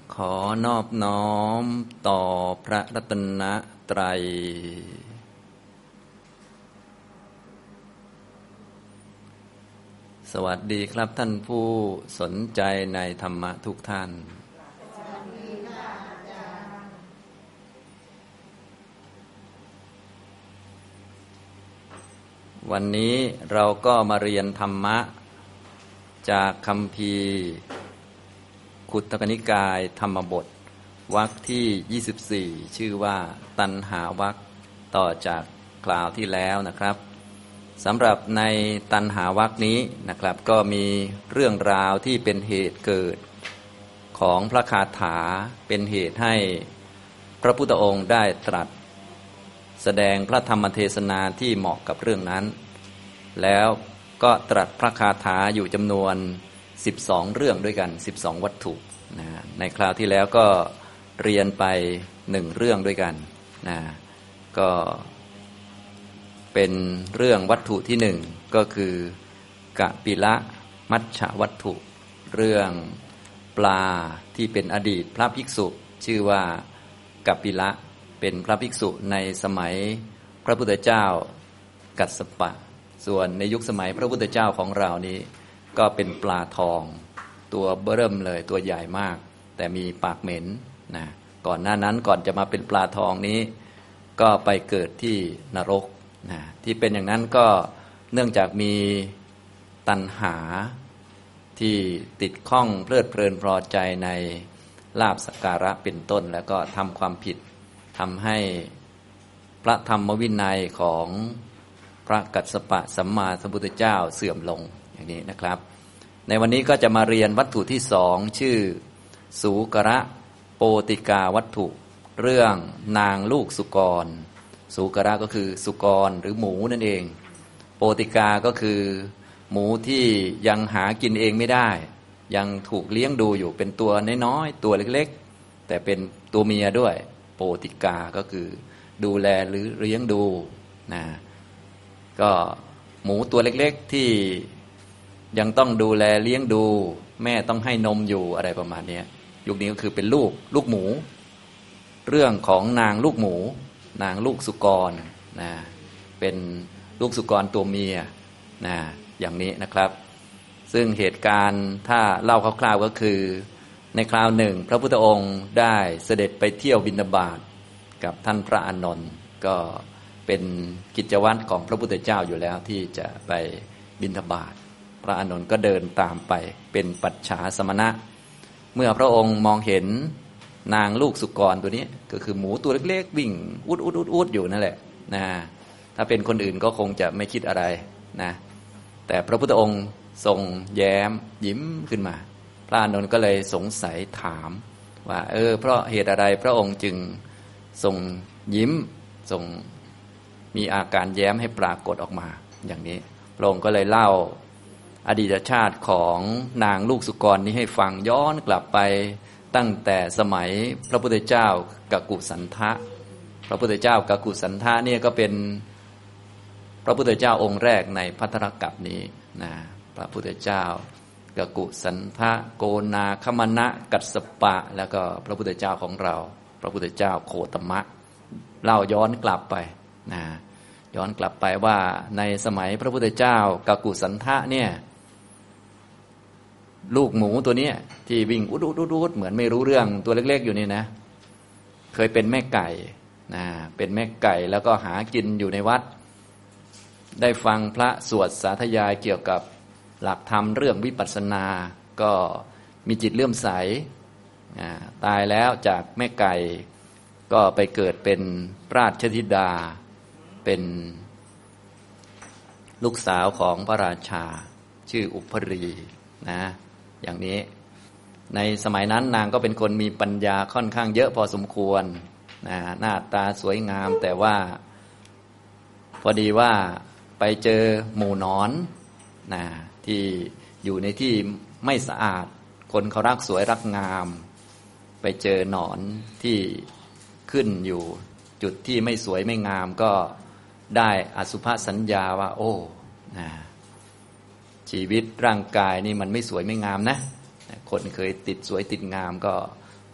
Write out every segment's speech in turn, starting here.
ขอนอบน้อมต่อพระรัตนตรัยสวัสดีครับท่านผู้สนใจในธรรมะทุกท่านวันนี้เราก็มาเรียนธรรมะจากคัมภีร์ขุททกนิกายธรรมบทวรรคที่24ชื่อว่าตัณหาวรรคต่อจากคราวที่แล้วนะครับสำหรับในตัณหาวรรคนี้นะครับก็มีเรื่องราวที่เป็นเหตุเกิดของพระคาถาเป็นเหตุให้พระพุทธองค์ได้ตรัสแสดงพระธรรมเทศนาที่เหมาะกับเรื่องนั้นแล้วก็ตรัสพระคาถาอยู่จำนวน12เรื่องด้วยกัน12วัตถุนะในคราวที่แล้วก็เรียนไป1เรื่องด้วยกันนะก็เป็นเรื่องวัตถุที่1ก็คือกปิละมัชฌวัตถุเรื่องปลาที่เป็นอดีตพระภิกษุชื่อว่ากปิละเป็นพระภิกษุในสมัยพระพุทธเจ้ากัสสปะส่วนในยุคสมัยพระพุทธเจ้าของเรานี้ก็เป็นปลาทองตัวเบิ่มเลยตัวใหญ่มากแต่มีปากเหม็นนะก่อนหน้านั้นก่อนจะมาเป็นปลาทองนี้ก็ไปเกิดที่นรกนะที่เป็นอย่างนั้นก็เนื่องจากมีตัณหาที่ติดข้องเพลิดเพลินพอใจในลาภสักการะเป็นต้นแล้วก็ทำความผิดทำให้พระธรรมวินัยของพระกัสสปะสัมมาสัมพุทธเจ้าเสื่อมลงอย่างนี้นะครับในวันนี้ก็จะมาเรียนวัตถุที่2ชื่อสูกระโปติกาวัตถุเรื่องนางลูกสุกรสูกระก็คือสุกรหรือหมูนั่นเองโปติกาก็คือหมูที่ยังหากินเองไม่ได้ยังถูกเลี้ยงดูอยู่เป็นตัวน้อยๆตัวเล็กๆแต่เป็นตัวเมียด้วยโปติกาก็คือดูแลหรือเลี้ยงดูนะก็หมูตัวเล็กๆที่ยังต้องดูแลเลี้ยงดูแม่ต้องให้นมอยู่อะไรประมาณนี้ยุคนี้ก็คือเป็นลูกหมูเรื่องของนางลูกหมูนางลูกสุกรนะเป็นลูกสุกรตัวเมียนะอย่างนี้นะครับซึ่งเหตุการณ์ถ้าเล่าคร่าวๆก็คือในคราวหนึ่งพระพุทธองค์ได้เสด็จไปเที่ยวบิณฑบาตกับท่านพระอานนท์ก็เป็นกิจวัตรของพระพุทธเจ้าอยู่แล้วที่จะไปบิณฑบาตพระอานนท์ก็เดินตามไปเป็นปัจฉาสมณะเมื่อพระองค์มองเห็นนางลูกสุกรตัวนี้ก็คือหมูตัวเล็กๆวิ่งอุดอยู่นั่นแหละนะถ้าเป็นคนอื่นก็คงจะไม่คิดอะไรนะแต่พระพุทธองค์ทรงแย้มยิ้มขึ้นมาพระอานนท์ก็เลยสงสัยถามว่าเพราะเหตุอะไรพระองค์จึงทรงยิ้มทรงมีอาการแย้มให้ปรากฏออกมาอย่างนี้พระองค์ก็เลยเล่าอดีตชาติของนางลูกสุกรนี้ให้ฟังย้อนกลับไปตั้งแต่สมัยพระพุทธเจ้ากักุสันทะพระพุทธเจ้ากักุสันทะเนี่ยก็เป็นพระพุทธเจ้าองค์แรกในภัททรกัปนี้นะพระพุทธเจ้ากักุสันทะโกนาคมณะกัสสปะแล้วก็พระพุทธเจ้าของเราพระพุทธเจ้าโคตมะเล่าย้อนกลับไปนะย้อนกลับไปว่าในสมัยพระพุทธเจ้ากักุสันทะเนี่ยลูกหมูตัวนี้ที่วิ่งอุดเหมือนไม่รู้เรื่องตัวเล็กๆอยู่นี่นะเคยเป็นแม่ไก่นะเป็นแม่ไก่แล้วก็หากินอยู่ในวัดได้ฟังพระสวดสาธยายเกี่ยวกับหลักธรรมเรื่องวิปัสสนาก็มีจิตเลื่อมใสตายแล้วจากแม่ไก่ก็ไปเกิดเป็นราชธิดาเป็นลูกสาวของพระราชาชื่ออุปรีนะอย่างนี้ในสมัยนั้นนางก็เป็นคนมีปัญญาค่อนข้างเยอะพอสมควรนะหน้าตาสวยงามแต่ว่าพอดีว่าไปเจอหมู่หนอนนะที่อยู่ในที่ไม่สะอาดคนเขารักสวยรักงามไปเจอหนอนที่ขึ้นอยู่จุดที่ไม่สวยไม่งามก็ได้อสุภสัญญาว่าโอ้นะชีวิตร่างกายนี่มันไม่สวยไม่งามนะคนเคยติดสวยติดงามก็พ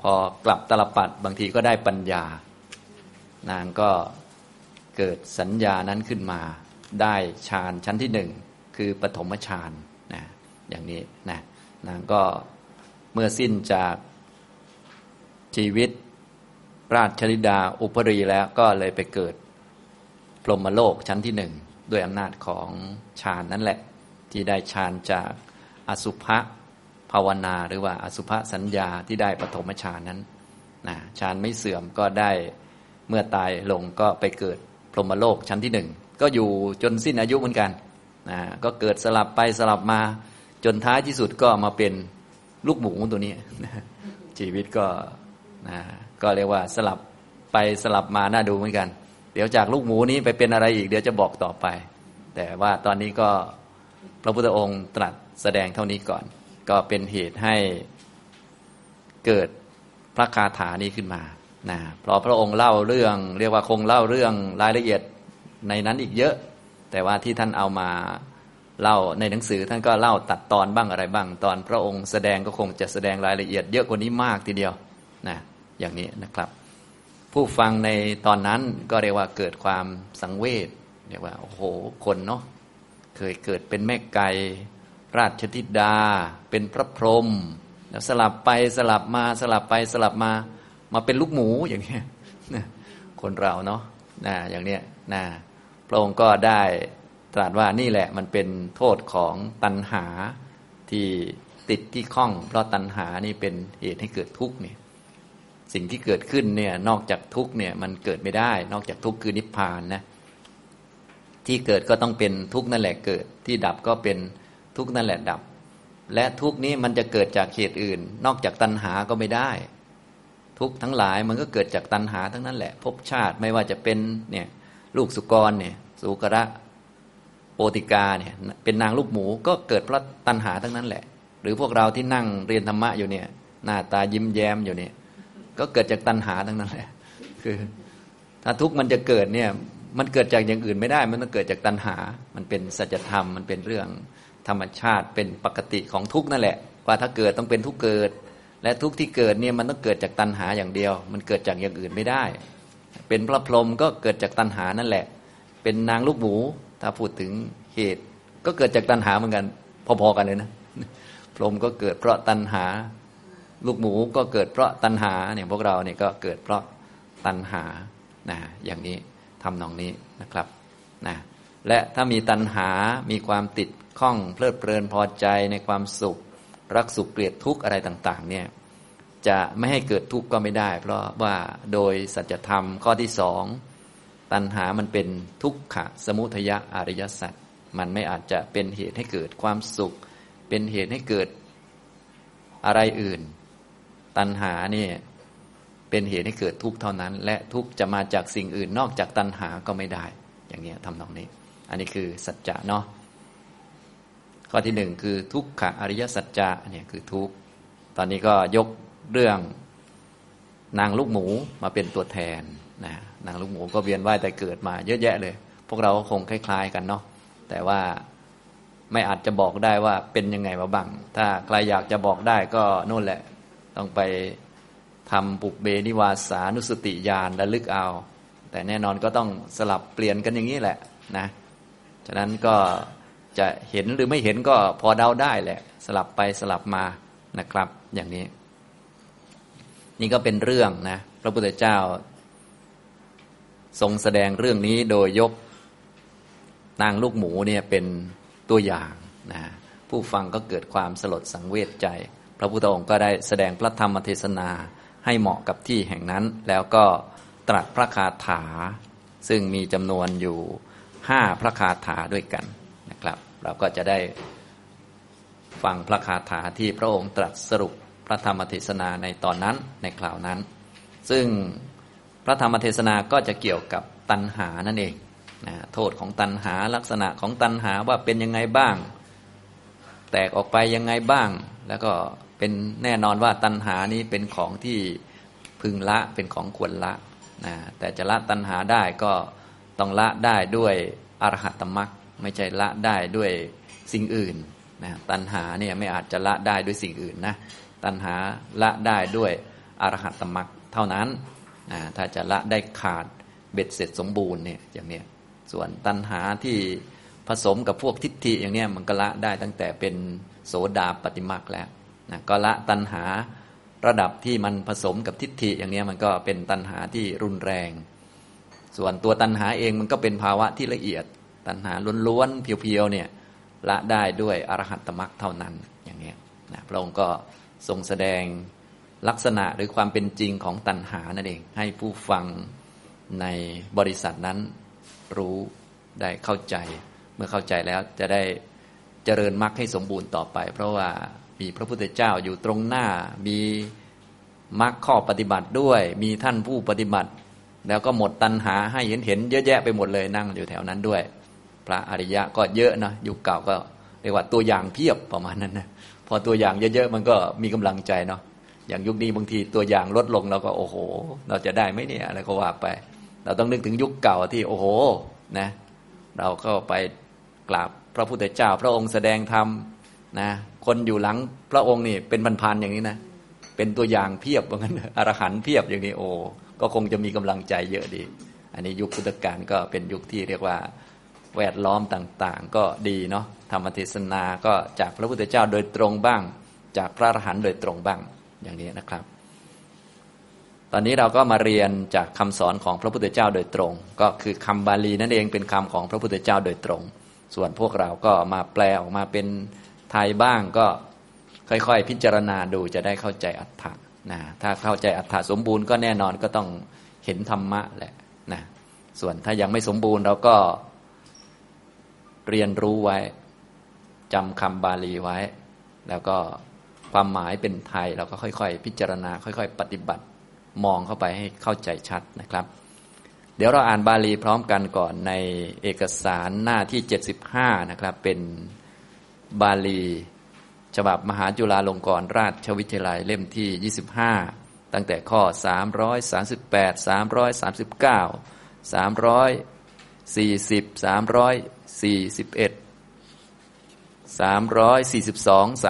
พอกลับตลปัดบางทีก็ได้ปัญญา นางก็เกิดสัญญานั้นขึ้นมาได้ฌานชั้นที่หนึ่งคือปฐมฌานนะอย่างนี้นะนางก็เมื่อสิ้นจากชีวิตราชธิดาอุปรีแล้วก็เลยไปเกิดพรหมโลกชั้นที่หนึ่งด้วยอำนาจของฌานนั่นแหละที่ได้ฌานจากอสุภภาวนาหรือว่าอสุภสัญญาที่ได้ปฐมฌานนั้นนะฌานไม่เสื่อมก็ได้เมื่อตายลงก็ไปเกิดพรหมโลกชั้นที่หนึ่งก็อยู่จนสิ้นอายุเหมือนกันนะก็เกิดสลับไปสลับมาจนท้ายที่สุดก็มาเป็นลูกหมูตัวนี้นะชีวิตก็นะก็เรียกว่าสลับไปสลับมาน่าดูเหมือนกันเดี๋ยวจากลูกหมูนี้ไปเป็นอะไรอีกเดี๋ยวจะบอกต่อไปแต่ว่าตอนนี้ก็พระพุทธองค์ตรัสแสดงเท่านี้ก่อนก็เป็นเหตุให้เกิดพระคาถานี้ขึ้นมานะเพราะพระองค์เล่าเรื่องเรียกว่าคงเล่าเรื่องรายละเอียดในนั้นอีกเยอะแต่ว่าที่ท่านเอามาเล่าในหนังสือท่านก็เล่าตัดตอนบ้างอะไรบ้างตอนพระองค์แสดงก็คงจะแสดงรายละเอียดเยอะกว่านี้มากทีเดียวนะอย่างนี้นะครับผู้ฟังในตอนนั้นก็เรียกว่าเกิดความสังเวชเรียกว่าโอ้โหคนเนาะเคยเกิดเป็นแม่ไก่ราชธิดาเป็นพระพรหมแล้วสลับไปสลับมาสลับไปสลับมาเป็นลูกหมูอย่างนี้นะคนเราเนาะนะอย่างเนี้ยนะพระองค์ก็ได้ตรัสว่านี่แหละมันเป็นโทษของตัณหาที่ติดที่ข้องเพราะตัณหานี่เป็นเหตุให้เกิดทุกข์เนี่ยสิ่งที่เกิดขึ้นเนี่ยนอกจากทุกข์เนี่ยมันเกิดไม่ได้นอกจากทุกข์คือนิพพานนะที่เกิดก็ต้องเป็นทุกข์นั่นแหละเกิดที่ดับก็เป็นทุกข์นั่นแหละดับและทุกข์นี้มันจะเกิดจากเหตุอื่นนอกจากตัณหาก็ไม่ได้ทุกข์ทั้งหลายมันก็เกิดจากตัณหาทั้งนั้นแหละภพชาติไม่ว่าจะเป็นเนี่ยลูกสุกรเนี่ยสุกระโปติกาเนี่ยเป็นนางลูกหมูก็เกิดเพราะตัณหาทั้งนั้นแหละหรือพวกเราที่นั่งเรียนธรรมะอยู่เนี่ยหน้าตายิ้มแย้มอยู่เนี่ยก็เกิดจากตัณหาทั้งนั้นแหละคือถ้าทุกข์มันจะเกิดเนี่ยมันเกิดจากอย่างอื่นไม่ได้มันต้องเกิดจากตัณหามันเป็นสัจธรรมมันเป็นเรื่องธรรมชาติเป็นปกติของทุกข์นั่นแหละว่าถ้าเกิดต้องเป็นทุกข์เกิดและทุกข์ที่เกิดเนี่ยมันต้องเกิดจากตัณหาอย่างเดียวมันเกิดจากอย่างอื่นไม่ได้เป็นพระพรหมก็เกิดจากตัณหานั่นแหละเป็นนางลูกหมูถ้าพูดถึงเหตุก็เกิดจากตัณหาเหมือนกันพอๆกันเลยนะพรหมก็เกิดเพราะตัณหาลูกหมูก็เกิดเพราะตัณหาเนี่ยพวกเราเนี่ยก็เกิดเพราะตัณหานะอย่างนี้ทำนองนี้นะครับนะและถ้ามีตัณหามีความติดข้องเพลิดเพลินพอใจในความสุขรักสุขเกลียดทุกข์อะไรต่างๆเนี่ยจะไม่ให้เกิดทุกข์ก็ไม่ได้เพราะว่าโดยสัจธรรมข้อที่สองตัณหามันเป็นทุกขสมุทัยอริยสัจมันไม่อาจจะเป็นเหตุให้เกิดความสุขเป็นเหตุให้เกิดอะไรอื่นตัณหานี่เป็นเหตุให้เกิดทุกข์เท่านั้นและทุกข์จะมาจากสิ่งอื่นนอกจากตัณหาก็ไม่ได้อย่างนี้ทำตรงนี้อันนี้คือสัจจะเนาะข้อที่หนึ่งคือทุกขอริยสัจจะเนี่ยคือทุกข์ตอนนี้ก็ยกเรื่องนางลูกหมูมาเป็นตัวแทนนะนางลูกหมูก็เวียนว่ายแต่เกิดมาเยอะแยะเลยพวกเราก็คงคล้ายๆกันเนาะแต่ว่าไม่อาจจะบอกได้ว่าเป็นยังไงมาบ้างถ้าใครอยากจะบอกได้ก็นู่นแหละต้องไปทำปุพเบนิวาสานุสติญาณระลึกเอาแต่แน่นอนก็ต้องสลับเปลี่ยนกันอย่างนี้แหละนะฉะนั้นก็จะเห็นหรือไม่เห็นก็พอเดาได้แหละสลับไปสลับมานะครับอย่างนี้นี่ก็เป็นเรื่องนะพระพุทธเจ้าทรงแสดงเรื่องนี้โดยยกนางลูกหมูเนี่ยเป็นตัวอย่างนะผู้ฟังก็เกิดความสลดสังเวชใจพระพุทธองค์ก็ได้แสดงพระธรรมเทศนาให้เหมาะกับที่แห่งนั้นแล้วก็ตรัสพระคาถาซึ่งมีจำนวนอยู่5พระคาถาด้วยกันนะครับเราก็จะได้ฟังพระคาถาที่พระองค์ตรัสสรุปพระธรรมเทศนาในตอนนั้นในคราวนั้นซึ่งพระธรรมเทศนาก็จะเกี่ยวกับตัณหานั่นเองนะโทษของตัณหาลักษณะของตัณหาว่าเป็นยังไงบ้างแตกออกไปยังไงบ้างแล้วก็เป็นแน่นอนว่าตัณหานี้เป็นของที่พึงละเป็นของควรละนะแต่จะละตัณหาได้ก็ต้องละได้ด้วยอรหัตตมรรคไม่ใช่ละได้ด้วยสิ่งอื่นนะตัณหาเนี่ยไม่อาจจะละได้ด้วยสิ่งอื่นนะตัณหาละได้ด้วยอรหัตมรรคเท่านั้นถ้าจะละได้ขาดเบ็ดเสร็จสมบูรณ์เนี่ยอย่างเนี้ยส่วนตัณหาที่ผสมกับพวกทิฏฐิอย่างเนี้ยมันก็ละได้ตั้งแต่เป็นโสดาปัตติมรรคแล้วก็ละตัณหาระดับที่มันผสมกับทิฏฐิอย่างนี้มันก็เป็นตัณหาที่รุนแรงส่วนตัวตัณหาเองมันก็เป็นภาวะที่ละเอียดตัณหาล้วนๆเพียวๆเนี่ยละได้ด้วยอรหัตมรรคเท่านั้นอย่างนี้พระองค์ก็ทรงแสดงลักษณะหรือความเป็นจริงของตัณหานั่นเองให้ผู้ฟังในบริษัทนั้นรู้ได้เข้าใจเมื่อเข้าใจแล้วจะได้เจริญมรรคให้สมบูรณ์ต่อไปเพราะว่ามีพระพุทธเจ้าอยู่ตรงหน้ามีมรรคข้อปฏิบัติด้วยมีท่านผู้ปฏิบัติแล้วก็หมดตัณหาให้เห็นเยอะแยะไปหมดเลยนั่งอยู่แถวนั้นด้วยพระอริยะก็เยอะนะยุคเก่าก็เรียกว่าตัวอย่างเพียบประมาณนั้นนะพอตัวอย่างเยอะๆมันก็มีกำลังใจเนาะอย่างยุคนี้บางทีตัวอย่างลดลงเราก็โอ้โหเราจะได้ไหมเนี่ยอะไรก็ว่าไปเราต้องนึกถึงยุคเก่าที่โอ้โหนะเราก็ไปกราบพระพุทธเจ้าพระองค์แสดงธรรมนะคนอยู่หลังพระองค์นี่เป็นพันๆอย่างนี้นะเป็นตัวอย่างเพียบว่างั้นอรหันต์เพียบอย่างนี้โอ้ก็คงจะมีกำลังใจเยอะดีอันนี้ยุคพุทธกาลก็เป็นยุคที่เรียกว่าแวดล้อมต่างๆก็ดีเนาะธรรมเทศนาก็จากพระพุทธเจ้าโดยตรงบ้างจากพระอรหันต์โดยตรงบ้างอย่างนี้นะครับตอนนี้เราก็มาเรียนจากคำสอนของพระพุทธเจ้าโดยตรงก็คือคำบาลีนั่นเองเป็นคำของพระพุทธเจ้าโดยตรงส่วนพวกเราก็มาแปลออกมาเป็นไทยบ้างก็ค่อยๆพิจารณาดูจะได้เข้าใจอรรถะนะถ้าเข้าใจอรรถะสมบูรณ์ก็แน่นอนก็ต้องเห็นธรรมะแหละนะส่วนถ้ายังไม่สมบูรณ์เราก็เรียนรู้ไว้จำคำบาลีไว้แล้วก็ความหมายเป็นไทยเราก็ค่อยๆพิจารณาค่อยๆปฏิบัติมองเข้าไปให้เข้าใจชัดนะครับเดี๋ยวเราอ่านบาลีพร้อมกันก่อนในเอกสารหน้าที่75นะครับเป็นบาลีฉบับมหาจุฬาลงกรณราชวิทยาลัยเล่มที่25ตั้งแต่ข้อ338 339 340 341 342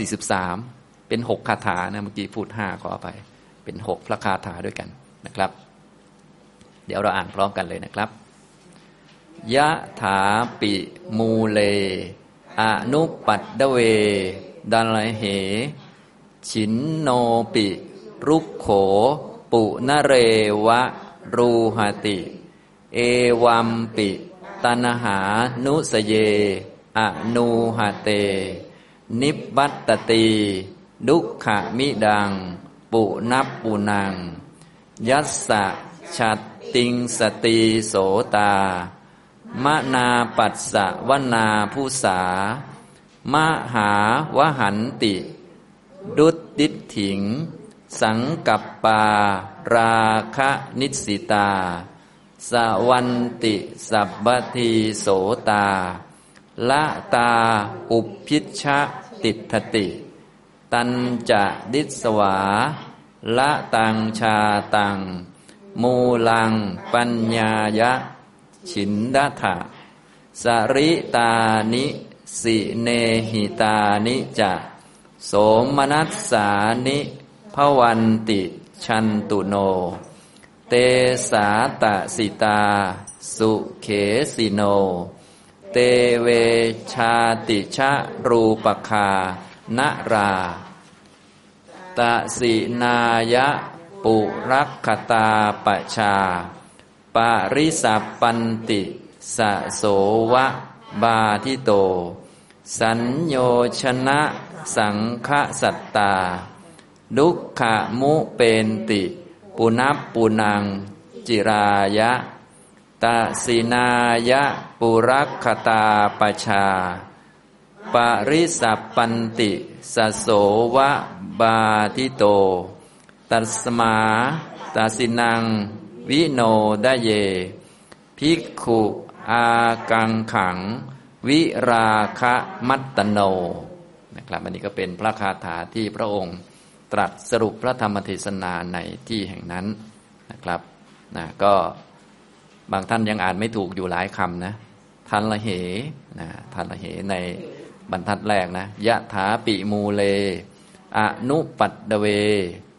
343เป็น6คาถานะเมื่อกี้พูด5ขอไปเป็น6พระคาถาด้วยกันนะครับเดี๋ยวเราอ่านพร้อมกันเลยนะครับยะถาปิมูเลอนุปัตตเวดัลเหฉินโนปิรุกโขปุนเรวะรูหติเอวัมปิตันหานุสเยอนูหเตนิบบัตตติดุขมิดังปุนับปุนังยัสสะฉัตติงสติโสตามนาปัสสะวนาผู้สามหาวหันติดุตติถิงสังกัปปาราคะนิสิตาสวันติสัพพทีโสตาละตาอุปพิชชติทติตันจะดิสวาละตังชาตังมูลังปัญญายะฉินดาถะสริตานิสิเนหิตานิจะโสมนัสสานิภวันติชันตุโนเตสาตสิตาสุเขสิโนเตเวชาติชะรูปคานราตสินายะปุรักขตาปชาปาริสัพปันติสะโสวะบาทิโตสัญโยชนะสังฆสัตตาดุขขมุเปนติปุนับปุนังจิรายะตสินายะปุรักขตาปชาปาริสัพปันติสะโสวะบาทิโตตัสมาตาสินังวิโนดเยภิกขุอากังขังวิราคะมัตตโนนะครับอันนี้ก็เป็นพระคาถาที่พระองค์ตรัสสรุปพระธรรมเทศนาในที่แห่งนั้นนะครับก็บางท่านยังอ่านไม่ถูกอยู่หลายคำนะทันละเหทันละเหในบรรทัดแรกนะยะถาปิมูเลอนุปัตตเว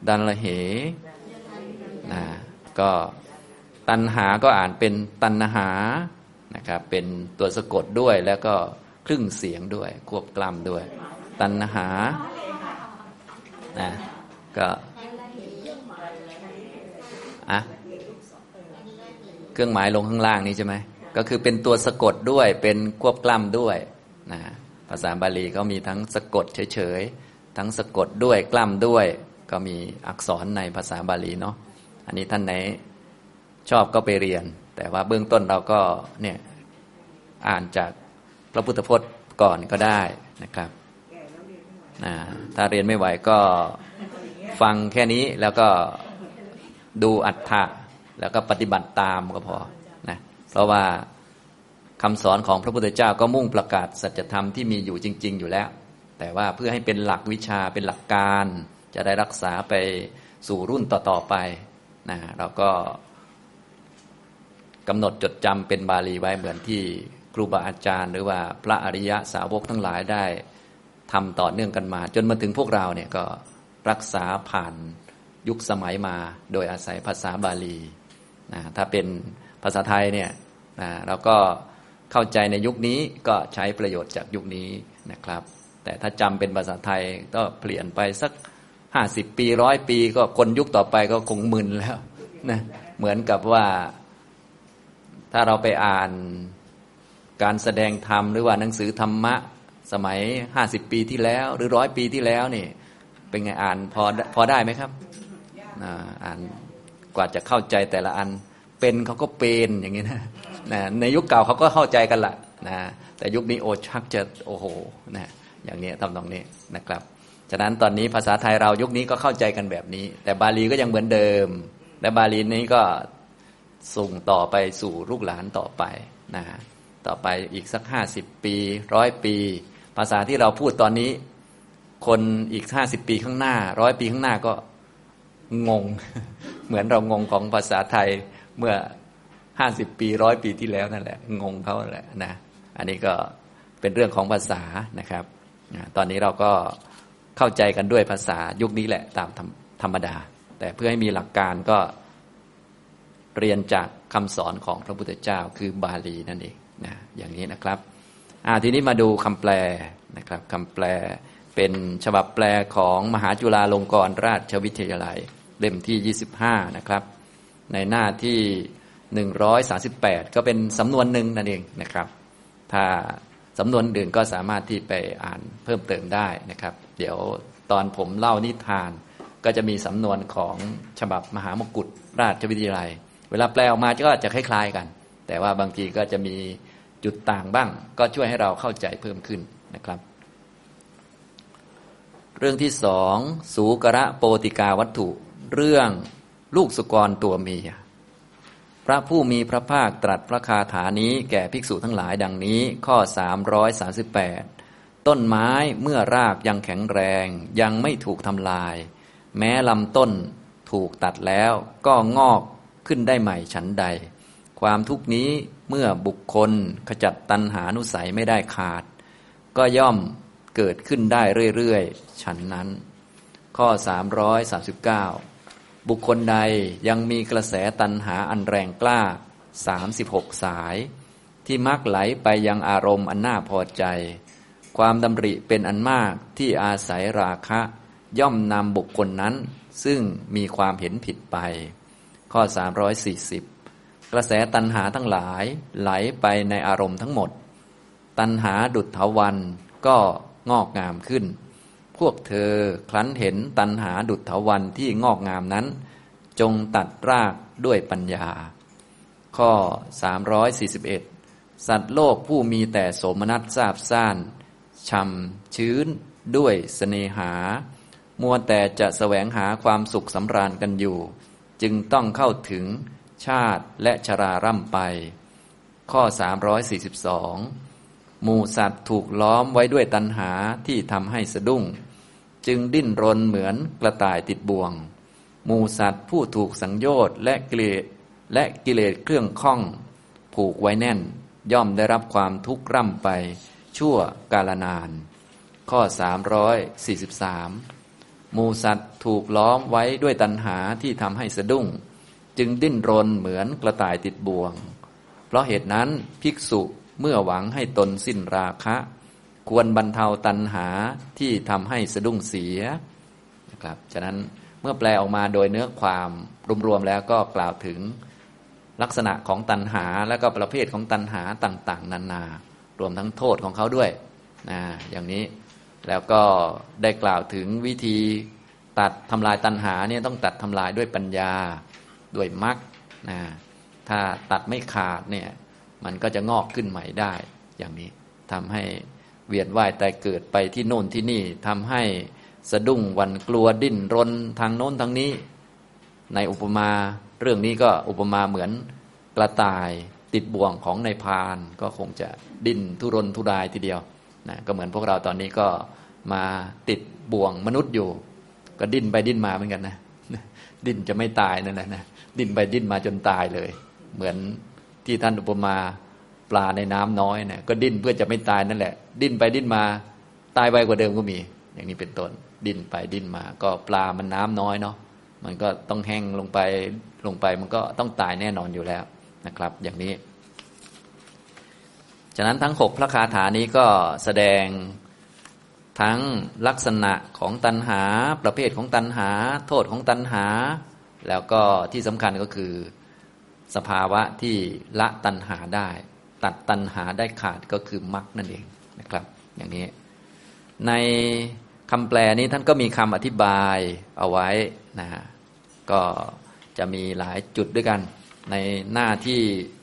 ดันละเหนะก็ตัณหาก็อ่านเป็นตัณหานะครับเป็นตัวสะกดด้วยแล้วก็ครึ่งเสียงด้วยควบกล้ำด้วยตัณหานะก็เครื่องหมายลงข้างล่างนี้ใช่ไหมก็คือเป็นตัวสะกดด้วยเป็นควบกล้ำด้วยนะภาษาบาลีก็มีทั้งสะกดเฉยๆทั้งสะกดด้วยกล้ำด้วยก็มีอักษรในภาษาบาลีเนาะอันนี้ท่านไหนชอบก็ไปเรียนแต่ว่าเบื้องต้นเราก็เนี่ยอ่านจากพระพุทธพจน์ก่อนก็ได้นะครับถ้าเรียนไม่ไหวก็ฟังแค่นี้แล้วก็ดูอรรถะแล้วก็ปฏิบัติตามก็พอนะเพราะว่าคำสอนของพระพุทธเจ้าก็มุ่งประกาศสัจธรรมที่มีอยู่จริงๆอยู่แล้วแต่ว่าเพื่อให้เป็นหลักวิชาเป็นหลักการจะได้รักษาไปสู่รุ่นต่อๆไปนะเราก็กำหนดจดจำเป็นบาลีไว้เหมือนที่ครูบาอาจารย์หรือว่าพระอริยสาวกทั้งหลายได้ทำต่อเนื่องกันมาจนมาถึงพวกเราเนี่ยก็รักษาผ่านยุคสมัยมาโดยอาศัยภาษาบาลีนะถ้าเป็นภาษาไทยเนี่ยนะเราก็เข้าใจในยุคนี้ก็ใช้ประโยชน์จากยุคนี้นะครับแต่ถ้าจำเป็นภาษาไทยก็เปลี่ยนไปสัก50 ปี100 ปีก็คนยุคต่อไปก็คงมึนแล้วนะเหมือนกับว่าถ้าเราไปอ่านการแสดงธรรมหรือว่าหนังสือธรรมะสมัย50 ปีที่แล้วหรือ100 ปีที่แล้วนี่เป็นไงอ่านพอได้ไหมครับอ่านกว่าจะเข้าใจแต่ละอันเป็นเขาก็เป็นอย่างนี้นะในยุคเก่าเขาก็เข้าใจกันละนะแต่ยุคนี้โอชักจะโอ้โหนะอย่างนี้ทำตรงนี้นะครับฉะนั้นตอนนี้ภาษาไทยเรายุคนี้ก็เข้าใจกันแบบนี้แต่บาลีก็ยังเหมือนเดิมและบาลีนี้ก็ส่งต่อไปสู่ลูกหลานต่อไปนะต่อไปอีกสัก50 ปี100 ปีภาษาที่เราพูดตอนนี้คนอีก50 ปีข้างหน้า100 ปีข้างหน้าก็งง เหมือนเรางงของภาษาไทยเมื่อ50 ปี100 ปีที่แล้วนั่นแหละงงเขาแหละนะอันนี้ก็เป็นเรื่องของภาษานะครับตอนนี้เราก็เข้าใจกันด้วยภาษายุคนี้แหละตามธรรมดาแต่เพื่อให้มีหลักการก็เรียนจากคำสอนของพระพุทธเจ้าคือบาลีนั่นเองนะอย่างนี้นะครับทีนี้มาดูคำแปลนะครับคำแปลเป็นฉบับแปลของมหาจุฬาลงกรณราชวิทยาลัยเล่มที่25นะครับในหน้าที่138ก็เป็นสำนวนหนึ่งนั่นเองนะครับถ้าสำนวนอื่นก็สามารถที่ไปอ่านเพิ่มเติมได้นะครับเดี๋ยวตอนผมเล่านิทานก็จะมีสำนวนของฉบับมหามกุฏราชวิทยาลัยเวลาแปลออกมาก็จะคล้ายๆกันแต่ว่าบางทีก็จะมีจุดต่างบ้างก็ช่วยให้เราเข้าใจเพิ่มขึ้นนะครับเรื่องที่2สูกระโปติกาวัตถุเรื่องลูกสุกรตัวเมียพระผู้มีพระภาคตรัสพระคาถานี้แก่ภิกษุทั้งหลายดังนี้ข้อ338ต้นไม้เมื่อรากยังแข็งแรงยังไม่ถูกทำลายแม้ลำต้นถูกตัดแล้วก็งอกขึ้นได้ใหม่ฉันใดความทุกข์นี้เมื่อบุคคลขจัดตัณหานุสัยไม่ได้ขาดก็ย่อมเกิดขึ้นได้เรื่อยๆฉันนั้นข้อ339บุคคลใดยังมีกระแสตัณหาอันแรงกล้า36สายที่มักไหลไปยังอารมณ์อันน่าพอใจความดำริเป็นอันมากที่อาศัยราคะย่อมนำบุคคลนั้นซึ่งมีความเห็นผิดไปข้อ340กระแสตัณหาทั้งหลายไหลไปในอารมณ์ทั้งหมดตัณหาดุจเถาวัลย์ก็งอกงามขึ้นพวกเธอครั้นเห็นตัณหาดุจเถาวัลย์ที่งอกงามนั้นจงตัดรากด้วยปัญญาข้อ341สัตว์โลกผู้มีแต่โสมนัสซาบซ่านช่ำชื้นด้วยเสน่หามัวแต่จะแสวงหาความสุขสำราญกันอยู่จึงต้องเข้าถึงชาติและชราร่ำไปข้อ342หมู่สัตว์ถูกล้อมไว้ด้วยตัณหาที่ทำให้สะดุ้งจึงดิ้นรนเหมือนกระต่ายติดบ่วงหมู่สัตว์ผู้ถูกสังโยชน์และกิเลสเครื่องข้องผูกไว้แน่นย่อมได้รับความทุกข์ร่ำไปชั่วกาลนานข้อ343 หมู่สัตว์ถูกล้อมไว้ด้วยตัณหาที่ทำให้สะดุ้งจึงดิ้นรนเหมือนกระต่ายติดบ่วงเพราะเหตุนั้นภิกษุเมื่อหวังให้ตนสิ้นราคะควรบรรเทาตัณหาที่ทำให้สะดุ้งเสียนะครับฉะนั้นเมื่อแปลออกมาโดยเนื้อความรวมๆแล้วก็กล่าวถึงลักษณะของตัณหาและก็ประเภทของตัณหาต่างๆนานารวมทั้งโทษของเขาด้วยอย่างนี้แล้วก็ได้กล่าวถึงวิธีตัดทำลายตัณหาเนี่ยต้องตัดทำลายด้วยปัญญาด้วยมรรคถ้าตัดไม่ขาดเนี่ยมันก็จะงอกขึ้นใหม่ได้อย่างนี้ทำให้เวียนว่ายตายเกิดไปที่โน่นที่นี่ทำให้สะดุ้งหวั่นกลัวดิ้นรนทางโน้นทางนี้ในอุปมาเรื่องนี้ก็อุปมาเหมือนกระต่ายติดบ่วงของนายพรานก็คงจะดิ้นทุรนทุรายทีเดียวก็เหมือนพวกเราตอนนี้ก็มาติดบ่วงมนุษย์อยู่ก็ดิ้นไปดิ้นมาเหมือนกันนะดิ้นจะไม่ตายนั่นแหละนะดิ้นไปดิ้นมาจนตายเลยเหมือนที่ท่านอุปมาปลาในน้ำน้อยเนี่ยก็ดิ้นเพื่อจะไม่ตายนั่นแหละดิ้นไปดิ้นมาตายไวกว่าเดิมก็มีอย่างนี้เป็นต้นดิ้นไปดิ้นมาก็ปลามันน้ำน้อยเนาะมันก็ต้องแห้งลงไปมันก็ต้องตายแน่นอนอยู่แล้วนะครับอย่างนี้ฉะนั้นทั้ง6พระคาถานี้ก็แสดงทั้งลักษณะของตัณหาประเภทของตัณหาโทษของตัณหาแล้วก็ที่สำคัญก็คือสภาวะที่ละตัณหาได้ตัดตัณหาได้ขาดก็คือมรรคนั่นเองนะครับอย่างนี้ในคำแปลนี้ท่านก็มีคำอธิบายเอาไว้ก็จะมีหลายจุดด้วยกันในหน้าที่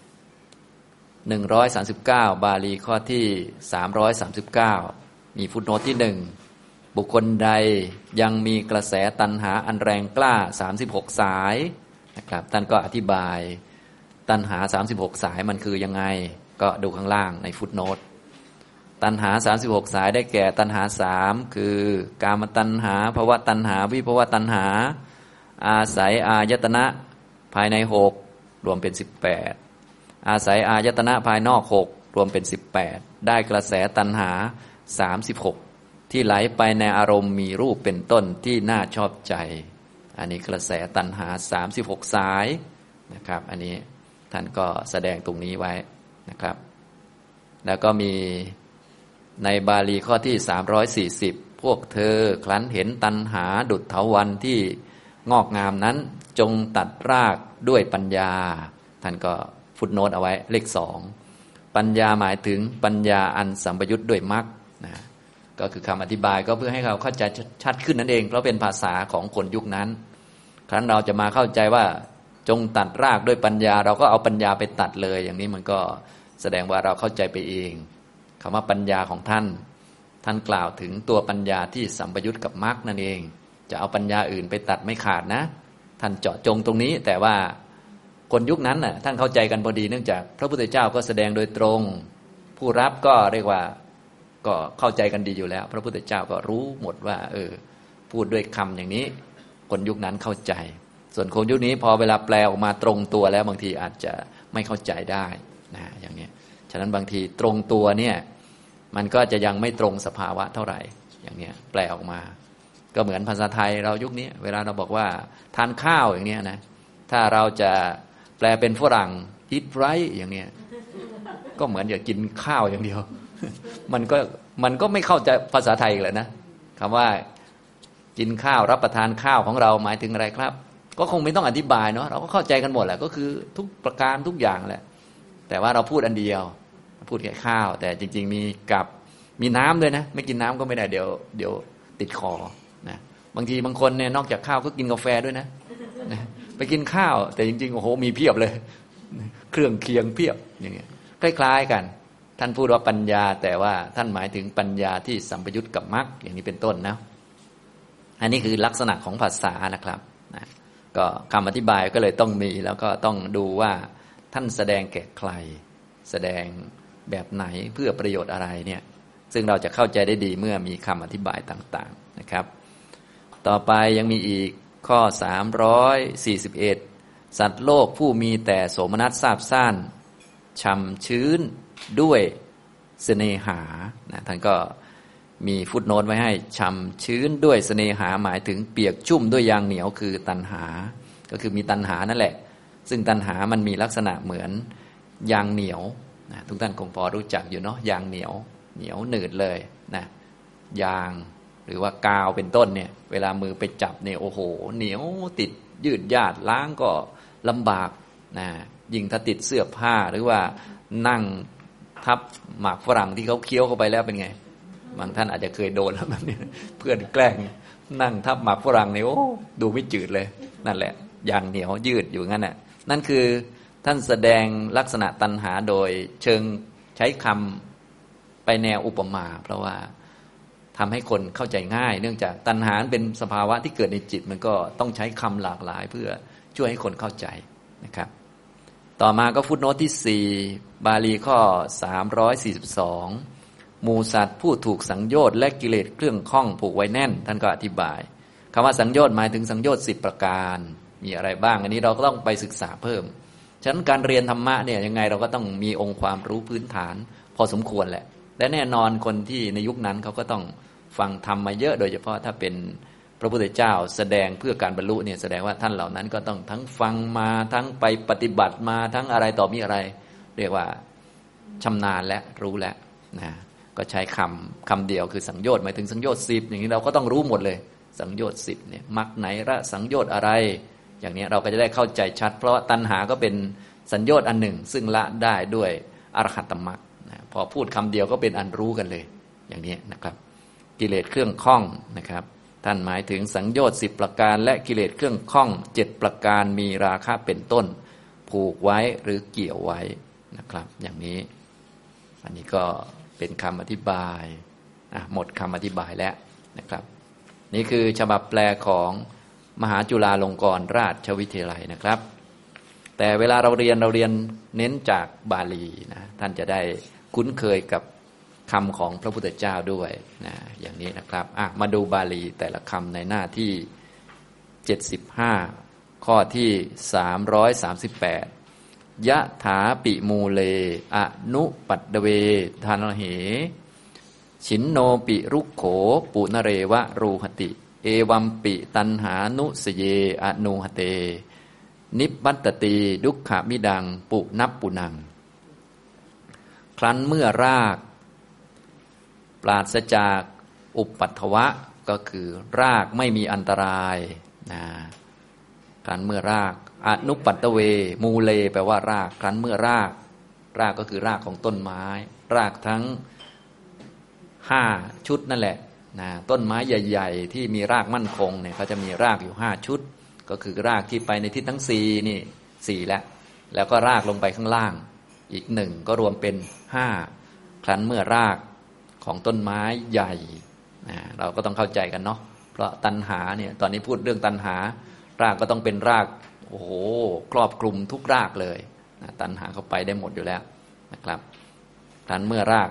139บาลีข้อที่339มีฟุตโนตที่1บุคคลใดยังมีกระแสตัณหาอันแรงกล้า36สายนะครับท่านก็อธิบายตัณหา36สายมันคือยังไงก็ดูข้างล่างในฟุตโนตตัณหา36สายได้แก่ตัณหา3คือกามตัณหาภวตัณหาวิภวตัณหาอาศัยอายตนะภายใน6รวมเป็น18อาศัยอายตนะภายนอก6รวมเป็น18ได้กระแสตัณหา36ที่ไหลไปในอารมณ์มีรูปเป็นต้นที่น่าชอบใจอันนี้กระแสตัณหา36สายนะครับอันนี้ท่านก็แสดงตรงนี้ไว้นะครับแล้วก็มีในบาลีข้อที่340พวกเธอครั้นเห็นตัณหาดุจเถาวัลย์ที่งอกงามนั้นจงตัดรากด้วยปัญญาท่านก็ฟุตโนตเอาไว้เลข2ปัญญาหมายถึงปัญญาอันสัมปยุตด้วยมรรคก็คือคำอธิบายก็เพื่อให้เราเข้าใจชัดขึ้นนั่นเองเพราะเป็นภาษาของคนยุคนั้นครั้นเราจะมาเข้าใจว่าจงตัดรากด้วยปัญญาเราก็เอาปัญญาไปตัดเลยอย่างนี้มันก็แสดงว่าเราเข้าใจไปเองคำว่าปัญญาของท่านกล่าวถึงตัวปัญญาที่สัมปยุตกับมรรคนั่นเองจะเอาปัญญาอื่นไปตัดไม่ขาดนะท่านเจาะจงตรงนี้แต่ว่าคนยุคนั้นน่ะท่านเข้าใจกันพอดีเนื่องจากพระพุทธเจ้าก็แสดงโดยตรงผู้รับก็เรียกว่าก็เข้าใจกันดีอยู่แล้วพระพุทธเจ้าก็รู้หมดว่าพูดด้วยคำอย่างนี้คนยุคนั้นเข้าใจส่วนคนยุคนี้พอเวลาแปลออกมาตรงตัวแล้วบางทีอาจจะไม่เข้าใจได้อย่างนี้ฉะนั้นบางทีตรงตัวเนี่ยมันก็จะยังไม่ตรงสภาวะเท่าไหร่อย่างนี้แปลออกมาก็เหมือนภาษาไทยเรายุคนี้เวลาเราบอกว่าทานข้าวอย่างนี้นะถ้าเราจะแปลเป็นฝรั่ง eat right อย่างนี้ก็เหมือนอยากกินข้าวอย่างเดียวมันก็ไม่เข้าใจภาษาไทยเลยนะคำว่ากินข้าวรับประทานข้าวของเราหมายถึงอะไรครับก็คงไม่ต้องอธิบายเนาะเราก็เข้าใจกันหมดแหละก็คือทุกประการทุกอย่างแหละแต่ว่าเราพูดอันเดียวพูดแค่ข้าวแต่จริงๆมีน้ำด้วยนะไม่กินน้ำก็ไม่ได้เดี๋ยวติดคอนะบางทีบางคนเนี่ยนอกจากข้าวก็กินกาแฟด้วยนะไปกินข้าวแต่จริงๆโอ้โหมีเพียบเลยเครื่องเคียงเพียบอย่างเงี้ยคล้ายๆกันท่านพูดว่าปัญญาแต่ว่าท่านหมายถึงปัญญาที่สัมปยุตกับมรรคอย่างนี้เป็นต้นนะอันนี้คือลักษณะของภาษานะครับก็คำอธิบายก็เลยต้องมีแล้วก็ต้องดูว่าท่านแสดงแก่ใครแสดงแบบไหนเพื่อประโยชน์อะไรเนี่ยซึ่งเราจะเข้าใจได้ดีเมื่อมีคำอธิบายต่างๆนะครับต่อไปยังมีอีกข้อ341สัตว์โลกผู้มีแต่โสมนัสซาบซ่านช่ำชื้นด้วยเสน่หาท่านก็มีฟุตโนตไว้ให้ช่ำชื้นด้วยเสน่หาหมายถึงเปียกชุ่มด้วยยางเหนียวคือตัณหาก็คือมีตัณหานั่นแหละซึ่งตัณหามันมีลักษณะเหมือนยางเหนียวนะทุกท่านคงพอรู้จักอยู่เนาะยางเหนียวเหนียวหนืดเลยนะยางหรือว่ากาวเป็นต้นเนี่ยเวลามือไปจับเนี่ยโอ้โหเหนียวติดยืดยาดล้างก็ลำบากนะยิ่งถ้าติดเสื้อผ้าหรือว่านั่งทับหมากฝรั่งที่เขาเคี้ยวเข้าไปแล้วเป็นไงบางท่านอาจจะเคยโดนแล้วแบบนี้เพื่อนแกล้งนั่งทับหมากฝรั่งเนี่ยโอ้ดูไม่จืดเลยนั่นแหละยางเหนียวยืดอยู่งั้นน่ะนั่นคือท่านแสดงลักษณะตัณหาโดยเชิงใช้คำไปแนวอุปมาเพราะว่าทำให้คนเข้าใจง่ายเนื่องจากตัณหาเป็นสภาวะที่เกิดในจิตมันก็ต้องใช้คำหลากหลายเพื่อช่วยให้คนเข้าใจนะครับต่อมาก็ฟุตโนตที่4บาลีข้อ342หมู่สัตว์ผู้ถูกสังโยชน์และกิเลสเครื่องข้องผูกไว้แน่นท่านก็อธิบายคำว่าสังโยชน์หมายถึงสังโยชน์10ประการมีอะไรบ้างอันนี้เราก็ต้องไปศึกษาเพิ่มฉะนั้นการเรียนธรรมะเนี่ยยังไงเราก็ต้องมีองค์ความรู้พื้นฐานพอสมควรแหละและแน่นอนคนที่ในยุคนั้นเขาก็ต้องฟังธรรมมาเยอะโดยเฉพาะถ้าเป็นพระพุทธเจ้าแสดงเพื่อการบรรลุเนี่ยแสดงว่าท่านเหล่านั้นก็ต้องทั้งฟังมาทั้งไปปฏิบัติมาทั้งอะไรต่อมีอะไรเรียกว่าชำนาญและรู้แล้วนะก็ใช้คำเดียวคือสังโยชน์หมายถึงสังโยชน์10อย่างนี้เราก็ต้องรู้หมดเลยสังโยชน์10เนี่ยมรรคไหนละสังโยชน์อะไรอย่างนี้เราก็จะได้เข้าใจชัดเพราะว่าตัณหาก็เป็นสัญโยชน์อันหนึ่งซึ่งละได้ด้วยอรหัตตมรรคพอพูดคำเดียวก็เป็นอันรู้กันเลยอย่างนี้นะครับกิเลสเครื่องข้องนะครับท่านหมายถึงสังโยชน์10ประการและกิเลสเครื่องข้อง7ประการมีราคะเป็นต้นผูกไว้หรือเกี่ยวไว้นะครับอย่างนี้อันนี้ก็เป็นคำอธิบายหมดคำอธิบายแล้วนะครับนี่คือฉบับแปลของมหาจุฬาลงกรณราชวิทยาลัยนะครับแต่เวลาเราเรียนเน้นจากบาลีนะท่านจะได้คุ้นเคยกับคำของพระพุทธเจ้าด้วยนะอย่างนี้นะครับมาดูบาลีแต่ละคำในหน้าที่75ข้อที่338ยะถาปิมูเลอนุปัตเวทานเหฉินโนปิรุโขปุนเรวะรูหติเอวัมปิตันหานุสเยอนุหเตนิพพัตติดุขมิดังปุนับปุนังครั้นเมื่อรากปราศจากอุปัฏฐวะก็คือรากไม่มีอันตรายนะครั้นเมื่อรากอนุปัตตเวมูเลแปลว่ารากครั้นเมื่อรากก็คือรากของต้นไม้รากทั้ง5ชุดนั่นแหละนะต้นไม้ใหญ่ๆที่มีรากมั่นคงเนี่ยเขาจะมีรากอยู่5ชุดก็คือรากที่ไปในทิศทั้ง4นี่4แล้วก็รากลงไปข้างล่างอีก1ก็รวมเป็น5ครั้นเมื่อรากของต้นไม้ใหญ่นะเราก็ต้องเข้าใจกันเนาะเพราะตัณหาเนี่ยตอนนี้พูดเรื่องตัณหารากก็ต้องเป็นรากโอ้โหครอบคลุมทุกรากเลยนะตัณหาเข้าไปได้หมดอยู่แล้วนะครับครั้นเมื่อราก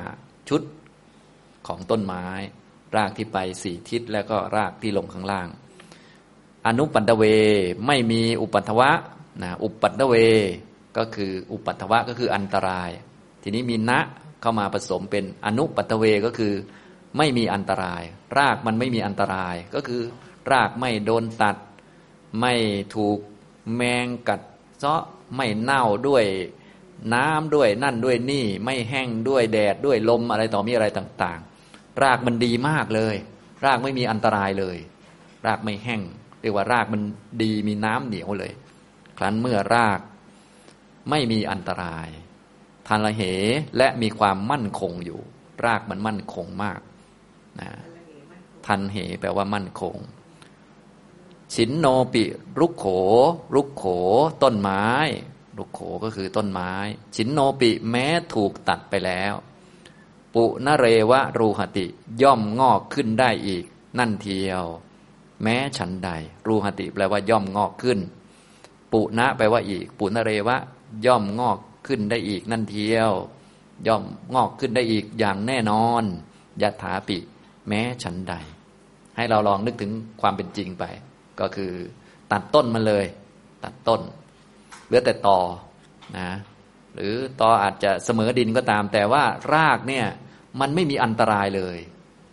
5ชุดของต้นไม้รากที่ไป4ทิศแล้วก็รากที่ลงข้างล่างอนุปัตตเวไม่มีอุปัฏฐวะนะอุปัตตเวก็คืออุปัฏฐวะก็คืออันตรายทีนี้มีนะเข้ามาผสมเป็นอนุปัตตเวก็คือไม่มีอันตรายรากมันไม่มีอันตรายก็คือรากไม่โดนตัดไม่ถูกแมงกัดเซาะไม่เน่าด้วยน้ำด้วยนั่นด้วยนี่ไม่แห้งด้วยแดดด้วยลมอะไรต่อมีอะไรต่างๆรากมันดีมากเลยรากไม่มีอันตรายเลยรากไม่แห้งเรียกว่ารากมันดีมีน้ำเหนียวเลยครั้นเมื่อรากไม่มีอันตรายทันละเหและมีความมั่นคงอยู่รากมันมั่นคงมากนะทันเหแปลว่ามั่นคงฉินโนปิรุกโขต้นไม้รุกโขก็คือต้นไม้ฉินโนปิแม้ถูกตัดไปแล้วปุนเรวะรูหติย่อมงอกขึ้นได้อีกนั่นเทียวแม้ฉันใดรูหติแปลว่าย่อมงอกขึ้นปุนะแปลว่าอีกปุนเรวะย่อมงอกขึ้นได้อีกนั่นเทียวย่อมงอกขึ้นได้อีกอย่างแน่นอนยถาปิแม้ฉันใดให้เราลองนึกถึงความเป็นจริงไปก็คือตัดต้นมาเลยตัดต้นเหลือแต่ตอนะหรือตออาจจะเสมอดินก็ตามแต่ว่ารากเนี่ยมันไม่มีอันตรายเลย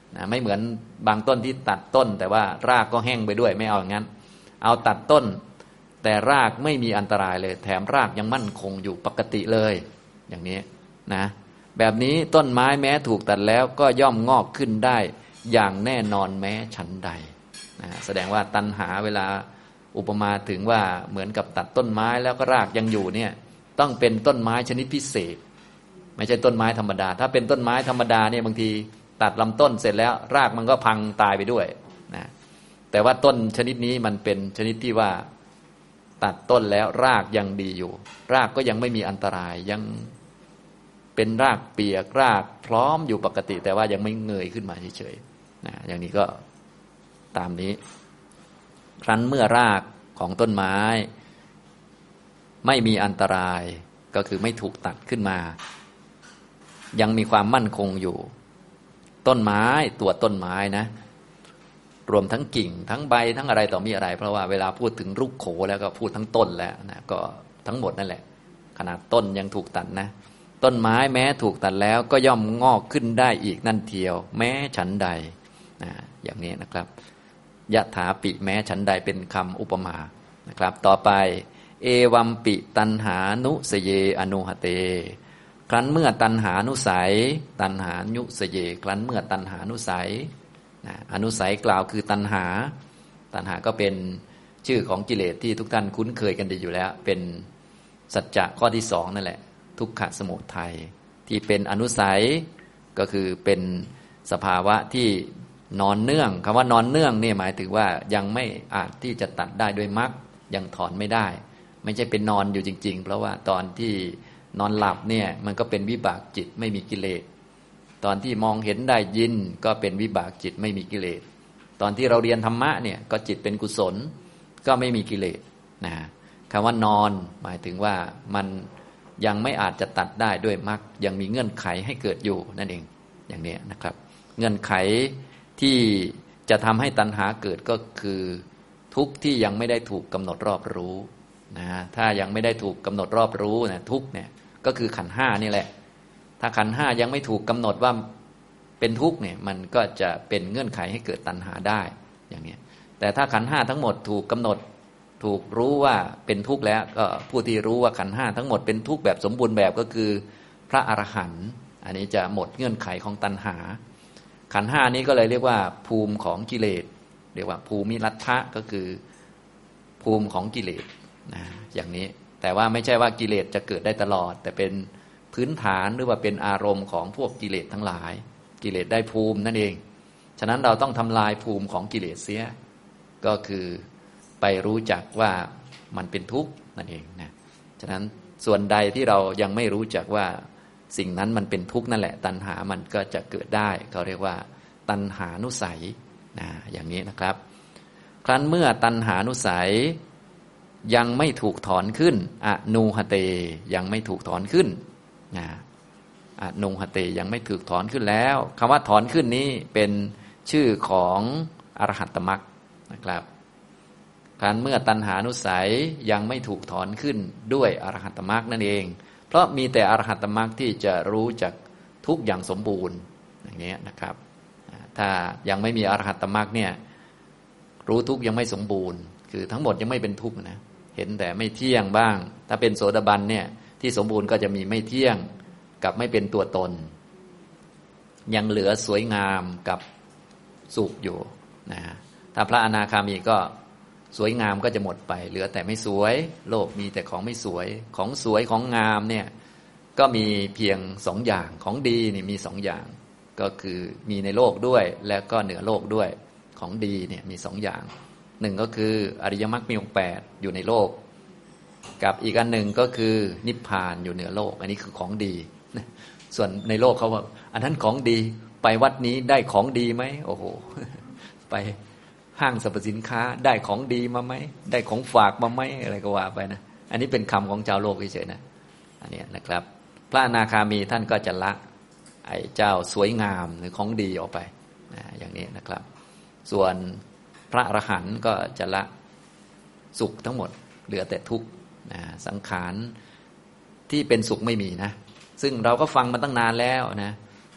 นะไม่เหมือนบางต้นที่ตัดต้นแต่ว่ารากก็แห้งไปด้วยไม่เอาอย่างนั้นเอาตัดต้นแต่รากไม่มีอันตรายเลยแถมรากยังมั่นคงอยู่ปกติเลยอย่างนี้นะแบบนี้ต้นไม้แม้ถูกตัดแล้วก็ย่อมงอกขึ้นได้อย่างแน่นอนแม้ฉันใดนะแสดงว่าตัณหาเวลาอุปมาถึงว่าเหมือนกับตัดต้นไม้แล้วก็รากยังอยู่เนี่ยต้องเป็นต้นไม้ชนิดพิเศษไม่ใช่ต้นไม้ธรรมดาถ้าเป็นต้นไม้ธรรมดาเนี่ยบางทีตัดลำต้นเสร็จแล้วรากมันก็พังตายไปด้วยนะแต่ว่าต้นชนิดนี้มันเป็นชนิดที่ว่าตัดต้นแล้วรากยังดีอยู่รากก็ยังไม่มีอันตรายยังเป็นรากเปียกรากพร้อมอยู่ปกติแต่ว่ายังไม่เงยขึ้นมาเฉยๆนะอย่างนี้ก็ตามนี้ครั้นเมื่อรากของต้นไม้ไม่มีอันตรายก็คือไม่ถูกตัดขึ้นมายังมีความมั่นคงอยู่ต้นไม้ตัวต้นไม้นะรวมทั้งกิ่งทั้งใบทั้งอะไรต่อมีอะไรเพราะว่าเวลาพูดถึงรุกโขแล้วก็พูดทั้งต้นแล้วนะก็ทั้งหมดนั่นแหละขนาดต้นยังถูกตัดนะต้นไม้แม้ถูกตัดแล้วก็ย่อมงอกขึ้นได้อีกนั่นเทียวแม้ฉันใดนะอย่างนี้นะครับยะถาปิแม้ฉันใดเป็นคำอุปมานะครับต่อไปเอวัมปิตันหานุสเยอนุหเตครั้นเมื่อตันหานุสัยตันหานุสเยครั้นเมื่อตันหานุสัยอนุสัยกล่าวคือตัณหาตัณหาก็เป็นชื่อของกิเลสที่ทุกท่านคุ้นเคยกันดีอยู่แล้วเป็นสัจจะข้อที่สองนั่นแหละทุกขสมุทัยที่เป็นอนุสัยก็คือเป็นสภาวะที่นอนเนื่องคำว่านอนเนื่องนี่หมายถึงว่ายังไม่อาจที่จะตัดได้ด้วยมรรคยังถอนไม่ได้ไม่ใช่เป็นนอนอยู่จริงๆเพราะว่าตอนที่นอนหลับเนี่ยมันก็เป็นวิบากจิตไม่มีกิเลสตอนที่มองเห็นได้ยินก็เป็นวิบากจิตไม่มีกิเลสตอนที่เราเรียนธรรมะเนี่ยก็จิตเป็นกุศลก็ไม่มีกิเลสนะคำว่านอนหมายถึงว่ามันยังไม่อาจจะตัดได้ด้วยมรรคยังมีเงื่อนไขให้เกิดอยู่นั่นเองอย่างนี้นะครับเงื่อนไขที่จะทำให้ตัณหาเกิดก็คือทุกข์ที่ยังไม่ได้ถูกกำหนดรอบรู้นะถ้ายังไม่ได้ถูกกำหนดรอบรู้นะทุกข์เนี่ยก็คือขันธ์ห้านี่แหละถ้าขันธ์ห้ายังไม่ถูกกำหนดว่าเป็นทุกข์เนี่ยมันก็จะเป็นเงื่อนไขให้เกิดตัณหาได้อย่างนี้แต่ถ้าขันธ์ห้าทั้งหมดถูกกำหนดถูกรู้ว่าเป็นทุกข์แล้วก็ผู้ที่รู้ว่าขันธ์ห้าทั้งหมดเป็นทุกข์แบบสมบูรณ์แบบก็คือพระอรหันต์อันนี้จะหมดเงื่อนไขของตัณหาขันธ์ห้านี้ก็เลยเรียกว่าภูมิของกิเลสเรียกว่าภูมิรัตถะก็คือภูมิของกิเลสนะอย่างนี้แต่ว่าไม่ใช่ว่ากิเลสจะเกิดได้ตลอดแต่เป็นพื้นฐานหรือว่าเป็นอารมณ์ของพวกกิเลสทั้งหลายกิเลสได้ภูมินั่นเองฉะนั้นเราต้องทำลายภูมิของกิเลสเสียก็คือไปรู้จักว่ามันเป็นทุกข์นั่นเองนะฉะนั้นส่วนใดที่เรายังไม่รู้จักว่าสิ่งนั้นมันเป็นทุกข์นั่นแหละตัณหามันก็จะเกิดได้เขาเรียกว่าตัณหานุสัยนะอย่างนี้นะครับครั้นเมื่อตัณหานุสัยยังไม่ถูกถอนขึ้นอนูหเตยังไม่ถูกถอนขึ้นนะอนูหเตยังไม่ถูกถอนขึ้นแล้วคำว่าถอนขึ้นนี้เป็นชื่อของอรหัตตมรรคนะครับครั้นเมื่อตัณหานุสัยยังไม่ถูกถอนขึ้นด้วยอรหัตตมรรคนั่นเองเพราะมีแต่อรหัตตมรรคที่จะรู้จักทุกอย่างสมบูรณ์อย่างนี้นะครับถ้ายังไม่มีอรหัตตมรรคเนี่ยรู้ทุกยังไม่สมบูรณ์คือทั้งหมดยังไม่เป็นทุกข์นะเห็นแต่ไม่เที่ยงบ้างถ้าเป็นโสดาบันเนี่ยที่สมบูรณ์ก็จะมีไม่เที่ยงกับไม่เป็นตัวตนยังเหลือสวยงามกับสุขอยู่นะถ้าพระอนาคามีก็สวยงามก็จะหมดไปเหลือแต่ไม่สวยโลกมีแต่ของไม่สวยของสวยของงามเนี่ยก็มีเพียงสองอย่างของดีนี่มีสองอย่างก็คือมีในโลกด้วยและก็เหนือโลกด้วยของดีเนี่ยมีสองอย่างหนึ่งก็คืออริยมรรคมีองค์8อยู่ในโลกกับอีกอันหนึ่งก็คือนิพพานอยู่เหนือโลกอันนี้คือของดีส่วนในโลกเขาว่าอันนั้นของดีไปวัดนี้ได้ของดีไหมโอ้โหไปห้างสรรพสินค้าได้ของดีมาไหมได้ของฝากมาไหมอะไรก็ว่าไปนะอันนี้เป็นคำของชาวโลกเฉยๆนะอันนี้นะครับพระอนาคามีท่านก็จะละไอ้เจ้าสวยงามหรือของดีออกไปนะอย่างนี้นะครับส่วนพระอรหันต์ก็จะละสุขทั้งหมดเหลือแต่ทุกข์นะสังขารที่เป็นสุขไม่มีนะซึ่งเราก็ฟังมาตั้งนานแล้วนะ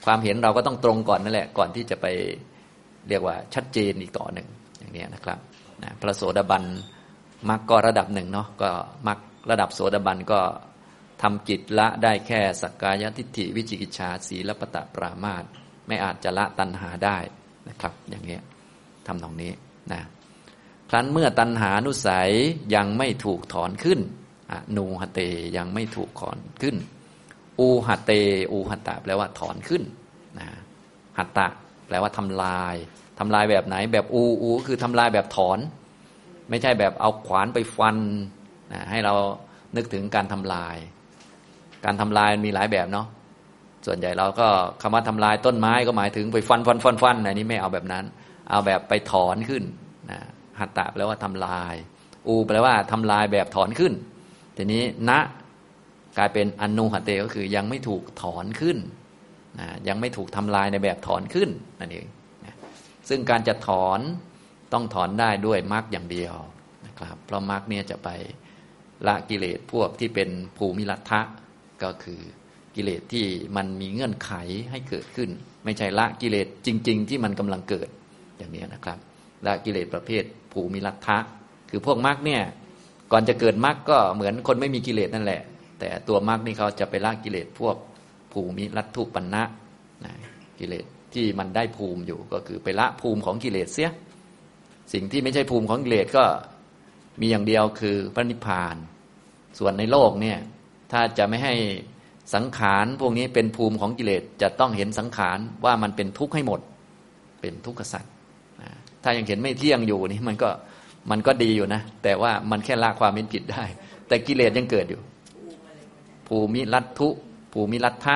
ความเห็นเราก็ต้องตรงก่อนนั่นแหละก่อนที่จะไปเรียกว่าชัดเจนอีกต่อหนึ่งอย่างนี้นะครับพระโสดาบันมรรคก็ระดับหนึ่งเนาะก็มรรคระดับโสดาบันก็ทำจิตละได้แค่สักกายทิฏฐิวิจิกิจฉาศีลปตปรามาสไม่อาจจะละตัณหาได้นะครับอย่างนี้ทำตรงนี้นะครั้นเมื่อตัณหานุสัยยังไม่ถูกถอนขึ้นอนูหเตยังไม่ถูกถอนขึ้นอูหเตอูหตะแปลว่าถอนขึ้นนะหัตตะแปลว่าทำลายทำลายแบบไหนแบบอูคือทำลายแบบถอนไม่ใช่แบบเอาขวานไปฟันนะให้เรานึกถึงการทำลายการทำลายมีหลายแบบเนาะส่วนใหญ่เราก็คำว่าทำลายต้นไม้ก็หมายถึงไปฟันอันนี้ไม่เอาแบบนั้นเอาแบบไปถอนขึ้นนะหัตตะแปลว่าทำลายอูแปลว่าทำลายแบบถอนขึ้นทีนี้ณกลายเป็นอนุหเตก็คือยังไม่ถูกถอนขึ้นนะยังไม่ถูกทำลายในแบบถอนขึ้นนั่นเองนะซึ่งการจะถอนต้องถอนได้ด้วยมรรคอย่างเดียวนะครับเพราะมรรคเนี่ยจะไปละกิเลสพวกที่เป็นภูมิลัทธะก็คือกิเลสที่มันมีเงื่อนไขให้เกิดขึ้นไม่ใช่ละกิเลสจริงๆที่มันกำลังเกิดอย่างนี้นะครับละกิเลสประเภทภูมิลัทธะคือพวกมรรคเนี่ยก่อนจะเกิดมรรคก็เหมือนคนไม่มีกิเลสนั่นแหละแต่ตัวมรรคนี่เขาจะไปละกิเลสพวกภูมิลัทธุปันนะกิเลสที่มันได้ภูมิอยู่ก็คือไปละภูมิของกิเลสเสียสิ่งที่ไม่ใช่ภูมิของกิเลสก็มีอย่างเดียวคือพระนิพพานส่วนในโลกเนี่ยถ้าจะไม่ให้สังขารพวกนี้เป็นภูมิของกิเลสจะต้องเห็นสังขารว่ามันเป็นทุกข์ให้หมดเป็นทุกขสัจถ้ายังเห็นไม่เที่ยงอยู่นี่มันก็ดีอยู่นะแต่ว่ามันแค่ละความเป็นผิดได้แต่กิเลสยังเกิดอยู่ภูมิลัทธุภูมิลัทธะ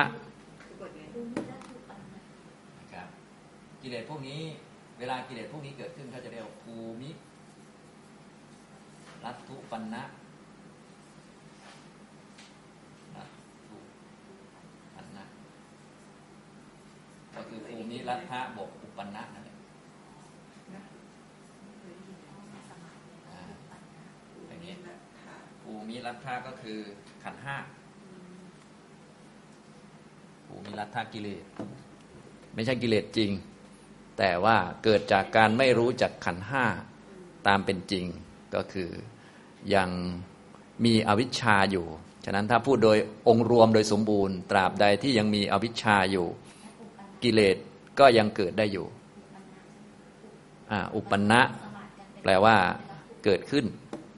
กิเลสพวกนี้เวลากิเลสพวกนี้เกิดขึ้นเขาจะเรียกว่าภูมิลัทธุปันนะก็คือภูมิลัทธะบวกอุปันนะนั่นแหละอย่างนี้ภูมิลัทธะก็คือขันธ์ห้าภูมิลัทธะกิเลสไม่ใช่กิเลสจริงแต่ว่าเกิดจากการไม่รู้จักขันธ์ห้าตามเป็นจริงก็คือยังมีอวิชชาอยู่ฉะนั้นถ้าพูดโดยองค์รวมโดยสมบูรณ์ตราบใดที่ยังมีอวิชชาอยู่กิเลสก็ยังเกิดได้อยู่อุปนะแปลว่าเกิดขึ้น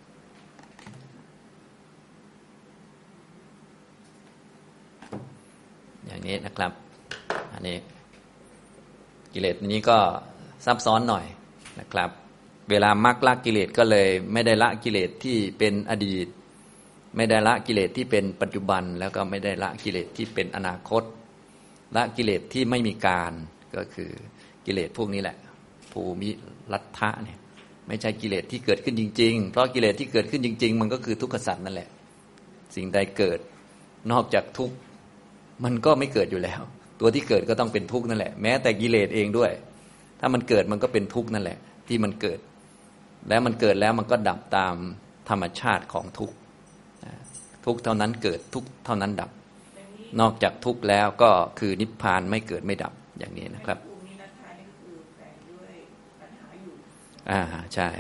อย่างนี้นะครับอันนี้กิเลสนี้ก็ซับซ้อนหน่อยนะครับเวลามรรคละกิเลสก็เลยไม่ได้ละกิเลสที่เป็นอดีตไม่ได้ละกิเลสที่เป็นปัจจุบันแล้วก็ไม่ได้ละกิเลสที่เป็นอนาคตละกิเลสที่ไม่มีการก็คือกิเลสพวกนี้แหละภูมิลัทธะเนี่ยไม่ใช่กิเลสที่เกิดขึ้นจริงๆเพราะกิเลสที่เกิดขึ้นจริงๆมันก็คือทุกขสัจนั่นแหละสิ่งใดเกิดนอกจากทุกข์มันก็ไม่เกิดอยู่แล้วตัวที่เกิดก็ต้องเป็นทุกข์นั่นแหละแม้แต่กิเลสเองด้วยถ้ามันเกิดมันก็เป็นทุกข์นั่นแหละที่มันเกิดแล้วมันเกิดแล้วมันก็ดับตามธรรมชาติของทุกข์ทุกข์เท่านั้นเกิดทุกข์เท่านั้นดับนอกจากทุกข์แล้วก็คือนิพพานไม่เกิดไม่ดับอย่างนี้นะครับใช่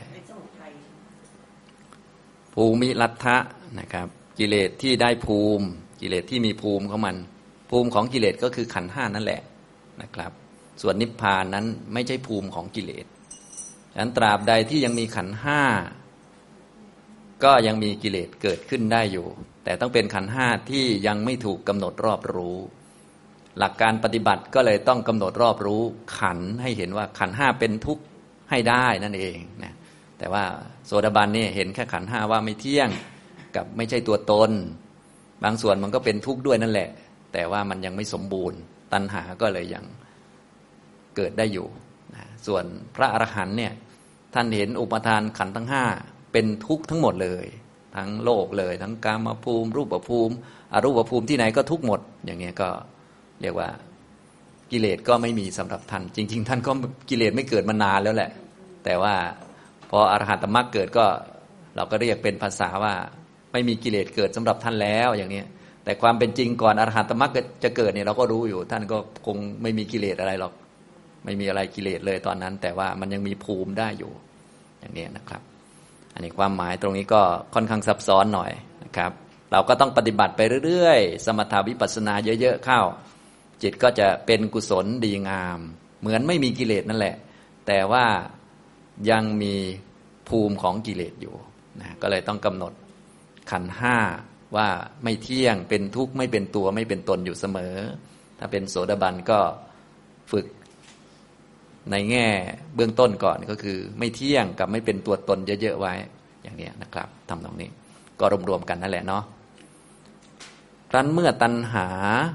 ภูมิลัทธะนะครับกิเลสที่ได้ภูมิกิเลสที่มีภูมิของมันภูมิของกิเลสก็คือขันธ์ห้านั่นแหละนะครับส่วนนิพพานนั้นไม่ใช่ภูมิของกิเลสฉะนั้นตราบใดที่ยังมีขันธ์ห้าก็ยังมีกิเลสเกิดขึ้นได้อยู่แต่ต้องเป็นขันธ์ห้าที่ยังไม่ถูกกำหนดรอบรู้หลักการปฏิบัติก็เลยต้องกำหนดรอบรู้ขันธ์ให้เห็นว่าขันธ์ห้าเป็นทุกข์ให้ได้นั่นเองนะแต่ว่าโสดาบันนี่เห็นแค่ขันธ์ห้าว่าไม่เที่ยงกับไม่ใช่ตัวตนบางส่วนมันก็เป็นทุกข์ด้วยนั่นแหละแต่ว่ามันยังไม่สมบูรณ์ตัณหาก็เลยยังเกิดได้อยู่นะส่วนพระอรหันต์เนี่ยท่านเห็นอุปทานขันธ์ทั้งห้าเป็นทุกข์ทั้งหมดเลยทั้งโลกเลยทั้งกามภูมิรูปภูมิอรูปภูมิที่ไหนก็ทุกข์หมดอย่างเงี้ยก็เรียกว่ากิเลสก็ไม่มีสำหรับท่านจริงๆท่านก็กิเลสไม่เกิดมานานแล้วแหละแต่ว่าพออรหัตตมรรคเกิดก็เราก็เรียกเป็นภาษาว่าไม่มีกิเลสเกิดสำหรับท่านแล้วอย่างนี้แต่ความเป็นจริงก่อนอรหัตมรรคจะเกิดเนี่ยเราก็รู้อยู่ท่านก็คงไม่มีกิเลสอะไรหรอกไม่มีอะไรกิเลสเลยตอนนั้นแต่ว่ามันยังมีภูมิได้อยู่อย่างนี้นะครับอันนี้ความหมายตรงนี้ก็ค่อนข้างซับซ้อนหน่อยนะครับเราก็ต้องปฏิบัติไปเรื่อยๆสมถาวิปัสสนาเยอะๆเข้าจิตก็จะเป็นกุศลดีงามเหมือนไม่มีกิเลสนั่นแหละแต่ว่ายังมีภูมิของกิเลสอยู่นะก็เลยต้องกำหนดขันธ์ห้าว่าไม่เที่ยงเป็นทุกข์ไม่เป็นตัวไม่เป็นตนอยู่เสมอถ้าเป็นโสดาบันก็ฝึกในแง่เบื้องต้นก่อนก็คือไม่เที่ยงกับไม่เป็นตัวตนเยอะๆไว้อย่างนี้นะครับทำตรงนี้ก็รวมๆกันนั่นแหละเนาะครั้นเมื่อตัณหา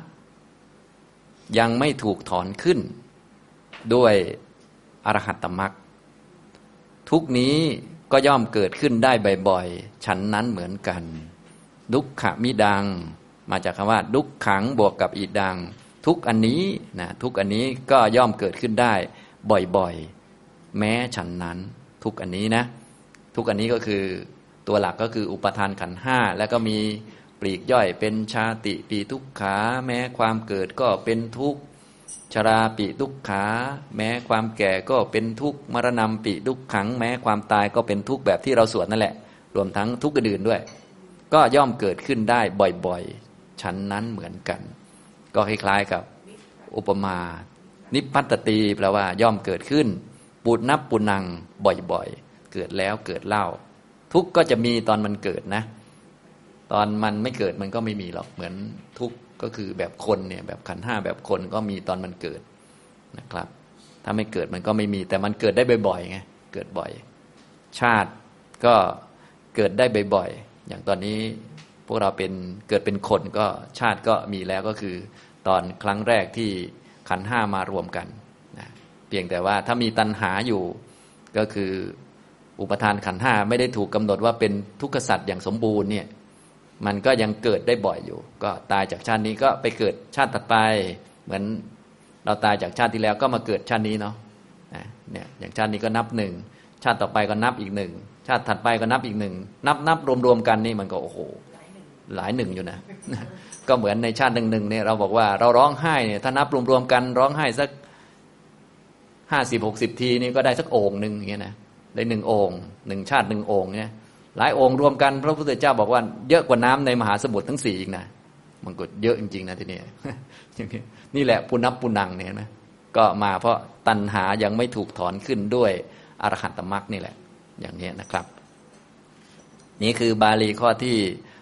ยังไม่ถูกถอนขึ้นด้วยอรหัตตมรรคทุกนี้ก็ย่อมเกิดขึ้นได้บ่อยๆฉันนั้นเหมือนกันดุขะมิดังมาจากคำว่าดุขขังบวกกับอีดังทุกอันนี้นะทุกอันนี้ก็ย่อมเกิดขึ้นได้บ่อยๆแม้ฉันนั้นทุกอันนี้นะทุกอันนี้ก็คือตัวหลักก็คืออุปทานขันธ์ห้าแล้วก็มีปลีกย่อยเป็นชาติปีทุกขาแม้ความเกิดก็เป็นทุกข์ชราปิทุกขาแม้ความแก่ก็เป็นทุกข์มรณะปิทุกขังแม้ความตายก็เป็นทุกข์แบบที่เราสวดนั่นแหละรวมทั้งทุกข์อื่นๆด้วยก็ย่อมเกิดขึ้นได้บ่อยๆฉันนั้นเหมือนกันก็คล้ายๆกับอุปมานิพพัตตีแปลว่าย่อมเกิดขึ้นปุณับปุนังบ่อยๆเกิดแล้วเกิดเล่าทุกข์ก็จะมีตอนมันเกิดนะตอนมันไม่เกิดมันก็ไม่มีหรอกเหมือนทุกข์ก็คือแบบคนเนี่ยแบบขันธ์ห้าแบบคนก็มีตอนมันเกิดนะครับถ้าไม่เกิดมันก็ไม่มีแต่มันเกิดได้บ่อยๆไงเกิดบ่อยชาติก็เกิดได้บ่อยๆอย่างตอนนี้พวกเราเป็นเกิดเป็นคนก็ชาติก็มีแล้วก็คือตอนครั้งแรกที่ขันธ์ห้ามารวมกันนะเพียงแต่ว่าถ้ามีตัณหาอยู่ก็คืออุปทานขันธ์ห้าไม่ได้ถูกกำหนดว่าเป็นทุกขสัตว์อย่างสมบูรณ์เนี่ยมันก็ยังเกิดได้บ่อยอยู่ก็ตายจากชาตินี้ก็ไปเกิดชาติถัดไปเหมือนเราตายจากชาติที่แล้วก็มาเกิดชาตินี้เนาะเนี่ยอย่างชาตินี้ก็นับหนึ่งชาติต่อไปก็นับอีกหนึ่งชาติถัดไปก็นับอีกหนึ่งนับรวมๆกันนี่มันก็โอ้โหหลายหนึ่งอยู่นะก็เหมือนในชาติหนึ่งเนี่ยเราบอกว่าเราร้องไห้เนี่ยถ้านับรวมๆกันร้องไห้สัก50-60ทีนี่ก็ได้สักโอ่งนึงอย่างเงี้ยนะได้1โอ่ง1ชาติ1โอ่งเนี่ยหลายองค์รวมกันพระพุทธเจ้าบอกว่าเยอะกว่าน้ำในมหาสมุทรทั้ง4อีกนะมันก็เยอะจริงๆนะทีนี้ นี่แหละปุณับปุนังเนี่ยนะก็มาเพราะตัณหายังไม่ถูกถอนขึ้นด้วยอรหัตตมรรคนี่แหละอย่างนี้นะครับนี่คือบาลีข้อที่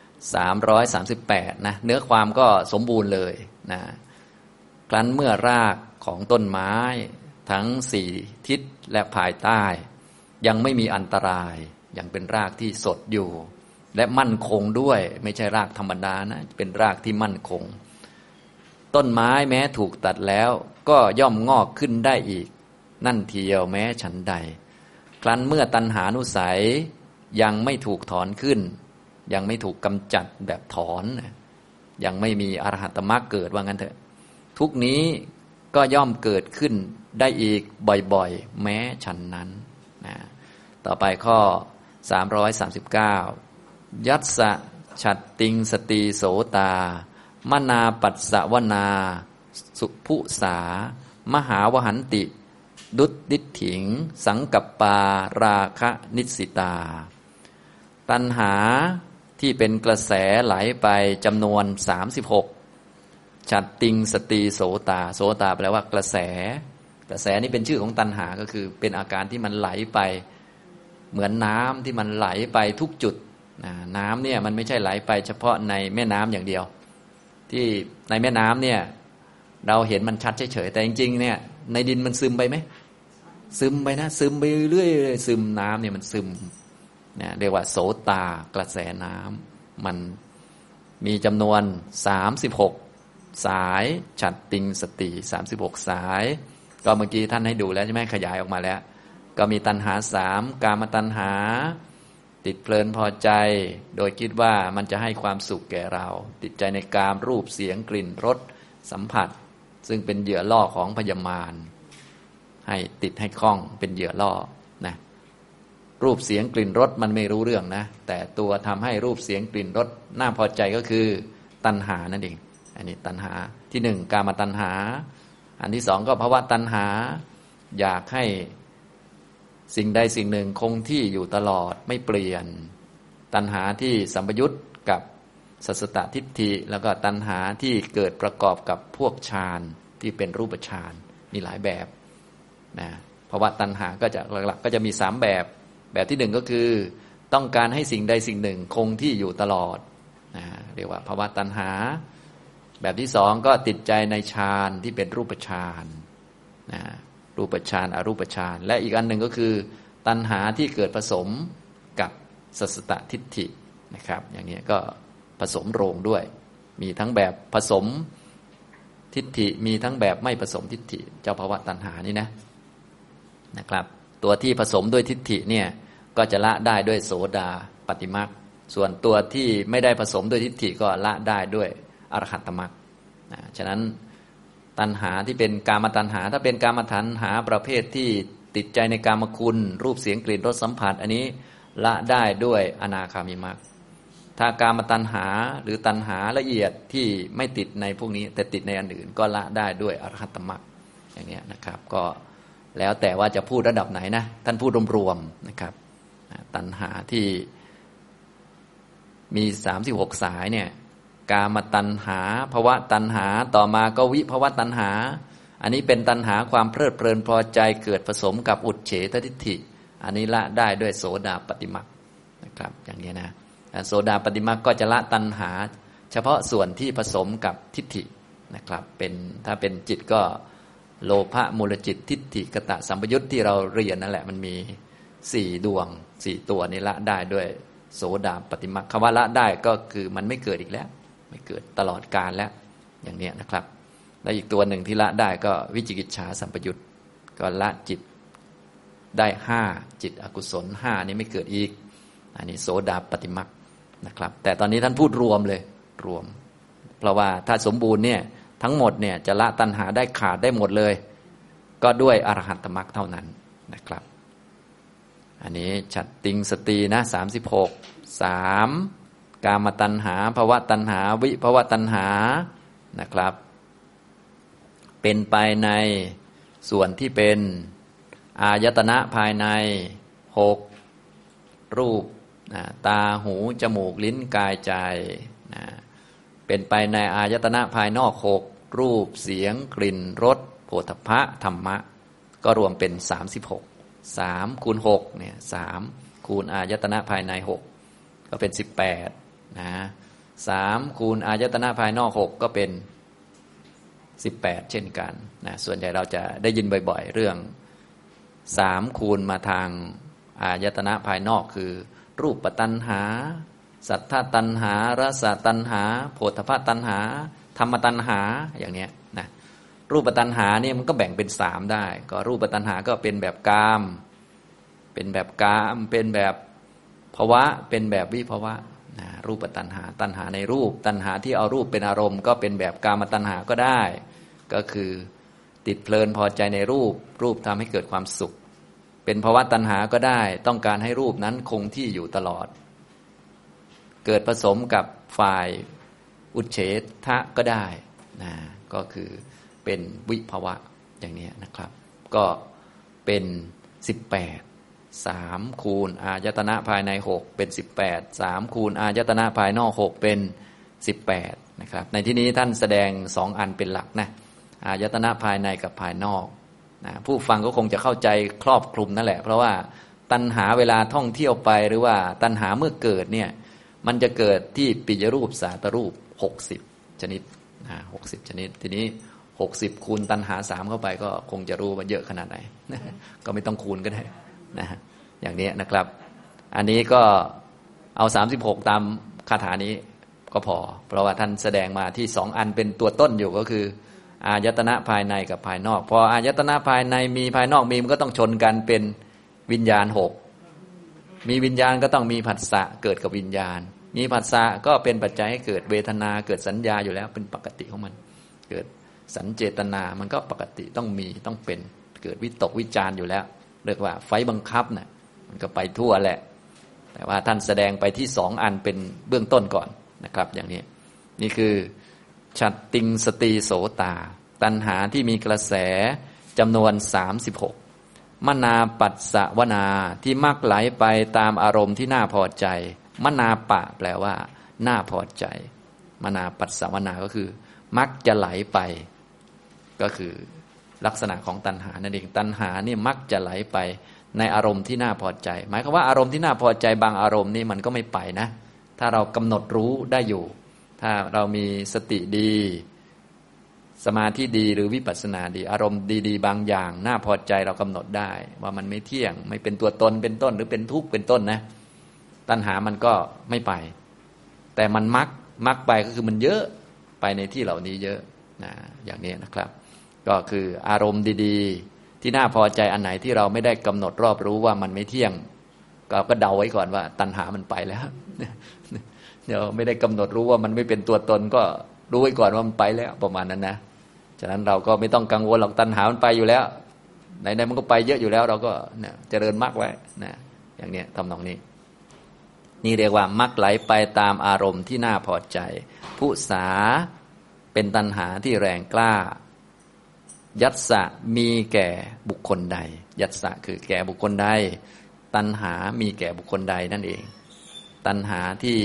338นะเนื้อความก็สมบูรณ์เลยนะครั้นเมื่อรากของต้นไม้ทั้ง4ทิศและภายใต้ยังไม่มีอันตรายยังเป็นรากที่สดอยู่และมั่นคงด้วยไม่ใช่รากธรรมดานะเป็นรากที่มั่นคงต้นไม้แม้ถูกตัดแล้วก็ย่อมงอกขึ้นได้อีกนั่นเทียวแม้ฉันใดครั้นเมื่อตัณหานุสัยยังไม่ถูกถอนขึ้นยังไม่ถูกกำจัดแบบถอนยังไม่มีอรหัตตมรรคเกิดว่างั้นเถอะทุกนี้ก็ย่อมเกิดขึ้นได้อีกบ่อยๆแม้ฉันนั้นนะต่อไปข้อ339ยัสสะฉัตติงสติโสตามนาปัสสวนาสุภุสามหาวหันติดุจดิถิงสังกัปปาราคะนิสิตาตัณหาที่เป็นกระแสไหลไปจำนวน36ฉัตติงสติโสตาโสตาแปลว่ากระแสนี่เป็นชื่อของตัณหาก็คือเป็นอาการที่มันไหลไปเหมือนน้ำที่มันไหลไปทุกจุดน้ำเนี่ยมันไม่ใช่ไหลไปเฉพาะในแม่น้ำอย่างเดียวที่ในแม่น้ำเนี่ยเราเห็นมันชัดเฉยๆแต่จริงๆเนี่ยในดินมันซึมไปไหมซึมไปนะซึมไปเรื่อยๆซึมน้ำเนี่ยมันซึมเรียกว่าโสตากระแสน้ำมันมีจำนวน36สายฉัตติงสติ36สายก็เมื่อกี้ท่านให้ดูแล้วใช่ไหมขยายออกมาแล้วก็มีตัณหา3กามตัณหาติดเพลินพอใจโดยคิดว่ามันจะให้ความสุขแก่เราติดใจในกามรูปเสียงกลิ่นรสสัมผัสซึ่งเป็นเหยื่อล่อของพยามารให้ติดให้คล้องเป็นเหยื่อล่อนะรูปเสียงกลิ่นรสมันไม่รู้เรื่องนะแต่ตัวทำให้รูปเสียงกลิ่นรสน่าพอใจก็คือตัณหานั่นเองอันนี้ตัณหาที่หนึ่งกามตัณหาอันที่สองก็ภวตัณหาอยากให้สิ่งใดสิ่งหนึ่งคงที่อยู่ตลอดไม่เปลี่ยนตัณหาที่สัมปยุตกับสัสสตทิฏฐิแล้วก็ตัณหาที่เกิดประกอบกับพวกฌานที่เป็นรูปฌานมีหลายแบบนะภวตัณหาก็จะหลักๆก็จะมี3แบบแบบที่หนึ่งก็คือต้องการให้สิ่งใดสิ่งหนึ่งคงที่อยู่ตลอดนะเรียกว่าภวตัณหาแบบที่สองก็ติดใจในฌานที่เป็นรูปฌานนะรูปฌานอรูปฌานและอีกอันหนึ่งก็คือตัณหาที่เกิดผสมกับสัสสตทิฏฐินะครับอย่างนี้ก็ผสมโรงด้วยมีทั้งแบบผสมทิฏฐิมีทั้งแบบไม่ผสมทิฏฐิเจ้าภวตัณหานี่นะครับตัวที่ผสมด้วยทิฏฐิเนี่ยก็จะละได้ด้วยโสดาปฏิมรรคส่วนตัวที่ไม่ได้ผสมด้วยทิฏฐิก็ละได้ด้วยอรหัตตมรรคฉะนั้นตัณหาที่เป็นกามตัณหาถ้าเป็นกามตัณหาประเภทที่ติดใจในกามคุณรูปเสียงกลิ่นรสสัมผัสอันนี้ละได้ด้วยอนาคามิมรรคถ้ากามตัณหาหรือตัณหาละเอียดที่ไม่ติดในพวกนี้แต่ติดในอันอื่นก็ละได้ด้วยอรหัตตมรรคอย่างนี้นะครับก็แล้วแต่ว่าจะพูดระดับไหนนะท่านพูดรวมๆนะครับตัณหาที่มี36สายเนี่ยกามตัณหาภวตัณหาต่อมาก็วิภวตัณหาอันนี้เป็นตัณหาความเพลิดเพลินพอใจเกิดผสมกับอุจเฉททิฏฐิอันนี้ละได้ด้วยโสดาปฏิมรรคนะครับอย่างนี้นะโสดาปฏิมรรคก็จะละตัณหาเฉพาะส่วนที่ผสมกับทิฏฐินะครับเป็นถ้าเป็นจิตก็โลภะมูลจิตทิฏฐิกตสัมปยุตที่เราเรียนนั่นแหละมันมี4ดวง4ตัวนี้ละได้ด้วยโสดาปฏิมรรคคำว่าละได้ก็คือมันไม่เกิดอีกแล้วไม่เกิดตลอดกาลแล้วอย่างนี้นะครับและอีกตัวหนึ่งที่ละได้ก็วิจิกิจฉาสัมปยุตก็ละจิตได้5จิตอกุศล5นี้ไม่เกิดอีกอันนี้โสดาปฏิมรรคนะครับแต่ตอนนี้ท่านพูดรวมเลยรวมเพราะว่าถ้าสมบูรณ์เนี่ยทั้งหมดเนี่ยจะละตัณหาได้ขาดได้หมดเลยก็ด้วยอรหัตตมรรคเท่านั้นนะครับอันนี้ฉัตติงสตินะ36 3กามตัณหาภวตัณหาวิภวตัณหานะครับเป็นไปในส่วนที่เป็นอายตนะภายใน6รูปตาหูจมูกลิ้นกายใจเป็นไปในอายตนะภายนอก6รูปเสียงกลิ่นรสโผฏฐัพพะธรรมะก็รวมเป็น36 3คูณ6เนี่ย3คูณอายตนะภายใน6ก็เป็น18นะ3คูณอายตนะภายนอก6ก็เป็น18เช่นกันนะส่วนใหญ่เราจะได้ยินบ่อยๆเรื่อง3คูณมาทางอายตนะภายนอกคือรูปตัณหาสัทธตัณหารสตัณหาโผฏฐัพพตัณหาธรรมตัณหาอย่างเนี้ยนะรูปตัณหาเนี่ยมันก็แบ่งเป็น3ได้ก็รูปตัณหาก็เป็นแบบกามเป็นแบบกามเป็นแบบภวะเป็นแบบวิภวะนะรูปตัณหาตัณหาในรูปตัณหาที่เอารูปเป็นอารมณ์ก็เป็นแบบกามตัณหาก็ได้ก็คือติดเพลินพอใจในรูปรูปทำให้เกิดความสุขเป็นภวะตัณหาก็ได้ต้องการให้รูปนั้นคงที่อยู่ตลอดเกิดผสมกับฝ่ายอุเฉทะก็ได้นะก็คือเป็นวิภวะอย่างนี้นะครับก็เป็น18 3คูณอายตนะภายใน6เป็น18 3คูณอายตนะภายนอก6เป็น18นะครับในที่นี้ท่านแสดง2อันเป็นหลักนะอายตนะภายในกับภายนอกนะผู้ฟังก็คงจะเข้าใจครอบคลุมนั่นแหละเพราะว่าตัณหาเวลาท่องเที่ยวไปหรือว่าตัณหาเมื่อเกิดเนี่ยมันจะเกิดที่ปิยรูปสาตรูป60ชนิด60ชนิดทีนี้60คูณตัณหา3เข้าไปก็คงจะรู้ว่าเยอะขนาดไหนก็ไม่ต้องคูณก็ได้นะอย่างนี้นะครับอันนี้ก็เอา36ตามคาถานี้ก็พอเพราะว่าท่านแสดงมาที่2อันเป็นตัวต้นอยู่ก็คืออายตนะภายในกับภายนอกพออายตนะภายในมีภายนอกมีมันก็ต้องชนกันเป็นวิญญาณ6มีวิญญาณก็ต้องมีผัสสะเกิดกับวิญญาณมีผัสสะก็เป็นปัจจัยให้เกิดเวทนาเกิดสัญญาอยู่แล้วเป็นปกติของมันเกิดสัญเจตนามันก็ปกติต้องมีต้องเป็นเกิดวิตกวิจารอยู่แล้วเรียกว่าไฟบังคับน่ะมันก็ไปทั่วแหละแต่ว่าท่านแสดงไปที่2อันเป็นเบื้องต้นก่อนนะครับอย่างนี้นี่คือฉัตติงสติโสตาตัณหาที่มีกระแสจำนวน36มนาปัสสวนาที่มักไหลไปตามอารมณ์ที่น่าพอใจมนาปะแปลว่าน่าพอใจมนาปัสสวนาก็คือมักจะไหลไปก็คือลักษณะของตัณหานั่นเองตัณหานี่มักจะไหลไปในอารมณ์ที่น่าพอใจหมายความว่าอารมณ์ที่น่าพอใจบางอารมณ์นี่มันก็ไม่ไปนะถ้าเรากำหนดรู้ได้อยู่ถ้าเรามีสติดีสมาธิดีหรือวิปัสสนาดีอารมณ์ดีๆบางอย่างน่าพอใจเรากำหนดได้ว่ามันไม่เที่ยงไม่เป็นตัวตนเป็นต้นหรือเป็นทุกข์เป็นต้นนะตัณหามันก็ไม่ไปแต่มันมักไปก็คือมันเยอะไปในที่เหล่านี้เยอะนะอย่างนี้นะครับก็คืออารมณ์ดีๆที่น่าพอใจอันไหนที่เราไม่ได้กำหนดรอบรู้ว่ามันไม่เที่ยงก็เดาไว้ก่อนว่าตัณหามันไปแล้วเดี๋ยวไม่ได้กำหนดรู้ว่ามันไม่เป็นตัวตนก็รู้ไว้ก่อนว่ามันไปแล้วประมาณนั้นนะฉะนั้นเราก็ไม่ต้องกังวลหรอกตัณหามันไปอยู่แล้วไหนๆมันก็ไปเยอะอยู่แล้วเราก็เนี่ยเจริญมรรคไว้นะอย่างเนี้ยทำนองนี้นี่เรียกว่ามรรคไหลไปตามอารมณ์ที่น่าพอใจพุสาเป็นตัณหาที่แรงกล้ายัสสะมีแก่บุคคลใดยัสสะคือแก่บุคคลใดตัณหามีแก่บุคคลใดนั่นเองตัณหาที่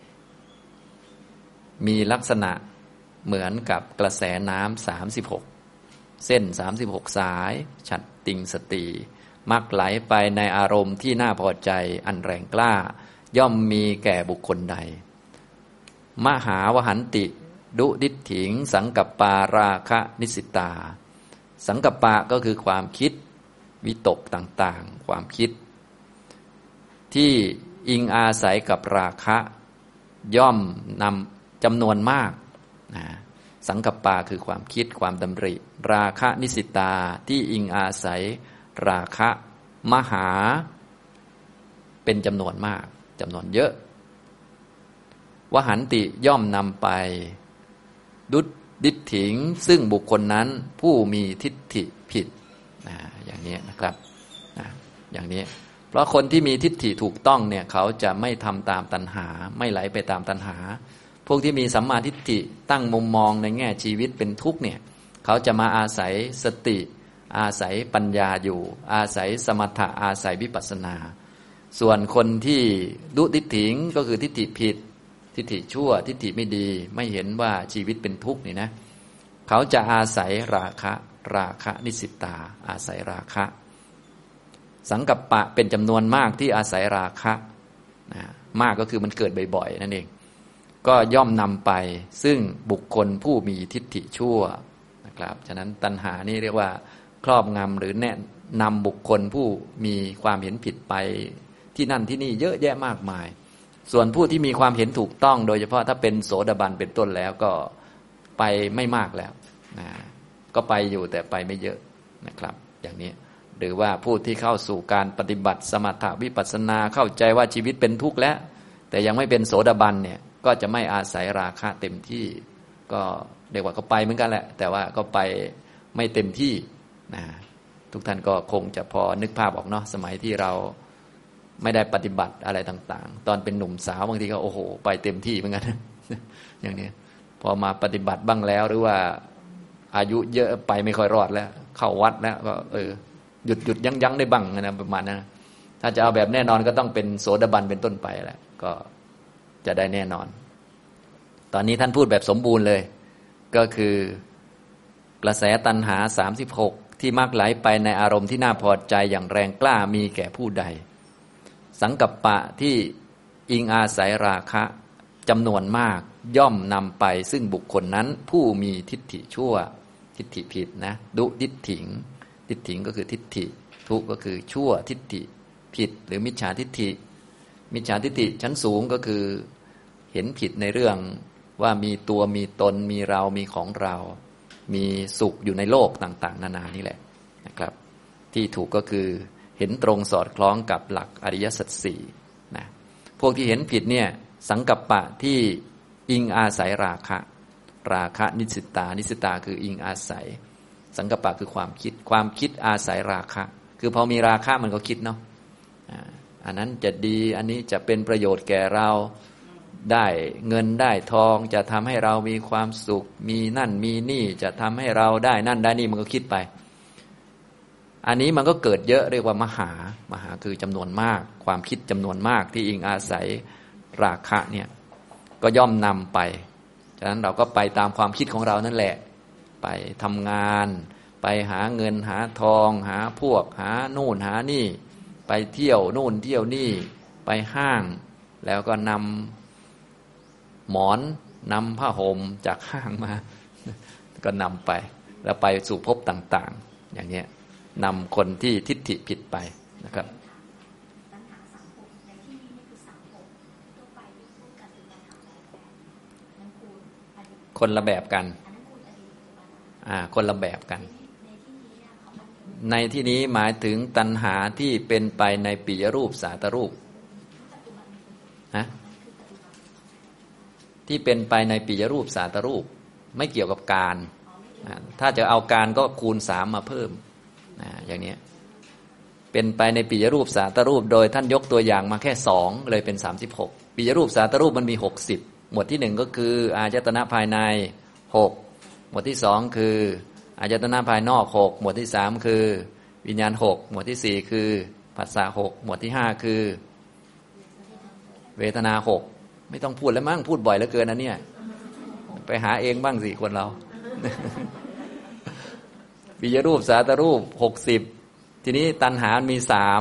มีลักษณะเหมือนกับกระแสน้ำ36เส้น36สายฉัตรติงสติมักไหลไปในอารมณ์ที่น่าพอใจอันแรงกล้าย่อมมีแก่บุคคลใดมหาวหันติดุดิฏฐิงสังกัปปาราคะนิสิตาสังกัปปะก็คือความคิดวิตกต่างๆความคิดที่อิงอาศัยกับราคะย่อมนำจำนวนมากสังกัปปะคือความคิดความดำริราคะนิสิตาที่อิงอาศัยราคะมหาเป็นจำนวนมากจำนวนเยอะวหันติย่อมนำไปดุดิฏฐิงซึ่งบุคคลนั้นผู้มีทิฏฐิผิดอย่างนี้นะครับอย่างนี้เพราะคนที่มีทิฏฐิถูกต้องเนี่ยเขาจะไม่ทำตามตัณหาไม่ไหลไปตามตัณหาพวกที่มีสัมมาทิฏฐิตั้งมุมมองในแง่ชีวิตเป็นทุกข์เนี่ยเขาจะมาอาศัยสติอาศัยปัญญาอยู่อาศัยสมถะอาศัยวิปัสสนาส่วนคนที่ดุดิฏฐิงก็คือทิฏฐิผิดทิฏฐิชั่วทิฏฐิไม่ดีไม่เห็นว่าชีวิตเป็นทุกข์นี่นะเขาจะอาศัยราคะนิสิตาอาศัยราคะสังกัปปะเป็นจำนวนมากที่อาศัยราคะมากก็คือมันเกิดบ่อยๆนั่นเองก็ย่อมนำไปซึ่งบุคคลผู้มีทิฏฐิชั่วนะครับฉะนั้นตัณหานี่เรียกว่าครอบงำหรือแนะนำบุคคลผู้มีความเห็นผิดไปที่นั่นที่นี่เยอะแยะมากมายส่วนผู้ที่มีความเห็นถูกต้องโดยเฉพาะถ้าเป็นโสดาบันเป็นต้นแล้วก็ไปไม่มากแล้วก็ไปอยู่แต่ไปไม่เยอะนะครับอย่างนี้หรือว่าผู้ที่เข้าสู่การปฏิบัติสมถะวิปัสสนาเข้าใจว่าชีวิตเป็นทุกข์แล้วแต่ยังไม่เป็นโสดาบันเนี่ยก็จะไม่อาศัยราคะเต็มที่ก็เรียกว่าก็ไปเหมือนกันแหละแต่ว่าก็ไปไม่เต็มที่ทุกท่านก็คงจะพอนึกภาพออกเนาะสมัยที่เราไม่ได้ปฏิบัติอะไรต่างๆตอนเป็นหนุ่มสาวบางทีก็โอ้โหไปเต็มที่เหมือนกันอย่างนี้พอมาปฏิบัติบ้างแล้วหรือว่าอายุเยอะไปไม่ค่อยรอดแล้วเข้าวัดแล้วก็หยุดยั้งได้บ้างนะประมาณนั้นถ้าจะเอาแบบแน่นอนก็ต้องเป็นโสดาบันเป็นต้นไปแหละก็จะได้แน่นอนตอนนี้ท่านพูดแบบสมบูรณ์เลยก็คือกระแสตัณหา36ที่มักไหลไปในอารมณ์ที่น่าพอใจอย่างแรงกล้ามีแก่ผู้ใดสังกัปปะที่อิงอาศัยราคะจำนวนมากย่อมนำไปซึ่งบุคคลนั้นผู้มีทิฏฐิชั่วทิฏฐิผิดนะดุดิฏฐิงทิฏฐิงก็คือทิฏฐิทุก็คือชั่วทิฏฐิผิดหรือมิจฉาทิฏฐิมิจฉาทิฏฐิชั้นสูงก็คือเห็นผิดในเรื่องว่ามีตัวมีตนมีเรามีของเรามีสุขอยู่ในโลกต่างๆนานานี่แหละนะครับที่ถูกก็คือเห็นตรงสอดคล้องกับหลักอริยสัจสี่นะพวกที่เห็นผิดเนี่ยสังกัปปะที่อิงอาศัยราคะนิสิตานิสิตาคืออิงอาศัยสังกัปปะคือความคิดอาศัยราคะคือพอมีราคะมันก็คิดเนาะอันนั้นจะดีอันนี้จะเป็นประโยชน์แก่เราได้เงินได้ทองจะทำให้เรามีความสุขมีนั่นมีนี่จะทำให้เราได้นั่นได้นี่มันก็คิดไปอันนี้มันก็เกิดเยอะเรียกว่ามหาคือจำนวนมากความคิดจำนวนมากที่อิงอาศัยราคะเนี่ยก็ย่อมนำไปฉะนั้นเราก็ไปตามความคิดของเรานั่นแหละไปทำงานไปหาเงินหาทองหาพวกหาโน่นหานี่ไปเที่ยวโน่นเที่ยวนี่ไปห้างแล้วก็นำหมอนนำผ้าห่มจากห้างมาก็นำไปแล้วไปสู่ภพต่างๆอย่างนี้นำคนที่ทิฏฐิผิดไปนะครับคนละแบบกันคนละแบบกันในที่นี้หมายถึงตัณหาที่เป็นไปในปิยรูปสาตรูปที่เป็นไปในปิยรูปสาตรูปไม่เกี่ยวกับการถ้าจะเอาการก็คูณ3มาเพิ่มอย่างนี้เป็นไปในปิยรูปสาตรูปโดยท่านยกตัวอย่างมาแค่2เลยเป็น36ปิยรูปสาตรูปมันมี60หมวดที่1ก็คืออายตนะภายใน6หมวดที่2คืออายตนะภายนอก6หมวดที่3คือวิญญาณ6หมวดที่4คือผัสสะ6หมวดที่5คือเวทนา6ไม่ต้องพูดแล้วมั้งพูดบ่อยเหลือเกินนะเนี่ยไปหาเองบ้างสิคนเรา ปิยรูปสาตรูป60ทีนี้ตัณหามี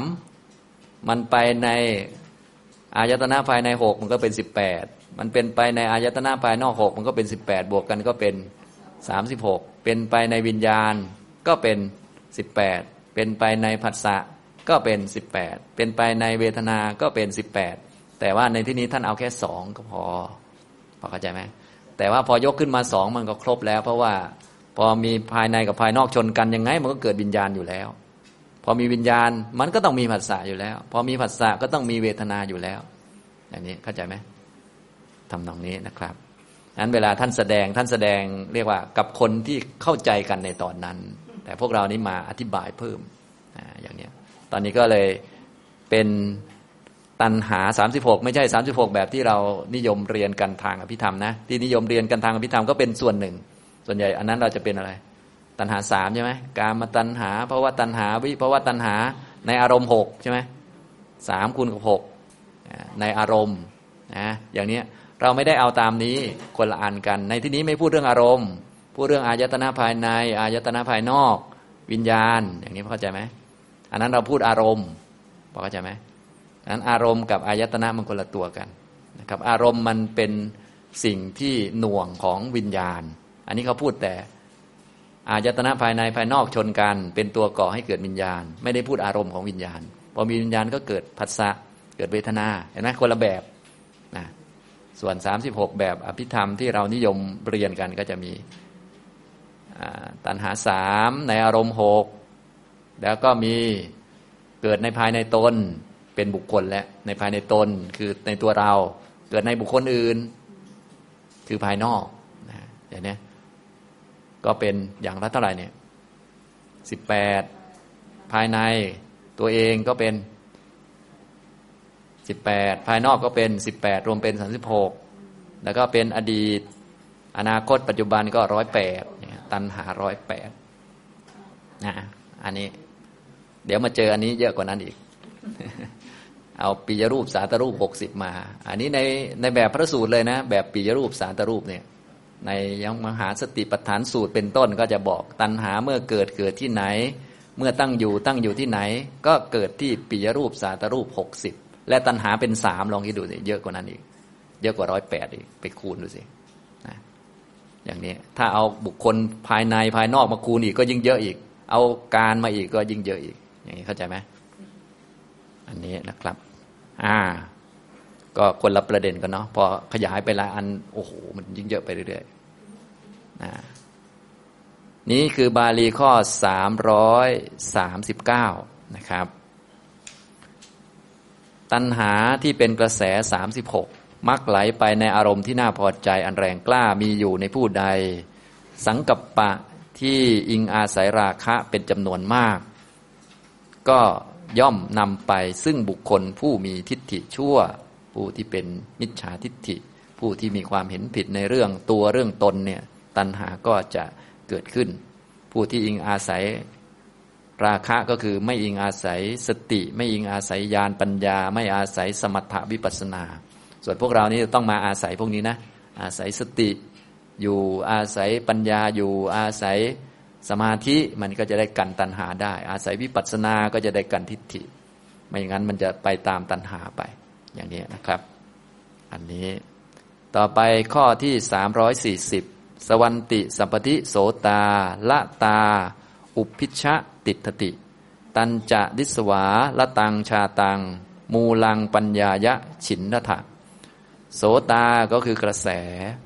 3มันไปในอายตนะภายใน6มันก็เป็น18มันเป็นไปในอายตนะภายนอก6มันก็เป็น18บวกกันก็เป็น36เป็นไปในวิญญาณก็เป็น18เป็นไปในผัสสะก็เป็น18เป็นไปในเวทนาก็เป็น18แต่ว่าในที่นี้ท่านเอาแค่2ก็พอเข้าใจไหมแต่ว่าพอยกขึ้นมา2มันก็ครบแล้วเพราะว่าพอมีภายในกับภายนอกชนกันยังไงมันก็เกิดวิญญาณอยู่แล้วพอมีวิญญาณมันก็ต้องมีผัสสะอยู่แล้วพอมีผัสสะก็ต้องมีเวทนาอยู่แล้วอย่างนี้เข้าใจไหมทำตรงนี้นะครับนั้นเวลาท่านแสดงเรียกว่ากับคนที่เข้าใจกันในตอนนั้นแต่พวกเรานี้มาอธิบายเพิ่มอย่างนี้ตอนนี้ก็เลยเป็นตัณหา36ไม่ใช่36แบบที่เรานิยมเรียนกันทางอภิธรรมนะที่นิยมเรียนกันทางอภิธรรมก็เป็นส่วนหนึ่งส่วนใหญ่อันนั้นเราจะเป็นอะไรตัณหา3ใช่ไหมกามตัณหาภวตัณหาวิภวตัณหาในอารมณ์6ใช่ไหม3คูณกับ6ในอารมณ์นะอย่างนี้เราไม่ได้เอาตามนี้คนละอันกันในที่นี้ไม่พูดเรื่องอารมณ์พูดเรื่องอายตนะภายในอายตนะภายนอกวิญญาณอย่างนี้เข้าใจไหมอันนั้นเราพูดอารมณ์พอเข้าใจไหมอันนั้นอารมณ์กับอายตนะมันคนละตัวกันนะครับอารมณ์มันเป็นสิ่งที่หน่วงของวิญญาณอันนี้เขาพูดแต่อายตนะภายในภายนอกชนกันเป็นตัวก่อให้เกิดวิญญาณไม่ได้พูดอารมณ์ของวิญญาณพอมีวิญญาณก็เกิดผัสสะเกิดเวทนาเห็นไหมคนละแบบนะส่วน36แบบอภิธรรมที่เรานิยมเรียนกันก็จะมีตัณหา3ในอารมณ์6แล้วก็มีเกิดในภายในตนเป็นบุคคลและในภายในตนคือในตัวเราเกิดในบุคคลอื่นคือภายนอกนะอย่างนี้ก็เป็นอย่างละเท่าไหร่เนี่ย18ภายในตัวเองก็เป็น18ภายนอกก็เป็น18รวมเป็น36แล้วก็เป็นอดีตอนาคตปัจจุบันก็108เนี่ยตัณหา108นะอันนี้เดี๋ยวมาเจออันนี้เยอะกว่านั้นอีก เอาปิยรูปสาตรูป60มาอันนี้ในแบบพระสูตรเลยนะแบบปิยรูปสาตรูปเนี่ยในยังมหาสติปัฏฐานสูตรเป็นต้นก็จะบอกตัณหาเมื่อเกิดที่ไหนเมื่อตั้งอยู่ที่ไหนก็เกิดที่ปิยรูปสาตรูป60และตัณหาเป็น3ลองคิดดูสิเยอะกว่านั้นอีกเยอะกว่า108อีกไปคูณดูสินะอย่างนี้ถ้าเอาบุคคลภายในภายนอกมาคูณอีกก็ยิ่งเยอะอีกเอาการมาอีกก็ยิ่งเยอะอีกอย่างนี้เข้าใจไหมอันนี้นะครับก็คนละประเด็นกันเนาะพอขยายไปละอันโอ้โหมันยิ่งเยอะไปเรื่อยๆนี่คือบาลีข้อ339นะครับตัณหาที่เป็นกระแส36มักไหลไปในอารมณ์ที่น่าพอใจอันแรงกล้ามีอยู่ในผู้ใดสังกัปปะที่อิงอาศัยราคะเป็นจำนวนมากก็ย่อมนำไปซึ่งบุคคลผู้มีทิฏฐิชั่วผู้ที่เป็นมิจฉาทิฏฐิผู้ที่มีความเห็นผิดในเรื่องตัวเรื่องตนเนี่ยตัณหาก็จะเกิดขึ้นผู้ที่อิงอาศัยราคะก็คือไม่อิงอาศัยสติไม่อิงอาศัยญาณปัญญาไม่อาศัยสมถะวิปัสสนาส่วนพวกเรานี่ต้องมาอาศัยพวกนี้นะอาศัยสติอยู่อาศัยปัญญาอยู่อาศัยสมาธิมันก็จะได้กันตัณหาได้อาศัยวิปัสสนาก็จะได้กันทิฏฐิไม่อย่างนั้นมันจะไปตามตัณหาไปอย่างนี้นะครับอันนี้ต่อไปข้อที่340สวันติสัมปติโสตาละตาอุปพิชชะติฏฐติตัญจะดิสวาละตังชาตังมูลังปัญญายะฉินนทะโสตาก็คือกระแส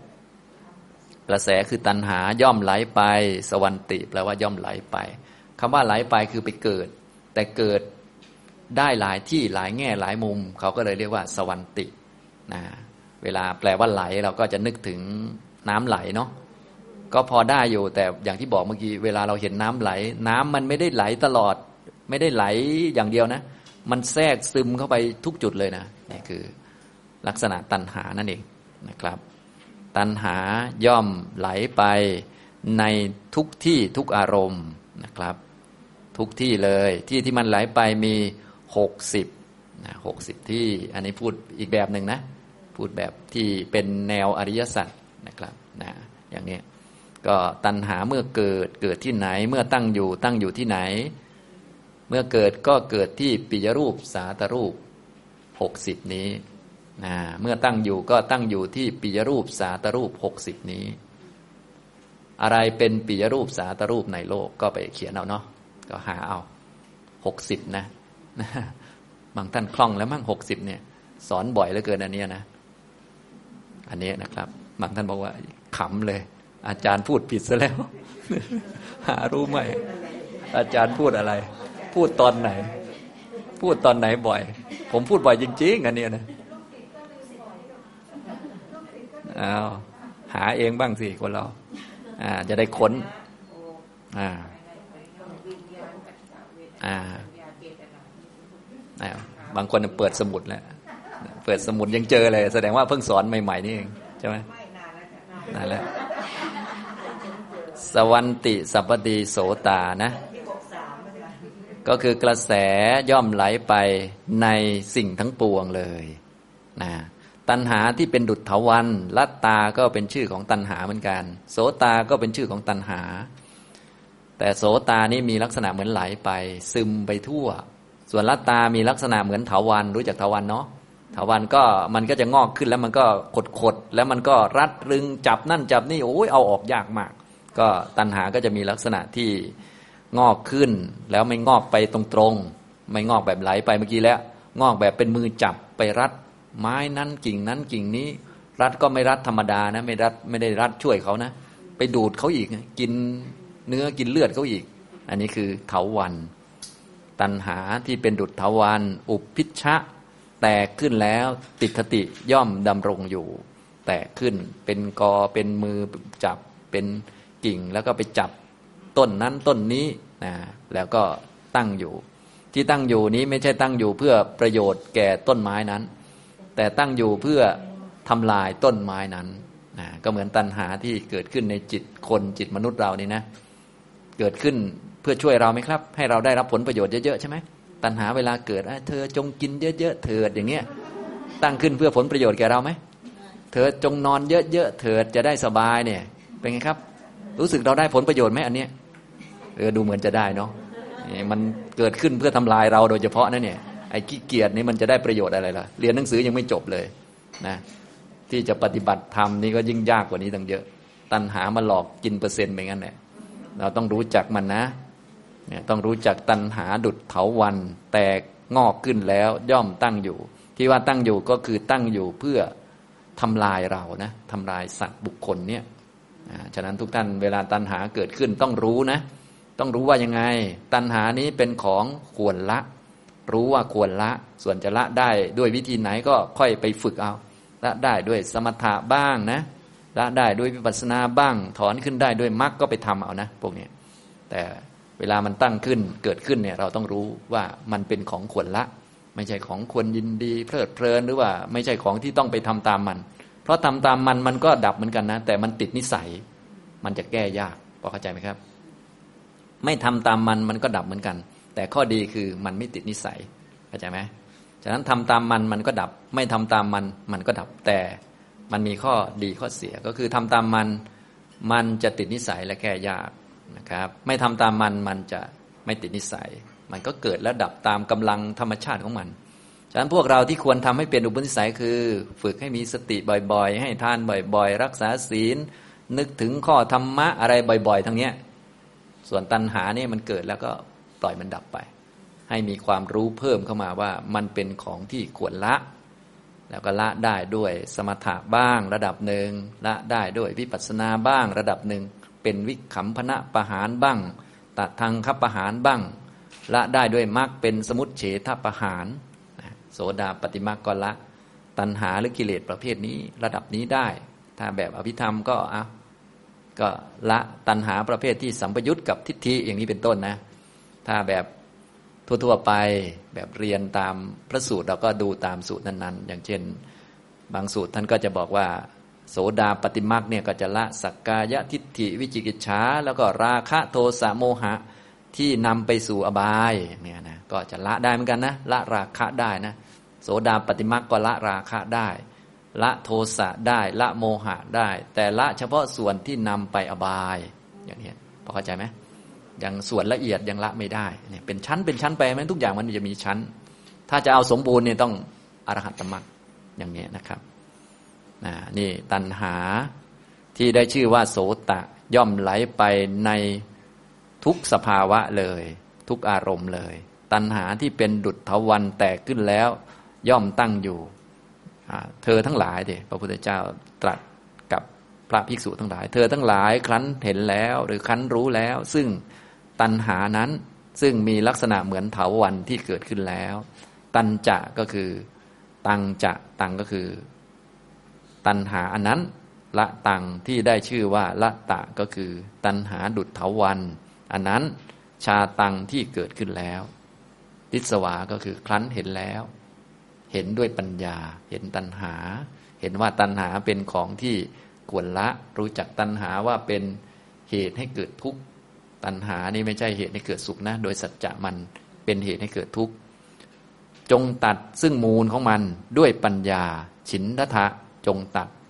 คือตัณหาย่อมไหลไปสวันติแปลว่าย่อมไหลไปคำว่าไหลไปคือไปเกิดแต่เกิดได้หลายที่หลายแง่หลายมุมเขาก็เลยเรียกว่าสวันตินะเวลาแปลว่าไหลเราก็จะนึกถึงน้ำไหลเนาะก็พอได้อยู่แต่อย่างที่บอกเมื่อกี้เวลาเราเห็นน้ำไหลน้ำมันไม่ได้ไหลตลอดไม่ได้ไหลอย่างเดียวนะมันแทรกซึมเข้าไปทุกจุดเลยนะนี่คือลักษณะตัณหานั่นเองนะครับตัณหาย่อมไหลไปในทุกที่ทุกอารมณ์นะครับทุกที่เลยที่มันไหลไปมี60นะ60ที่อันนี้พูดอีกแบบหนึ่งนะพูดแบบที่เป็นแนวอริยสัจนะครับนะอย่างนี้ก็ตัณหาเมื่อเกิดที่ไหนเมื่อตั้งอยู่ที่ไหนเมื่อเกิดก็เกิดที่ปิยรูปสาตรูป60นี้นะเมื่อตั้งอยู่ก็ตั้งอยู่ที่ปิยรูปสาตรูป60นี้อะไรเป็นปิยรูปสาตรูปในโลกก็ไปเขียนเอาเนาะก็หาเอา60นะบางท่านคล่องแล้วมั่ง60เนี่ยสอนบ่อยเหลือเกินอันนี้นะอันนี้นะครับบางท่านบอกว่าขำเลยอาจารย์พูดผิดซะแล้วหารู้ไหมอาจารย์พูดอะไรพูดตอนไหนพูดตอนไหนบ่อยผมพูดบ่อยจริงๆอันนี้นะอ้าวหาเองบ้างสิคนเราจะได้ค้นบางคนเปิดสมุดแล้วเปิดสมุดยังเจอเลยแสดงว่าเพิ่งสอนใหม่ๆนี่เองใช่ไหมนานแล้วสวันติสัพพติโสตานะก็คือกระแสย่อมไหลไปในสิ่งทั้งปวงเลยนะตัณหาที่เป็นดุจเถาวัลย์ลัตตาก็เป็นชื่อของตัณหาเหมือนกันโสตาก็เป็นชื่อของตัณหาแต่โสตานี่มีลักษณะเหมือนไหลไปซึมไปทั่วส่วนลัตตามีลักษณะเหมือนเถาวัลย์รู้จักเถาวัลย์เนาะเถาวัลย์ก็มันก็จะงอกขึ้นแล้วมันก็ขดแล้วมันก็รัดรึงจับนั่นจับนี่โอ้ยเอาออกยากมากก็ตัณหาก็จะมีลักษณะที่งอกขึ้นแล้วไม่งอกไปตรงๆไม่งอกแบบไหลไปเมื่อกี้แล้วงอกแบบเป็นมือจับไปรัดไม้นั้นกิ่งนั้นกิ่งนี้รัดก็ไม่รัดธรรมดานะไม่ได้รัดช่วยเขานะไปดูดเขาอีกกินเนื้อกินเลือดเขาอีกอันนี้คือเถาวัลย์ตัณหาที่เป็นดุจเถาวัลย์อุปพิชชะแตกขึ้นแล้วติฏฐิย่อมดำรงอยู่แตกขึ้นเป็นกอเป็นมือจับเป็นกิ่งแล้วก็ไปจับต้นนั้นต้นนี้นะแล้วก็ตั้งอยู่ที่ตั้งอยู่นี้ไม่ใช่ตั้งอยู่เพื่อประโยชน์แก่ต้นไม้นั้นแต่ตั้งอยู่เพื่อทำลายต้นไม้นั้นนะก็เหมือนตัณหาที่เกิดขึ้นในจิตคนจิตมนุษย์เรานี่นะเกิดขึ้นเพื่อช่วยเราไหมครับให้เราได้รับผลประโยชน์เยอะๆใช่ไหมตัณหาเวลาเกิดเธอจงกินเยอะๆเถิดอย่างเงี้ยตั้งขึ้นเพื่อผลประโยชน์แก่เราไหมเธอจงนอนเยอะๆเถิดจะได้สบายเนี่ยเป็นไงครับรู้สึกเราได้ผลประโยชน์ไหมอันเนี้ยดูเหมือนจะได้เนาะมันเกิดขึ้นเพื่อทำลายเราโดยเฉพาะนั่นเนี่ยไอ้ขี้เกียจนี่มันจะได้ประโยชน์อะไรล่ะเรียนหนังสือยังไม่จบเลยนะที่จะปฏิบัติธรรมนี่ก็ยิ่งยากกว่านี้ตั้งเยอะตัณหามาหลอกกินเปอร์เซ็นต์ไปงั้นแหละเราต้องรู้จักมันนะเนี่ยต้องรู้จักตัณหาดุจเถาวัลย์แตกงอกขึ้นแล้วย่อมตั้งอยู่ที่ว่าตั้งอยู่ก็คือตั้งอยู่เพื่อทำลายเรานะทำลายสัตว์บุคคลเนี่ยฉะนั้นทุกท่านเวลาตัณหาเกิดขึ้นต้องรู้นะต้องรู้ว่ายังไงตัณหานี้เป็นของควรละรู้ว่าควรละส่วนจะละได้ด้วยวิธีไหนก็ค่อยไปฝึกเอาละได้ด้วยสมถะบ้างนะละได้ด้วยวิปัสสนาบ้างถอนขึ้นได้ด้วยมรรคก็ไปทำเอานะพวกนี้แต่เวลามันตั้งขึ้นเกิดขึ้นเนี่ยเราต้องรู้ว่ามันเป็นของควรละไม่ใช่ของควรยินดีเพลิดเพลินหรือว่าไม่ใช่ของที่ต้องไปทำตามมันเพราะทำตามมันก็ดับเหมือนกันนะแต่มันติดนิสัยมันจะแก้ยากพอเข้าใจไหมครับไม่ทำตามมันก็ดับเหมือนกันแต่ข้อดีคือมันไม่ติดนิสัยเข้าใจไหมฉะนั้นทำตามมันก็ดับไม่ทำตามมันก็ดับแต่มันมีข้อดีข้อเสียก็คือทำตามมันจะติดนิสัยและแก้ยากนะครับไม่ทำตามมันจะไม่ติดนิสัยมันก็เกิดและดับตามกำลังธรรมชาติของมันฉะนั้นพวกเราที่ควรทำให้เป็นอุปนิสัยคือฝึกให้มีสติบ่อยๆให้ทานบ่อยๆรักษาศีลนึกถึงข้อธรรมะอะไรบ่อยๆทั้งเนี้ยส่วนตัณหาเนี่ยมันเกิดแล้วก็ปล่อยมันดับไปให้มีความรู้เพิ่มเข้ามาว่ามันเป็นของที่ควรละแล้วก็ละได้ด้วยสมถะบ้างระดับหนึ่งละได้ด้วยวิปัสสนาบ้างระดับหนึ่งเป็นวิคัมภนะปหารบ้างตัดทางคับปหารบ้างละได้ด้วยมรรคเป็นสมุจเฉทปหารโสดาปัตติมรรคก็ละตัณหาหรือกิเลสประเภทนี้ระดับนี้ได้ถ้าแบบอภิธรรมก็ละตัณหาประเภทที่สัมปยุตกับทิฏฐิอย่างนี้เป็นต้นนะถ้าแบบทั่วๆไปแบบเรียนตามพระสูตรเราก็ดูตามสูตรนั้นๆอย่างเช่นบางสูตรท่านก็จะบอกว่าโสดาปัตติมรรคเนี่ยก็จะละสักกายทิฏฐิวิจิกิจฉาแล้วก็ราคะโทสะโมหะที่นำไปสู่อบายเนี่ยนะก็จะละได้เหมือนกันนะละราคะได้นะโสดาปัตติมรรคก็ละราคะได้ละโทสะได้ละโมหะได้แต่ละเฉพาะส่วนที่นำไปอบายอย่างนี้พอเข้าใจไหมอย่างส่วนละเอียดยังละไม่ได้เนี่ยเป็นชั้นเป็นชั้นไปไหมทุกอย่างมันจะมีชั้นถ้าจะเอาสมบูรณ์เนี่ยต้องอรหัตตมรรคอย่างนี้นะครับนี่ตัณหาที่ได้ชื่อว่าโสตะย่อมไหลไปในทุกสภาวะเลยทุกอารมณ์เลยตัณหาที่เป็นดุจเถาวัลย์แตกขึ้นแล้วย่อมตั้งอยู่เธอทั้งหลายเดชพระพุทธเจ้าตรัสกับพระภิกษุทั้งหลายเธอทั้งหลายครั้นเห็นแล้วหรือครั้นรู้แล้วซึ่งตัณหานั้นซึ่งมีลักษณะเหมือนเถาวัลย์ที่เกิดขึ้นแล้วตัณจะก็คือตังจะตังก็คือตัณหาอันนั้นละตังที่ได้ชื่อว่าละตะก็คือตัณหาดุจเถาวัลย์อันนั้นชาตังที่เกิดขึ้นแล้วทิสวาก็คือครั้นเห็นแล้วเห็นด้วยปัญญาเห็นตัณหาเห็นว่าตัณหาเป็นของที่ควรละรู้จักตัณหาว่าเป็นเหตุให้เกิดทุกข์ตัณหานี่ไม่ใช่เหตุให้เกิดสุขนะโดยสัจจะมันเป็นเหตุให้เกิดทุกข์จงตัดซึ่งมูลของมันด้วยปัญญาฉินทถะจงตัด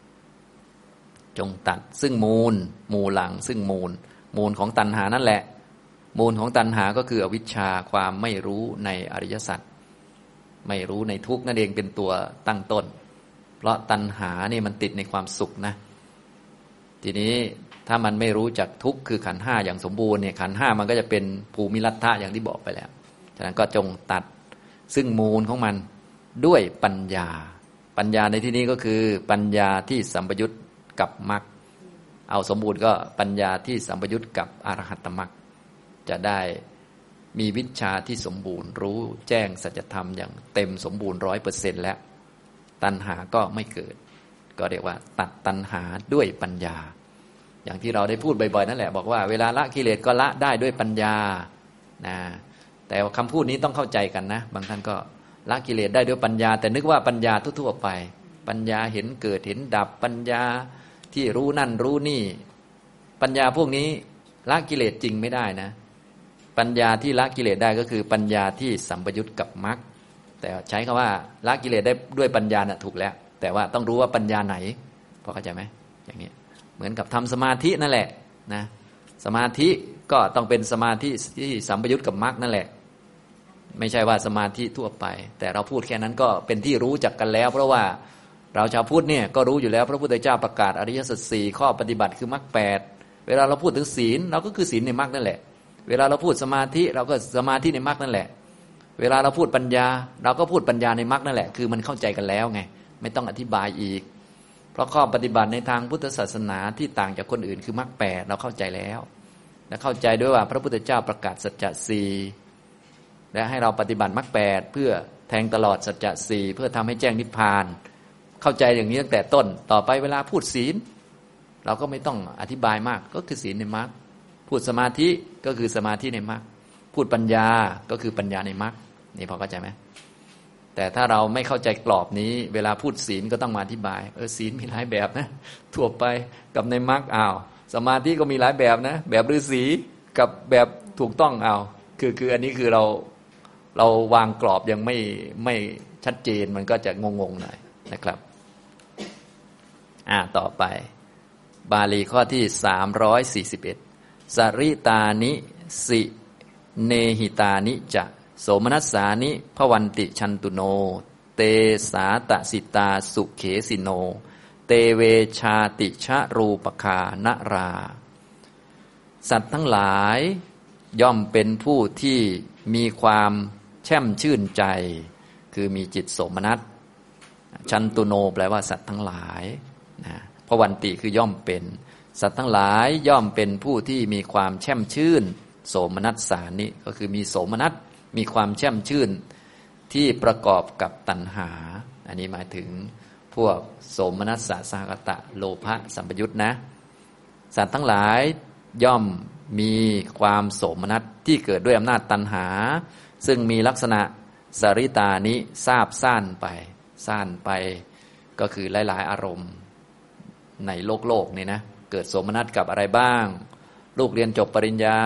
ซึ่งมูลังซึ่งมูลของตัณหานั่นแหละมูลของตัณหาก็คืออวิชชาความไม่รู้ในอริยสัจไม่รู้ในทุกข์นั่นเองเป็นตัวตั้งต้นเพราะตัณหานี่มันติดในความสุขนะทีนี้ถ้ามันไม่รู้จักทุกข์คือขันธ์ห้าอย่างสมบูรณ์เนี่ยขันธ์ห้ามันก็จะเป็นภูมิลัทธะอย่างที่บอกไปแล้วฉะนั้นก็จงตัดซึ่งมูลของมันด้วยปัญญาในที่นี้ก็คือปัญญาที่สัมปยุตกับมรรคเอาสมบูรณ์ก็ปัญญาที่สัมปยุตกับอรหัตตมรรคจะได้มีวิชาที่สมบูรณ์รู้แจ้งสัจธรรมอย่างเต็มสมบูรณ์ 100% แล้วตัณหาก็ไม่เกิดก็เรียกว่าตัดตัณหาด้วยปัญญาอย่างที่เราได้พูดบ่อยๆนั่นแหละบอกว่าเวลาละกิเลสก็ละได้ด้วยปัญญานะแต่คำพูดนี้ต้องเข้าใจกันนะบางท่านก็ละกิเลสได้ด้วยปัญญาแต่นึกว่าปัญญาทั่วๆไปปัญญาเห็นเกิดเห็นดับปัญญาที่รู้นั่นรู้นี่ปัญญาพวกนี้ละกิเลสจริงไม่ได้นะปัญญาที่ละกิเลสได้ก็คือปัญญาที่สัมปยุตกับมรรคแต่ใช้คำว่าละกิเลสได้ด้วยปัญญาน่ะถูกแล้วแต่ว่าต้องรู้ว่าปัญญาไหนพอเข้าใจไหมอย่างนี้เหมือนกับทำสมาธินั่นแหละนะสมาธิก็ต้องเป็นสมาธิที่สัมปยุตกับมรรคนั่นแหละไม่ใช่ว่าสมาธิทั่วไปแต่เราพูดแค่นั้นก็เป็นที่รู้จักกันแล้วเพราะว่าเราชาวพุทธเนี่ยก็รู้อยู่แล้วพระพุทธเจ้าประกาศอริยสัจสี่ข้อปฏิบัติคือมรรคแปดเวลาเราพูดถึงศีลเราก็คือศีลในมรรคนั่นแหละเวลาเราพูดสมาธิเราก็สมาธิในมรรคนั่นแหละเวลาเราพูดปัญญาเราก็พูดปัญญาในมรรคนั่นแหละคือมันเข้าใจกันแล้วไงไม่ต้องอธิบายอีกเพราะข้อปฏิบัติในทางพุทธศาสนาที่ต่างจากคนอื่นคือมรรคแปดเราเข้าใจแล้วและเข้าใจด้วยว่าพระพุทธเจ้าประกาศสัจจะสี่และให้เราปฏิบัติมรรคแปดเพื่อแทงตลอดสัจจะสี่เพื่อทำให้แจ้งนิพพานเข้าใจอย่างนี้ตั้งแต่ต้นต่อไปเวลาพูดศีลเราก็ไม่ต้องอธิบายมากก็คือศีลในมรรคพูดสมาธิก็คือสมาธิในมรรคพูดปัญญาก็คือปัญญาในมรรคนี่พอเข้าใจไหมแต่ถ้าเราไม่เข้าใจกรอบนี้เวลาพูดศีลก็ต้องมาอธิบายศีลมีหลายแบบนะทั่วไปกับในมรรคสมาธิก็มีหลายแบบนะแบบฤาษีกับแบบถูกต้องคืออันนี้คือเราวางกรอบยังไม่ชัดเจนมันก็จะงงๆหน่อยนะครับต่อไปบาลีข้อที่341สริตานิสิเนหิตานิจะโสมนัสสานิภวันติชันตุโนเตสาตสิตาสุเขสิโนเตเวชาติชะรูปคานรา สัตว์ทั้งหลายย่อมเป็นผู้ที่มีความแช่มชื่นใจคือมีจิตโสมนัสชันตุโนแปลว่าสัตว์ทั้งหลายภวันติคือย่อมเป็นสัตว์ทั้งหลายย่อมเป็นผู้ที่มีความแช่มชื่นโสมนัสสานิก็คือมีโสมนัสมีความแช่มชื่นที่ประกอบกับตัณหาอันนี้หมายถึงพวกโสมนัสสะสหกตะโลภะสัมปยุตนะสัตว์ทั้งหลายย่อมมีความโสมนัสที่เกิดด้วยอำนาจตัณหาซึ่งมีลักษณะสริตานิทราบซ่านไปก็คือหลายๆอารมณ์ในโลกนี่นะเกิดโสมนัสกับอะไรบ้างลูกเรียนจบปริญญา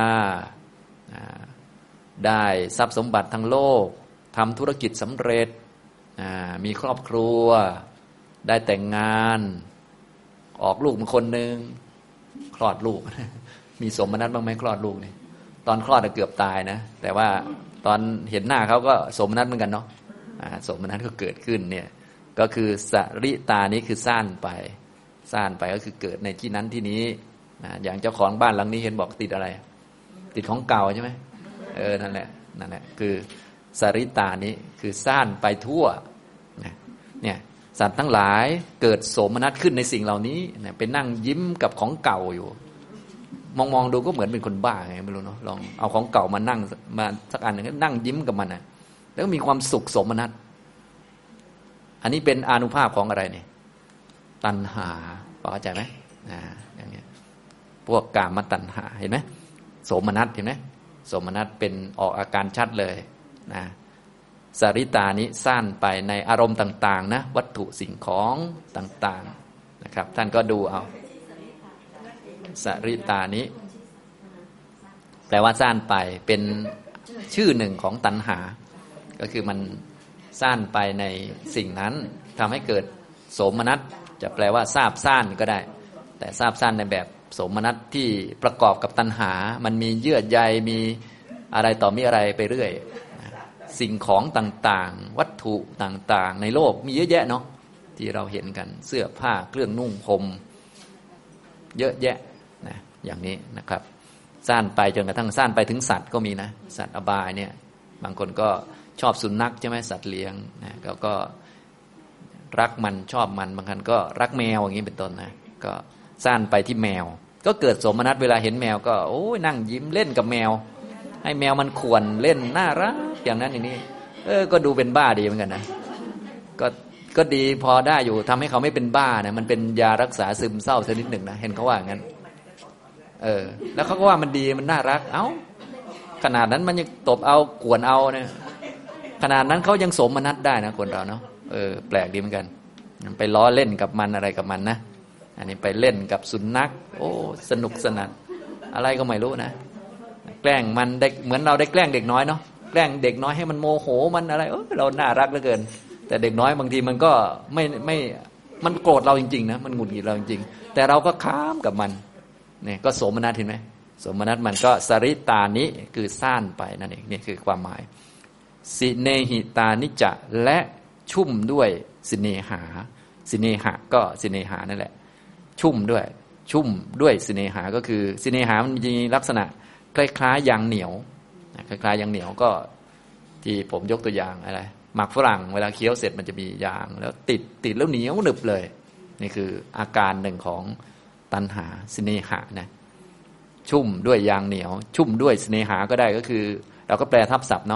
ได้ทรัพย์สมบัติทั้งโลกทำธุรกิจสำเร็จมีครอบครัวได้แต่งงานออกลูกมาคนหนึ่งคลอดลูก มีโสมนัสบ้างไหมคลอดลูกนี่ตอนคลอดเกือบตายนะแต่ว่าตอนเห็นหน้าเขาก็โสมนัสเหมือนกันเนาะโสมนัสก็เกิดขึ้นเนี่ยก็คือสริตานี้คือซ่านไปก็คือเกิดในที่นั้นที่นี้อย่างเจ้าของบ้านหลังนี้เห็นบอกติดอะไรติดของเก่าใช่ไหมนั่นแหละคือสริตานี้คือซ่านไปทั่วเนี่ยสัตว์ทั้งหลายเกิดโสมนัสขึ้นในสิ่งเหล่านี้ไปนั่งยิ้มกับของเก่าอยู่มองดูก็เหมือนเป็นคนบ้าไงไม่รู้เนาะลองเอาของเก่ามานั่งมาสักอันหนึ่งนั่งยิ้มกับมันแล้วก็มีความสุขโสมนัสอันนี้เป็นอานุภาพของอะไรเนี่ยตัณหาเข้าใจไหมอย่างเงี้ยพวกกามตัณหาเห็นไหมโสมนัสเห็นไหมโสมนัสเป็นออกอาการชัดเลยนะสริตานิซ่านไปในอารมณ์ต่างๆนะวัตถุสิ่งของต่างๆนะครับท่านก็ดูเอาสริตานิแปลว่าซ่านไปเป็นชื่อหนึ่งของตัณหาก็คือมันซ่านไปในสิ่งนั้นทำให้เกิดโสมนัสจะแปลว่าทราบซ่านก็ได้แต่ทราบซ่านในแบบโสมนัสที่ประกอบกับตัณหามันมีเยื่อใยมีอะไรต่อมีอะไรไปเรื่อยสิ่งของต่างๆวัตถุต่างๆในโลกมีเยอะแยะเนาะที่เราเห็นกันเสื้อผ้าเครื่องนุ่งห่มเยอะแยะนะอย่างนี้นะครับซ่านไปจนกระทั่งซ่านไปถึงสัตว์ก็มีนะสัตว์อบายเนี่ยบางคนก็ชอบสุนัขใช่ไหมสัตว์เลี้ยงนะก็รักมันชอบมันบางคนก็รักแมวอย่างนี้เป็นต้นนะก็ซ่านไปที่แมวก็เกิดโสมนัสเวลาเห็นแมวก็โอ้ยนั่งยิ้มเล่นกับแมวให้แมวมันข่วนเล่นน่ารักอย่างนั้นอย่างนี้ก็ดูเป็นบ้าดีเหมือนกันนะก็ดีพอได้อยู่ทำให้เขาไม่เป็นบ้านะมันเป็นยารักษาซึมเศร้าชนิดหนึ่งนะเห็นเขาว่างั้นแล้วเขาก็ว่ามันดีมันน่ารักขนาดนั้นมันยังตบเอาข่วนเอาเนี่ยขนาดนั้นเขายังโสมนัสได้นะคนเราเนาะแปลกดีเหมือนกันไปล้อเล่นกับมันอะไรกับมันนะอันนี้ไปเล่นกับสุนัขโอ้สนุกสนานอะไรก็ไม่รู้นะแกล้งมันได้เหมือนเราได้แกล้งเด็กน้อยเนาะแกล้งเด็กน้อยให้มันโมโหมันอะไรเราน่ารักเหลือเกินแต่เด็กน้อยบางทีมันก็ไม่มันโกรธเราจริงๆนะมันหงุดหงิดเราจริงๆแต่เราก็ค้ามกับมันเนี่ยก็โสมนัสเห็นไหมโสมนัสมันก็สริตานิคือซ่านไปนั่นเองนี่คือความหมายสิเนหิตานิจะและชุ่มด้วยสิเนหาสิเนหะก็สิเนหานั่นแหละชุ่มด้วยสิเนหาก็คือสิเนหามันมีลักษณะคล้ายๆยางเหนียวคล้ายๆยางเหนียวก็ที่ผมยกตัวอย่างอะไรหมักฝรั่งเวลาเคี้ยวเสร็จมันจะมียางแล้วติดแล้วเหนียวหนึบเลยนี่คืออาการหนึ่งของตัณหาสิเนหะนะชุ่มด้วยยางเหนียวชุ่มด้วยสิเนหาก็ได้ก็คือเราก็แปลทับศัพท์เนาะ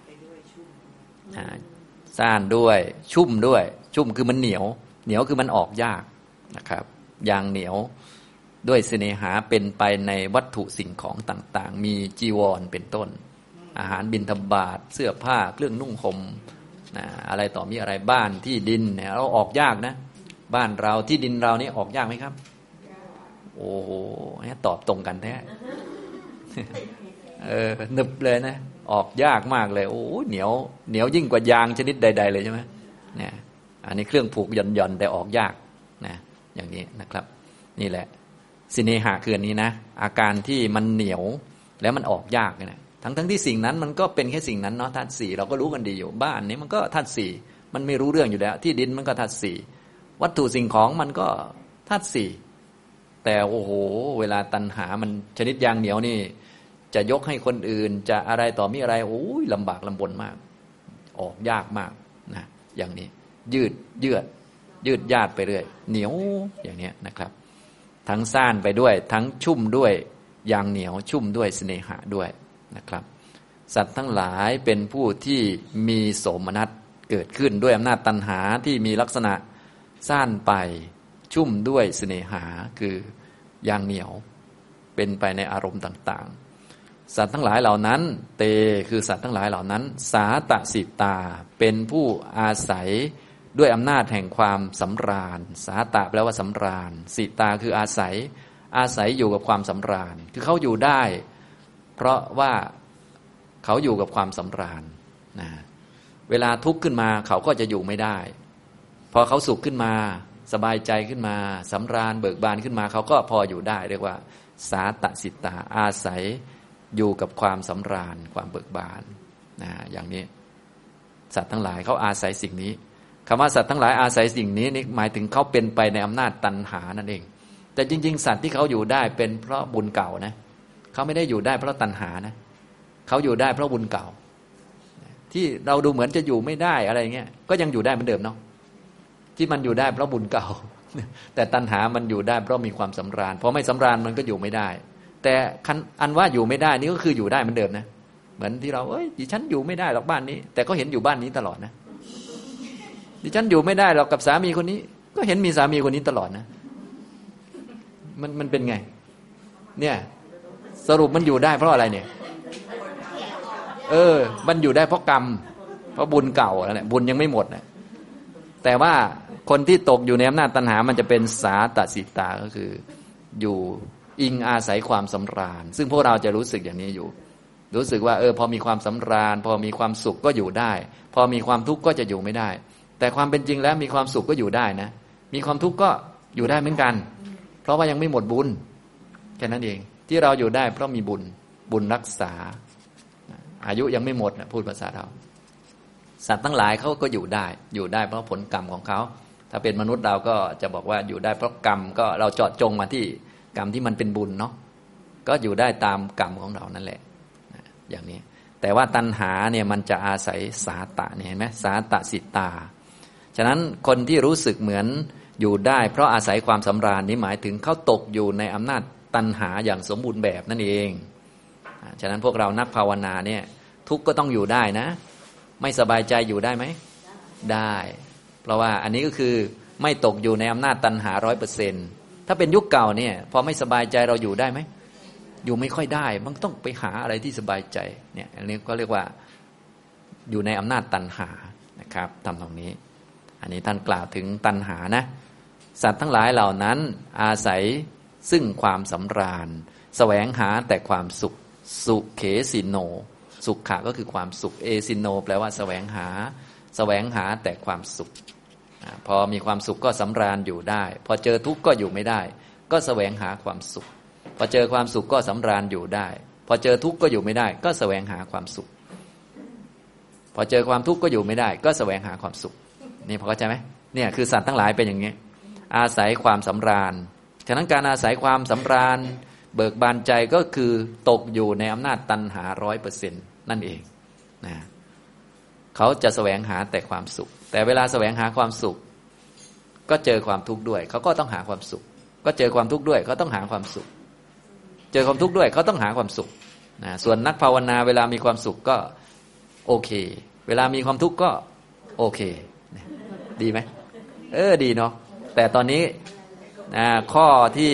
ซ่านด้วยชุ่มคือมันเหนียวคือมันออกยากนะครับยางเหนียวด้วยเสน่หาเป็นไปในวัตถุสิ่งของต่างๆมีจีวรเป็นต้นอาหารบิณฑบาตเสื้อผ้าเครื่องนุ่งห่มอะไรต่อมีอะไรบ้านที่ดินเนี่ยเราออกยากนะบ้านเราที่ดินเรานี่ออกยากไหมครับโอ้โหตอบตรงกันแท้หนึบเลยนะออกยากมากเลยโอ้เหนียวยิ่งกว่ายางชนิดใดๆเลยใช่ไหมเนี่ยอันนี้เครื่องผูกหย่อนแต่ออกยากนะอย่างนี้นะครับนี่แหละสิเนหะคืออันนี้นะอาการที่มันเหนียวแล้วมันออกยากนะทั้งที่สิ่งนั้นมันก็เป็นแค่สิ่งนั้นเนาะธาตุสี่เราก็รู้กันดีอยู่บ้านนี้มันก็ธาตุสี่มันไม่รู้เรื่องอยู่แล้วที่ดินมันก็ธาตุสี่วัตถุสิ่งของมันก็ธาตุสี่แต่โอ้โหเวลาตัณหามันชนิดยางเหนียวนี่จะยกให้คนอื่นจะอะไรต่อมีอะไรโอ้ยลำบากลำบนมากออกยากมากนะอย่างนี้ยืดยาดไปเรื่อยเหนียวอย่างนี้นะครับทั้งซ่านไปด้วยทั้งชุ่มด้วยยางเหนียวชุ่มด้วยเสน่หะด้วยนะครับสัตว์ทั้งหลายเป็นผู้ที่มีโสมนัสเกิดขึ้นด้วยอำนาจตัณหาที่มีลักษณะซ่านไปชุ่มด้วยเสน่หาคือยางเหนียวเป็นไปในอารมณ์ต่างๆสัตว์ทั้งหลายเหล่านั้นเตคือสัตว์ทั้งหลายเหล่านั้นสาตสิตาเป็นผู้อาศัยด้วยอำนาจแห่งความสำราญสาตะแปลว่าสำราญสิตาคืออาศัยอยู่กับความสำราญคือเขาอยู่ได้เพราะว่าเขาอยู่กับความสำราญนะเวลาทุกข์ขึ้นมาเขาก็จะอยู่ไม่ได้พอเขาสุขขึ้นมาสบายใจขึ้นมาสำราญเบิกบานขึ้นมาเขาก็พออยู่ได้เรียกว่าสาตสิตาอาศัยอยู่กับความสำราญความเบิกบานนะอย่างนี้สัตว์ทั้งหลายเขาอาศัยสิ่งนี้คำว่าสัตว์ทั้งหลายอาศัยสิ่งนี้นี่หมายถึงเขาเป็นไปในอำนาจตัณหานั่นเองแต่จริงๆสัตว์ที่เขาอยู่ได้เป็นเพราะบุญเก่านะเขาไม่ได้อยู่ได้เพราะตัณหานะเขาอยู่ได้เพราะบุญเก่าที่เราดูเหมือนจะอยู่ไม่ได้อะไรเงี้ยก็ยังอยู่ได้เหมือนเดิมเนาะที่มันอยู่ได้เพราะบุญเก่าแต่ตัณหามันอยู่ได้เพราะมีความสำราญพอไม่สำราญมันก็อยู่ไม่ได้แต่อันว่าอยู่ไม่ได้นี่ก็คืออยู่ได้เหมือนเดิมนะเหมือนที่เราดิฉันอยู่ไม่ได้หรอกบ้านนี้แต่ก็เห็นอยู่บ้านนี้ตลอดนะดิฉันอยู่ไม่ได้หรอกกับสามีคนนี้ก็เห็นมีสามีคนนี้ตลอดนะมันเป็นไงเนี่ยสรุปมันอยู่ได้เพราะอะไรเนี่ยมันอยู่ได้เพราะกรรมเพราะบุญเก่านั่นแหละบุญยังไม่หมดนะแต่ว่าคนที่ตกอยู่ในอำนาจตัณหามันจะเป็นสาตสิตาก็คืออยู่อิงอาศัยความสำราญซึ่งพวกเราจะรู้สึกอย่างนี้อยู่รู้สึกว่าพอมีความสำราญพอมีความสุขก็อยู่ได้พอมีความทุกข์ก็จะอยู่ไม่ได้แต่ความเป็นจริงแล้วมีความสุขก็อยู่ได้นะมีความทุกข์ก็อยู่ได้เหมือนกันเพราะว่ายังไม่หมดบุญแค่นั้นเองที่เราอยู่ได้เพราะมีบุญรักษาอายุยังไม่หมดนะพูดภาษาเราสัตว์ทั้งหลายเขาก็อยู่ได้เพราะผลกรรมของเขาถ้าเป็นมนุษย์เราก็จะบอกว่าอยู่ได้เพราะกรรมก็เราเจาะจงมาที่กรรมที่มันเป็นบุญเนาะก็อยู่ได้ตามกรรมของเรานั่นแหละอย่างนี้แต่ว่าตัณหาเนี่ยมันจะอาศัยสาตะเนี่ยเห็นไหมสาตสิตาฉะนั้นคนที่รู้สึกเหมือนอยู่ได้เพราะอาศัยความสำราญนี้หมายถึงเขาตกอยู่ในอำนาจตัณหาอย่างสมบูรณ์แบบนั่นเองฉะนั้นพวกเรานักภาวนาเนี่ยทุกข์ก็ต้องอยู่ได้นะไม่สบายใจอยู่ได้ไหมได้เพราะว่าอันนี้ก็คือไม่ตกอยู่ในอำนาจตัณหา 100% ถ้าเป็นยุคเก่าเนี่ยพอไม่สบายใจเราอยู่ได้ไหมอยู่ไม่ค่อยได้มันต้องไปหาอะไรที่สบายใจเนี่ยอันนี้ก็เรียกว่าอยู่ในอำนาจตัณหานะครับทำตรงนี้อันนี้ท่านกล่าวถึงตัณหานะสัตว์ทั้งหลายเหล่านั้นอาศัยซึ่งความสำราญแสวงหาแต่ความสุขสุเขสิโนสุขะก็คือความสุขเอสิโนแปลว่าแสวงหาแต่ความสุขพอมีความสุขก็สำราญอยู่ได้พอเจอทุกข์ก็อยู่ไม่ได้ก็แสวงหาความสุขพอเจอความสุขก็สำราญอยู่ได้พอเจอทุกข์ก็อยู่ไม่ได้ก็แสวงหาความสุขพอเจอความทุกข์ก็อยู่ไม่ได้ก็แสวงหาความสุขนี่พอเข้าใจไหมเนี่ยคือสัตว์ทั้งหลายเป็นอย่างนี้อาศัยความสำราญฉะนั้นการอาศัยความสำราญเบิกบานใจก็คือตกอยู่ในอำนาจตัณหา 100% นั่นเองนะเขาจะแสวงหาแต่ความสุขแต่เวลาแสวงหาความสุขก็เจอความทุกข์ด้วยเขาก็ต้องหาความสุขก็เจอความทุกข์ด้วยเขาต้องหาความสุขเจอความทุกข์ด้วยเขาต้องหาความสุขนะส่วนนักภาวนาเวลามีความสุขก็โอเคเวลามีความทุกข์ก็โอเคดีไหมดีเนาะแต่ตอนนี้ข้อที่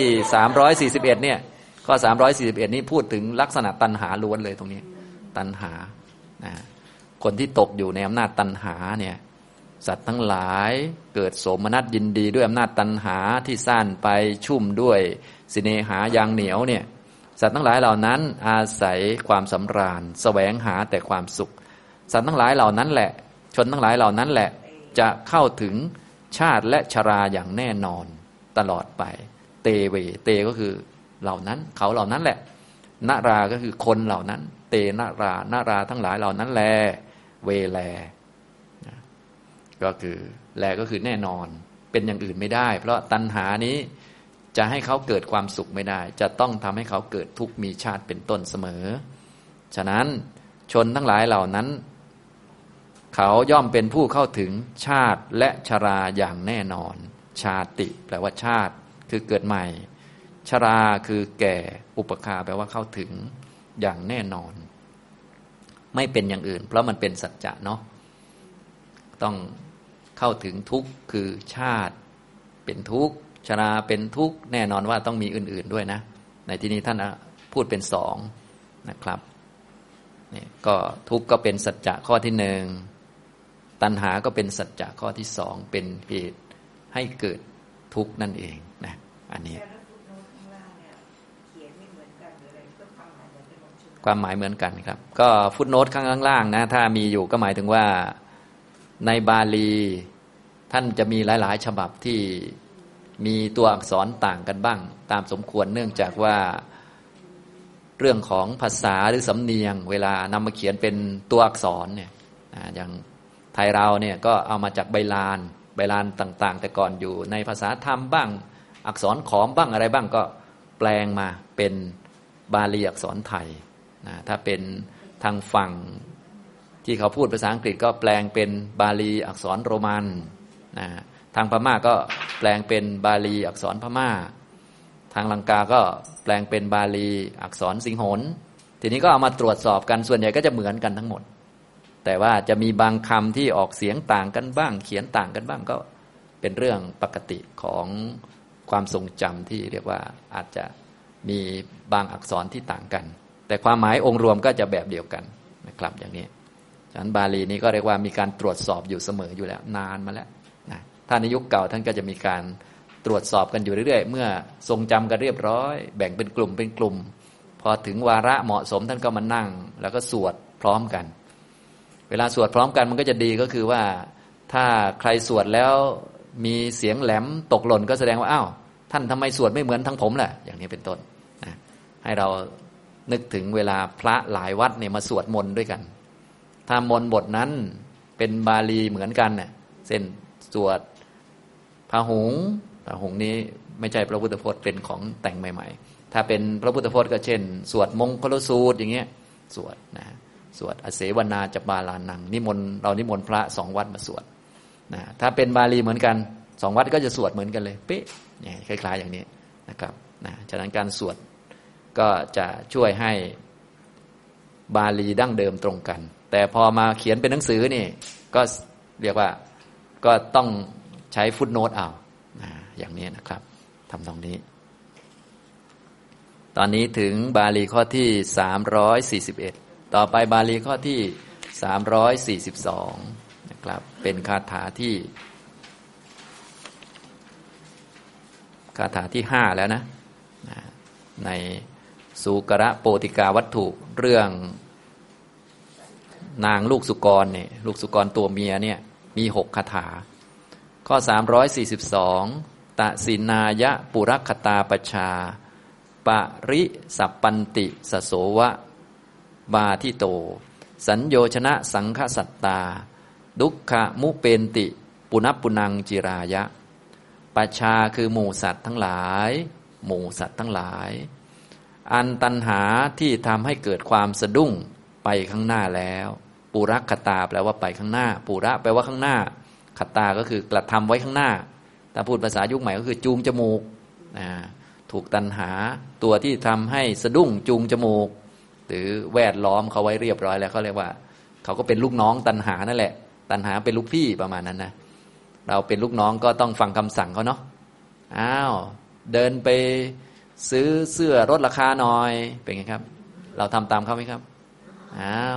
341เนี่ยข้อ341นี้พูดถึงลักษณะตัณหาล้วนเลยตรงนี้ตัณหาคนที่ตกอยู่ในอำนาจตัณหาเนี่ยสัตว์ทั้งหลายเกิดโสมนัสยินดีด้วยอำนาจตัณหาที่ซ่านไปชุ่มด้วยสิเนหายางเหนียวเนี่ยสัตว์ทั้งหลายเหล่านั้นอาศัยความสำราญแสวงหาแต่ความสุขสัตว์ทั้งหลายเหล่านั้นแหละชนทั้งหลายเหล่านั้นแหละจะเข้าถึงชาติและชราอย่างแน่นอนตลอดไปเตเวเตก็คือเหล่านั้นเขาเหล่านั้นแหละนราก็คือคนเหล่านั้นเตนราทั้งหลายเหล่านั้นแลเวแลก็คือแลก็คือแน่นอนเป็นอย่างอื่นไม่ได้เพราะตัณหานี้จะให้เขาเกิดความสุขไม่ได้จะต้องทำให้เขาเกิดทุกข์มีชาติเป็นต้นเสมอฉะนั้นชนทั้งหลายเหล่านั้นเขาย่อมเป็นผู้เข้าถึงชาติและชราอย่างแน่นอนชาติแปลว่าชาติคือเกิดใหม่ชราคือแก่อุปคาแปลว่าเข้าถึงอย่างแน่นอนไม่เป็นอย่างอื่นเพราะมันเป็นสัจจะเนาะต้องเข้าถึงทุกข์คือชาติเป็นทุกข์ชราเป็นทุกข์แน่นอนว่าต้องมีอื่นๆด้วยนะในที่นี้ท่านพูดเป็นสองนะครับนี่ก็ทุกข์ก็เป็นสัจจะข้อที่หนึ่งตัณหาก็เป็นสัจจะข้อที่สองเป็นเหตุให้เกิดทุกข์นั่นเองนะอันนี้ความหมายเหมือนกันครับก็ฟุตโนตข้างล่างนะถ้ามีอยู่ก็หมายถึงว่าในบาลีท่านจะมีหลายๆฉบับที่มีตัวอักษรต่างกันบ้างตามสมควรเนื่องจากว่าเรื่องของภาษาหรือสำเนียงเวลานำมาเขียนเป็นตัวอักษรเนี่ยอย่างไทยเราเนี่ยก็เอามาจากใบลานต่างๆแต่ก่อนอยู่ในภาษาธรรมบ้างอักษรขอมบ้างอะไรบ้างก็แปลงมาเป็นบาลีอักษรไทยนะถ้าเป็นทางฝั่งที่เขาพูดภาษาอังกฤษก็แปลงเป็นบาลีอักษรโรมันนะทางพม่าก็แปลงเป็นบาลีอักษรพม่าทางลังกาก็แปลงเป็นบาลีอักษรสิงหนทีนี้ก็เอามาตรวจสอบกันส่วนใหญ่ก็จะเหมือนกันทั้งหมดแต่ว่าจะมีบางคำที่ออกเสียงต่างกันบ้างเขียนต่างกันบ้างก็เป็นเรื่องปกติของความทรงจำที่เรียกว่าอาจจะมีบางอักษรที่ต่างกันแต่ความหมายองค์รวมก็จะแบบเดียวกันนะครับอย่างนี้ฉะนั้นบาลีนี้ก็เรียกว่ามีการตรวจสอบอยู่เสมออยู่แล้วนานมาแล้วนะถ้าในยุคเก่าท่านก็จะมีการตรวจสอบกันอยู่เรื่อยๆเมื่อทรงจำกันเรียบร้อยแบ่งเป็นกลุ่มพอถึงวาระเหมาะสมท่านก็มานั่งแล้วก็สวดพร้อมกันเวลาสวดพร้อมกันมันก็จะดีก็คือว่าถ้าใครสวดแล้วมีเสียงแหลมตกหล่นก็แสดงว่าอ้าวท่านทำไมสวดไม่เหมือนทั้งผมล่ะอย่างนี้เป็นต้นนะให้เรานึกถึงเวลาพระหลายวัดเนี่ยมาสวดมนต์ด้วยกันถ้ามนต์บทนั้นเป็นบาลีเหมือนกันเนี่ยเช่นสวดพหุงนี้ไม่ใช่พระพุทธพจน์เป็นของแต่งใหม่ๆถ้าเป็นพระพุทธพจน์ก็เช่นสวดมงคลสูตรอย่างเงี้ยสวดนะสวดอเสวนาจบาลานังนิมนต์พระ2 วัดมาสวดนะถ้าเป็นบาลีเหมือนกัน2 วัดก็จะสวดเหมือนกันเลยเป๊ะเนี่ยคล้ายๆอย่างนี้นะครับนะฉะนั้นการสวดก็จะช่วยให้บาลีดั้งเดิมตรงกันแต่พอมาเขียนเป็นหนังสือนี่ก็เรียกว่าก็ต้องใช้ฟุตโนตเอาอย่างนี้นะครับทำตรงนี้ตอนนี้ถึงบาลีข้อที่341ต่อไปบาลีข้อที่342นะครับเป็นคาถาที่5แล้วนะในสุกระโปติกาวัตถุเรื่องนางลูกสุกรเนี่ยลูกสุกรตัวเมียเนี่ยมี6คาถาข้อ342ตสินายะปุรคตาปชาปริสัปปันติสโสวะบาทิโตสัญโยชนะสังคสัตตาดุขะมุเปนติปุณปุนังจิรายะปชาคือหมู่สัตว์ทั้งหลายอันตัณหาที่ทำให้เกิดความสะดุ้งไปข้างหน้าแล้วปุรคตาแปลว่าไปข้างหน้าปุระแปลว่าข้างหน้าคตาก็คือกระทำไว้ข้างหน้าถ้าพูดภาษายุคใหม่ก็คือจูงจมูกถูกตัณหาตัวที่ทำให้สะดุ้งจูงจมูกหรือแวดล้อมเขาไว้เรียบร้อยแล้วเขาเรียกว่าเขาก็เป็นลูกน้องตัณหานั่นแหละตัณหาเป็นลูกพี่ประมาณนั้นนะเราเป็นลูกน้องก็ต้องฟังคำสั่งเขาเนาะเดินไปซื้อเสื้อลดราคาหน่อยเป็นไงครับเราทำตามเขาไหมครับ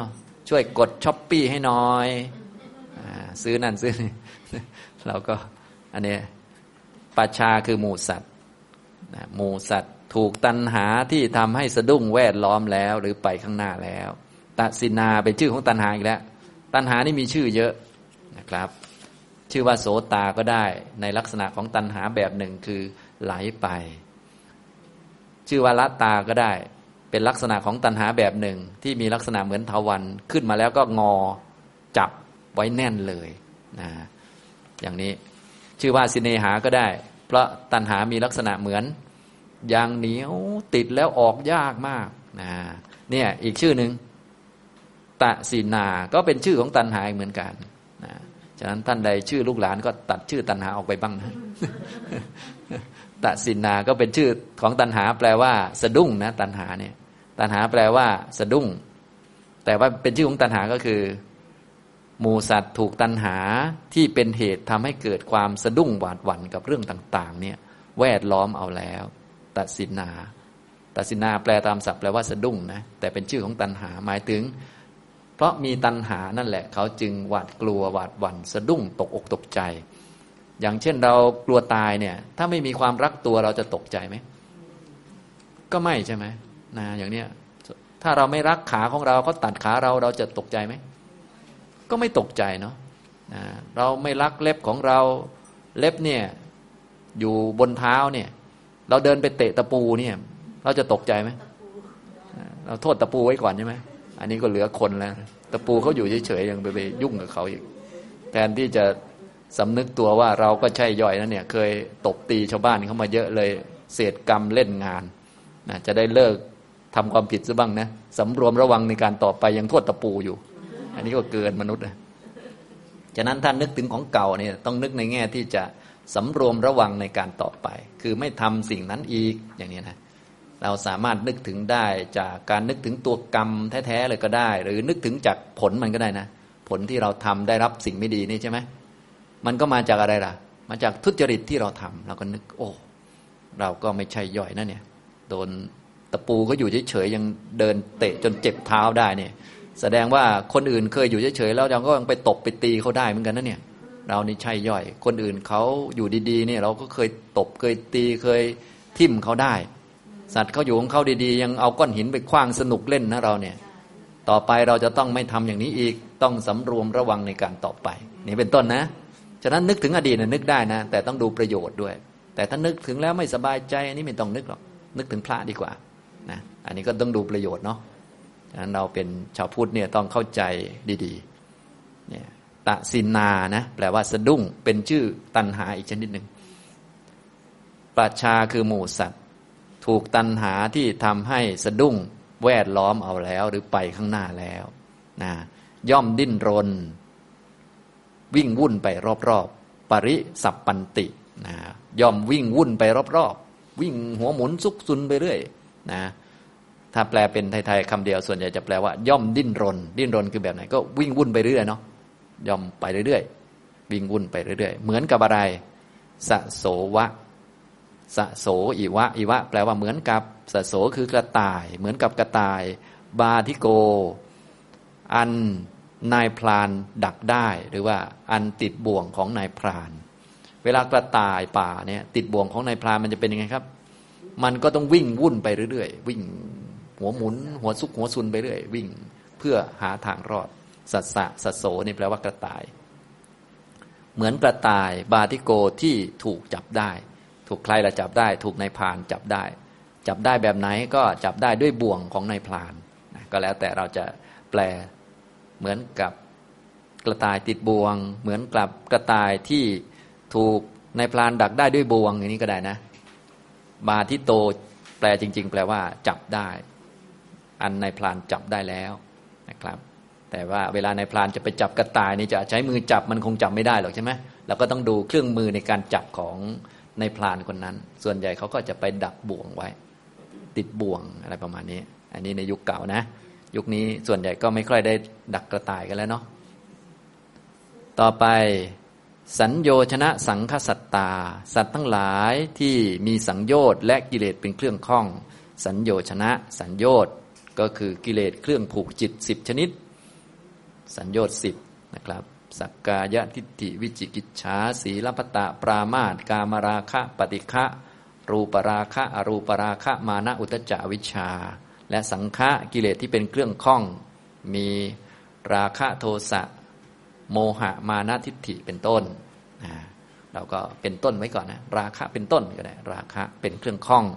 ช่วยกดช้อปปี้ให้หน่อยซื้อนั่นซื้อนี่ เราก็อันนี้ปัจฉาคือหมู่สัตว์หมู่สัตว์ถูกตัณหาที่ทำให้สะดุ้งแวดล้อมแล้วหรือไปข้างหน้าแล้วตัสินาเป็นชื่อของตัณหาอีกแล้วตัณหานี่มีชื่อเยอะนะครับชื่อว่าโสตาก็ได้ในลักษณะของตัณหาแบบหนึ่งคือไหลไปชื่อว่าละตาก็ได้เป็นลักษณะของตัณหาแบบหนึ่งที่มีลักษณะเหมือนเถาวัลย์ขึ้นมาแล้วก็งอจับไว้แน่นเลยนะอย่างนี้ชื่อว่าสิเนหาก็ได้เพราะตัณหามีลักษณะเหมือนยางเหนียวติดแล้วออกยากมากนะเนี่ยอีกชื่อหนึ่งตะสีนาก็เป็นชื่อของตัณหาเหมือนกันนะฉะนั้นท่านใดชื่อลูกหลานก็ตัดชื่อตัณหาออกไปบ้างนะตะสินาก็เป็นชื่อของตัณหาแปลว่าสะดุ้งนะตัณหาเนี่ยตัณหาแปลว่าสะดุ้งแต่ว่าเป็นชื่อของตัณหาก็คือหมู่สัตว์ถูกตัณหาที่เป็นเหตุทำให้เกิดความสะดุ้งหวาดหวั่นกับเรื่องต่างๆเนี่ยแวดล้อมเอาแล้วตัดสินาตัดสินาแปลตามศัพท์แปลว่าสะดุ้งนะแต่เป็นชื่อของตัณหาหมายถึงเพราะมีตัณหานั่นแหละเขาจึงหวาดกลัวหวาดหวั่นสะดุ้งตกอกตกใจอย่างเช่นเรากลัวตายเนี่ยถ้าไม่มีความรักตัวเราจะตกใจไหมก็ไม่ใช่ไหมนะอย่างเนี้ยถ้าเราไม่รักขาของเราเขาตัดขาเราจะตกใจไหมก็ไม่ตกใจเนาะเราไม่รักเล็บของเราเล็บเนี่ยอยู่บนเท้าเนี่ยเราเดินไปเตะตะปูเนี่ยเราจะตกใจไหมเราโทษตะปูไว้ก่อนใช่ไหมอันนี้ก็เหลือคนแล้วตะปูเขาอยู่เฉยๆยังไปยุ่งกับเขาอีกแทนที่จะสำนึกตัวว่าเราก็ใช่ย่อยนะเนี่ยเคยตบตีชาวบ้านเขามาเยอะเลยเศษกรรมเล่นงานนะจะได้เลิกทำความผิดซะบ้างนะสำรวมระวังในการต่อไปยังโทษตะปูอยู่อันนี้ก็เกินมนุษย์นะฉะนั้นท่านนึกถึงของเก่าเนี่ยต้องนึกในแง่ที่จะสำรวมระวังในการต่อไปคือไม่ทำสิ่งนั้นอีกอย่างนี้นะเราสามารถนึกถึงได้จากการนึกถึงตัวกรรมแท้ๆเลยก็ได้หรือนึกถึงจากผลมันก็ได้นะผลที่เราทำได้รับสิ่งไม่ดีนี่ใช่ไหมมันก็มาจากอะไรล่ะมาจากทุจริตที่เราทำเราก็นึกโอ้เราก็ไม่ใช่ย่อยนะเนี่ยโดนตะปูเขาอยู่เฉยๆยังเดินเตะจนเจ็บเท้าได้เนี่ยแสดงว่าคนอื่นเคยอยู่เฉยๆแล้วเราก็ยังไปตบไปตีเขาได้เหมือนกันนะเนี่ยเรานี่ใช่ย่อยคนอื่นเขาอยู่ดีๆเนี่ยเราก็เคยตบเคยตีเคยทิ่มเขาได้สัตว์เขาอยู่ของเขาดีๆยังเอาก้อนหินไปขว้างสนุกเล่นนะเราเนี่ยต่อไปเราจะต้องไม่ทำอย่างนี้อีกต้องสำรวมระวังในการต่อไปนี่เป็นต้นนะฉะนั้นนึกถึงอดีตนึกได้นะแต่ต้องดูประโยชน์ด้วยแต่ถ้านึกถึงแล้วไม่สบายใจอันนี้ไม่ต้องนึกหรอกนึกถึงพระดีกว่านะอันนี้ก็ต้องดูประโยชน์เนาะฉะนั้นเราเป็นชาวพุทธเนี่ยต้องเข้าใจดีๆเนี่ยตะสินานะแปลว่าสะดุ้งเป็นชื่อตัณหาอีกชนิดหนึ่งปัจฉาคือหมู่สัตว์ถูกตัณหาที่ทำให้สะดุ้งแวดล้อมเอาแล้วหรือไปข้างหน้าแล้วนะย่อมดิ้นรนวิ่งวุ่นไปรอบๆปริสัปปันตินะย่อมวิ่งวุ่นไปรอบๆวิ่งหัวหมุนซุกซุนไปเรื่อยนะถ้าแปลเป็นไทยๆคำเดียวส่วนใหญ่จะแปลว่าย่อมดิ้นรนดิ้นรนคือแบบไหนก็วิ่งวุ่นไปเรื่อยเนาะย่อมไปเรื่อยๆวิ่งวุ่นไปเรื่อยๆเหมือนกับอะไรสะโสวะสะโสอิวะอิวะแปลว่าเหมือนกับสะโสคือกระต่ายเหมือนกับกระต่ายบาทิโกอันนายพรานดักได้หรือว่าอันติดบ่วงของนายพรานเวลากระต่ายป่าเนี่ยติดบ่วงของนายพรานมันจะเป็นยังไงครับมันก็ต้องวิ่งวุ่นไปเรื่อยๆวิ่งหัวหมุนหัวซุกหัวซุนไปเรื่อยวิ่งเพื่อหาทางรอดสัสสะสัสโสนี่แปลว่ากระต่ายเหมือนกระต่ายบาทิโกที่ถูกจับได้ถูกใครละจับได้ถูกนายพรานจับได้จับได้แบบไหนก็จับได้ด้วยบ่วงของนายพรานก็แล้วแต่เราจะแปลเหมือนกับกระต่ายติดบ่วงเหมือนกับกระต่ายที่ถูกนายพรานดักได้ด้วยบ่วงอย่างนี้ก็ได้นะบาทิโตแปลจริงๆแปลว่าจับได้อันนายพรานจับได้แล้วนะครับแต่ว่าเวลานายพรานจะไปจับกระต่ายนี่จะใช้มือจับมันคงจับไม่ได้หรอกใช่ไหมเราก็ต้องดูเครื่องมือในการจับของนายพรานคนนั้นส่วนใหญ่เขาก็จะไปดักบ่วงไว้ติดบ่วงอะไรประมาณนี้อันนี้ในยุคเก่านะยุคนี้ส่วนใหญ่ก็ไม่ค่อยได้ดักกระต่ายกันแล้วเนาะต่อไปสัญโยชนะสังคสัตตาสัตว์ทั้งหลายที่มีสังโยชน์และกิเลสเป็นเครื่องข้องสัญโยชนะสัญโยชน์ก็คือกิเลสเครื่องผูกจิต10ชนิดสัญโยชน์10นะครับสักกายทิฏฐิวิจิกิจฉาสีลพัตตปรามาสกามราคะปฏิฆะรูปราคะอรูปราคะมานะอุทธัจจะอวิชชาและสังฆะกิเลสที่เป็นเครื่องข้องมีราคะโทสะโมหะมานะทิฏฐิเป็นต้นเราก็เป็นต้นไว้ก่อนนะราคะเป็นต้นก็ได้ราคะเป็นเครื่องข้อง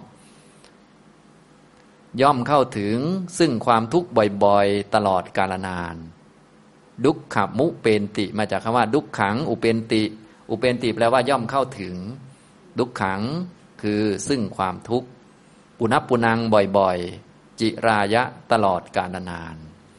ย่อมเข้าถึงซึ่งความทุกข์บ่อยๆตลอดกาลนานดุขมุเปนติมาจากคำว่าดุขขังอุเปนติอุเปนติแปลว่าย่อมเข้าถึงดุขขังคือซึ่งความทุกข์ปุณปุนังบ่อยๆจิรายะตลอดกาลนาน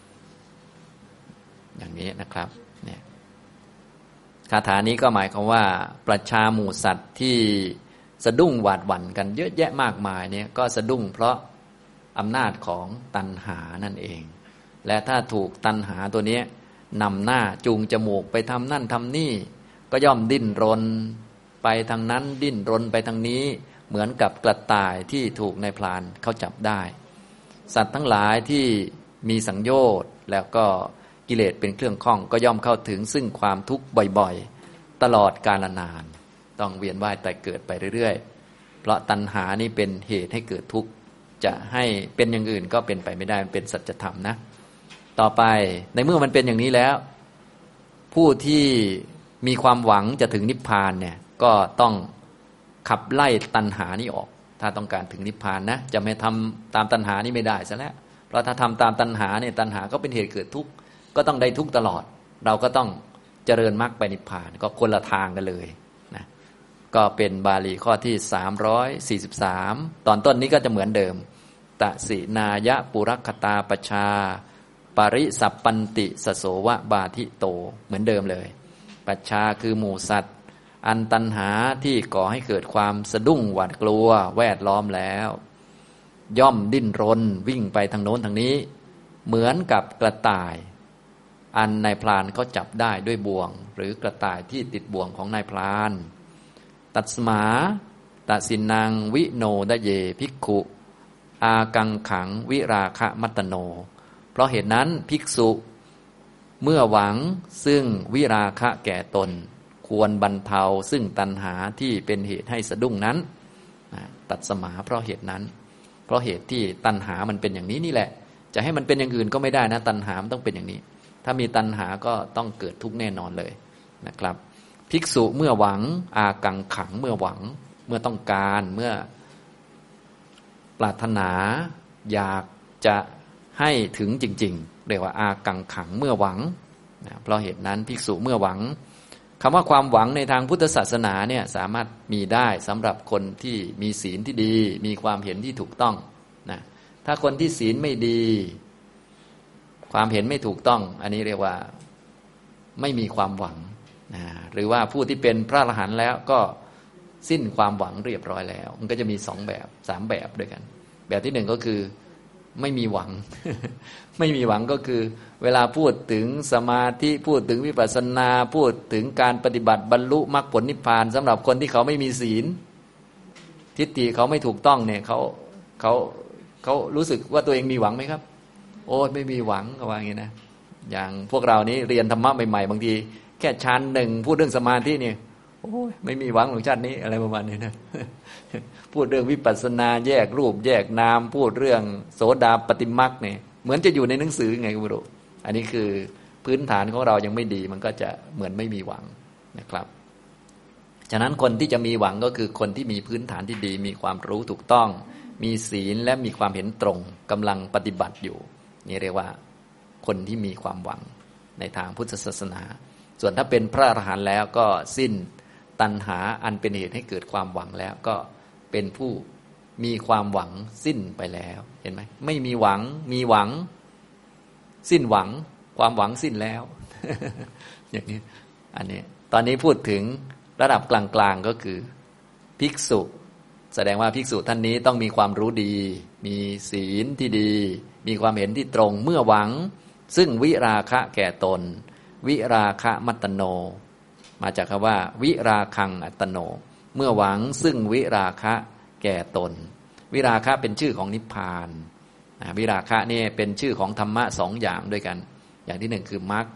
อย่างนี้นะครับเนี่ยคาถานี้ก็หมายความว่าประชาหมู่สัตว์ที่สะดุ้งหวาดหวั่นกันเยอะแยะมากมายเนี่ยก็สะดุ้งเพราะอำนาจของตัณหานั่นเองและถ้าถูกตัณหาตัวนี้นำหน้าจูงจมูกไปทำนั่นทำนี่ก็ย่อมดิ้นรนไปทางนั้นดิ้นรนไปทางนี้เหมือนกับกระต่ายที่ถูกนายพรานเขาจับได้สัตว์ทั้งหลายที่มีสังโยชน์แล้วก็กิเลสเป็นเครื่องข้องก็ย่อมเข้าถึงซึ่งความทุกข์บ่อยๆตลอดกาลนานต้องเวียนว่ายตายเกิดไปเรื่อยๆเพราะตัณหานี่เป็นเหตุให้เกิดทุกข์จะให้เป็นอย่างอื่นก็เป็นไปไม่ได้มันเป็นสัจธรรมนะต่อไปในเมื่อมันเป็นอย่างนี้แล้วผู้ที่มีความหวังจะถึงนิพพานเนี่ยก็ต้องขับไล่ตัณหานี้ออกถ้าต้องการถึงนิพพานนะจะไม่ทำตามตัณหานี้ไม่ได้ซะแล้วเพราะถ้าทำตามตัณหาเนี่ยตัณหาก็เป็นเหตุเกิดทุกข์ก็ต้องได้ทุกข์ตลอดเราก็ต้องเจริญมรรคไปนิพพานก็คนละทางกันเลยนะก็เป็นบาลีข้อที่343ตอนต้นนี้ก็จะเหมือนเดิมตสินายะปุรัคตาปชาปริสัพปันติสโสวะบาทิโตเหมือนเดิมเลยปัจฉาคือหมู่สัตว์อันตัณหาที่ก่อให้เกิดความสะดุ้งหวาดกลัวแวดล้อมแล้วย่อมดิ้นรนวิ่งไปทางโน้นทางนี้เหมือนกับกระต่ายอันนายพรานเขาจับได้ด้วยบ่วงหรือกระต่ายที่ติดบ่วงของนายพรานตัสมาตสินังวิโนดเยภิกขุอากังขังวิราคะมัตตโนเพราะเหตุนั้นภิกษุเมื่อหวังซึ่งวิราคะแก่ตนควรบรรเทาซึ่งตัณหาที่เป็นเหตุให้สะดุ้งนั้นตัดสมาเพราะเหตุนั้นเพราะเหตุที่ตัณหามันเป็นอย่างนี้นี่แหละจะให้มันเป็นอย่างอื่นก็ไม่ได้นะตัณหามันต้องเป็นอย่างนี้ถ้ามีตัณหาก็ต้องเกิดทุกข์แน่นอนเลยนะครับภิกษุเมื่อหวังอากังขังเมื่อหวังเมื่อต้องการเมื่อปรารถนาอยากจะให้ถึงจริงๆเรียกว่าอากังขังเมื่อหวังเพราะเหตุนั้นภิกษุเมื่อหวังคำว่าความหวังในทางพุทธศาสนาเนี่ยสามารถมีได้สำหรับคนที่มีศีลที่ดีมีความเห็นที่ถูกต้องนะถ้าคนที่ศีลไม่ดีความเห็นไม่ถูกต้องอันนี้เรียกว่าไม่มีความหวังนะหรือว่าผู้ที่เป็นพระอรหันต์แล้วก็สิ้นความหวังเรียบร้อยแล้วมันก็จะมี2แบบ3แบบด้วยกันแบบที่1ก็คือไม่มีหวัง ไม่มีหวังก็คือเวลาพูดถึงสมาธิพูดถึงวิปัสสนาพูดถึงการปฏิบัติบรรลุมรรคผลนิพพานสำหรับคนที่เขาไม่มีศีลทิฏฐิเขาไม่ถูกต้องเนี่ยเขารู้สึกว่าตัวเองมีหวังไหมครับโอ้ไม่มีหวังก็ว่าอย่างนี้นะอย่างพวกเรานี้เรียนธรรมะใหม่ๆบางทีแค่ชั้นหนึ่งพูดเรื่องสมาธิเนี่ยโอ้ยไม่มีหวังของชาตินี้อะไรประมาณนี้นะพูดเรื่องวิปัสสนาแยกรูปแยกนามพูดเรื่องโสดาปฏิมรรคเนี่ยเหมือนจะอยู่ในหนังสือไงคุณผู้ชมอันนี้คือพื้นฐานของเรายังไม่ดีมันก็จะเหมือนไม่มีหวังนะครับฉะนั้นคนที่จะมีหวังก็คือคนที่มีพื้นฐานที่ดีมีความรู้ถูกต้องมีศีลและมีความเห็นตรงกำลังปฏิบัติอยู่นี่เรียกว่าคนที่มีความหวังในทางพุทธศาสนาส่วนถ้าเป็นพระอรหันต์แล้วก็สิ้นตัณหาอันเป็นเหตุให้เกิดความหวังแล้วก็เป็นผู้มีความหวังสิ้นไปแล้วเห็นไหมไม่มีหวังมีหวังสิ้นหวังความหวังสิ้นแล้ว อย่างนี้อันนี้ตอนนี้พูดถึงระดับกลางๆก็คือภิกษุแสดงว่าภิกษุท่านนี้ต้องมีความรู้ดีมีศีลที่ดีมีความเห็นที่ตรงเมื่อหวังซึ่งวิราคะแก่ตนวิราคะมัตตโนมาจากคำว่าวิราคังอัตโนเมื่อหวังซึ่งวิราคะแก่ตนวิราคะเป็นชื่อของนิพพานวิราคะนี่เป็นชื่อของธรรมะ2อย่างด้วยกันอย่างที่1คือมรรค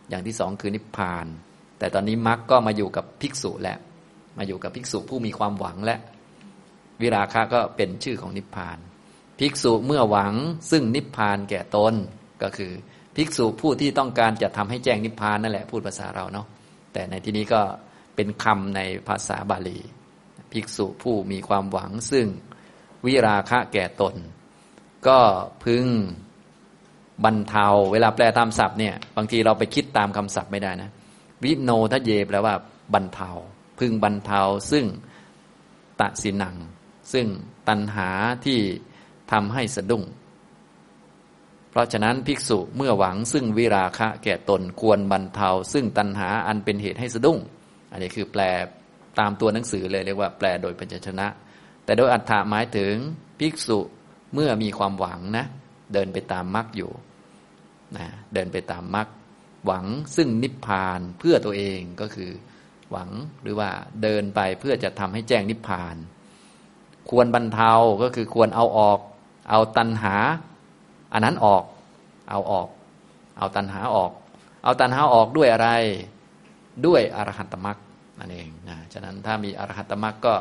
อย่างที่สองคือนิพพานแต่ตอนนี้มรรคก็มาอยู่กับภิกษุแล้วมาอยู่กับภิกษุผู้มีความหวังและวิราคะก็เป็นชื่อของนิพพานภิกษุเมื่อหวังซึ่งนิพพานแก่ตนก็คือภิกษุผู้ที่ต้องการจะทำให้แจ้งนิพพานนั่นแหละพูดภาษาเราเนาะแต่ในที่นี้ก็เป็นคำในภาษาบาลีภิกษุผู้มีความหวังซึ่งวิราคะแก่ตนก็พึงบรรเทาเวลาแปลตามศัพท์เนี่ยบางทีเราไปคิดตามคำศัพท์ไม่ได้นะวิโนทะเยแปลว่าบรรเทาพึงบรรเทาซึ่งตสินังซึ่งตัณหาที่ทำให้สะดุ้งเพราะฉะนั้นภิกษุเมื่อหวังซึ่งวิราคะแก่ตนควรบรรเทาซึ่งตัณหาอันเป็นเหตุให้สะดุ้งอันนี้คือแปลตามตัวหนังสือเลยเรียกว่าแปลโดยพยัญชนะแต่โดยอรรถะหมายถึงภิกษุเมื่อมีความหวังนะเดินไปตามมรรคอยู่นะเดินไปตามมรรคหวังซึ่งนิพพานเพื่อตัวเองก็คือหวังหรือว่าเดินไปเพื่อจะทำให้แจ้งนิพพานควรบรรเทาก็คือควรเอาออกเอาตัณหาอันนั้นออกเอาตัณหาออกเอาตัณหาออกด้วยอะไรด้วยอรหัตตมรรคนั่นเองนะฉะนั้นถ้ามีอรหัตตมรรคก็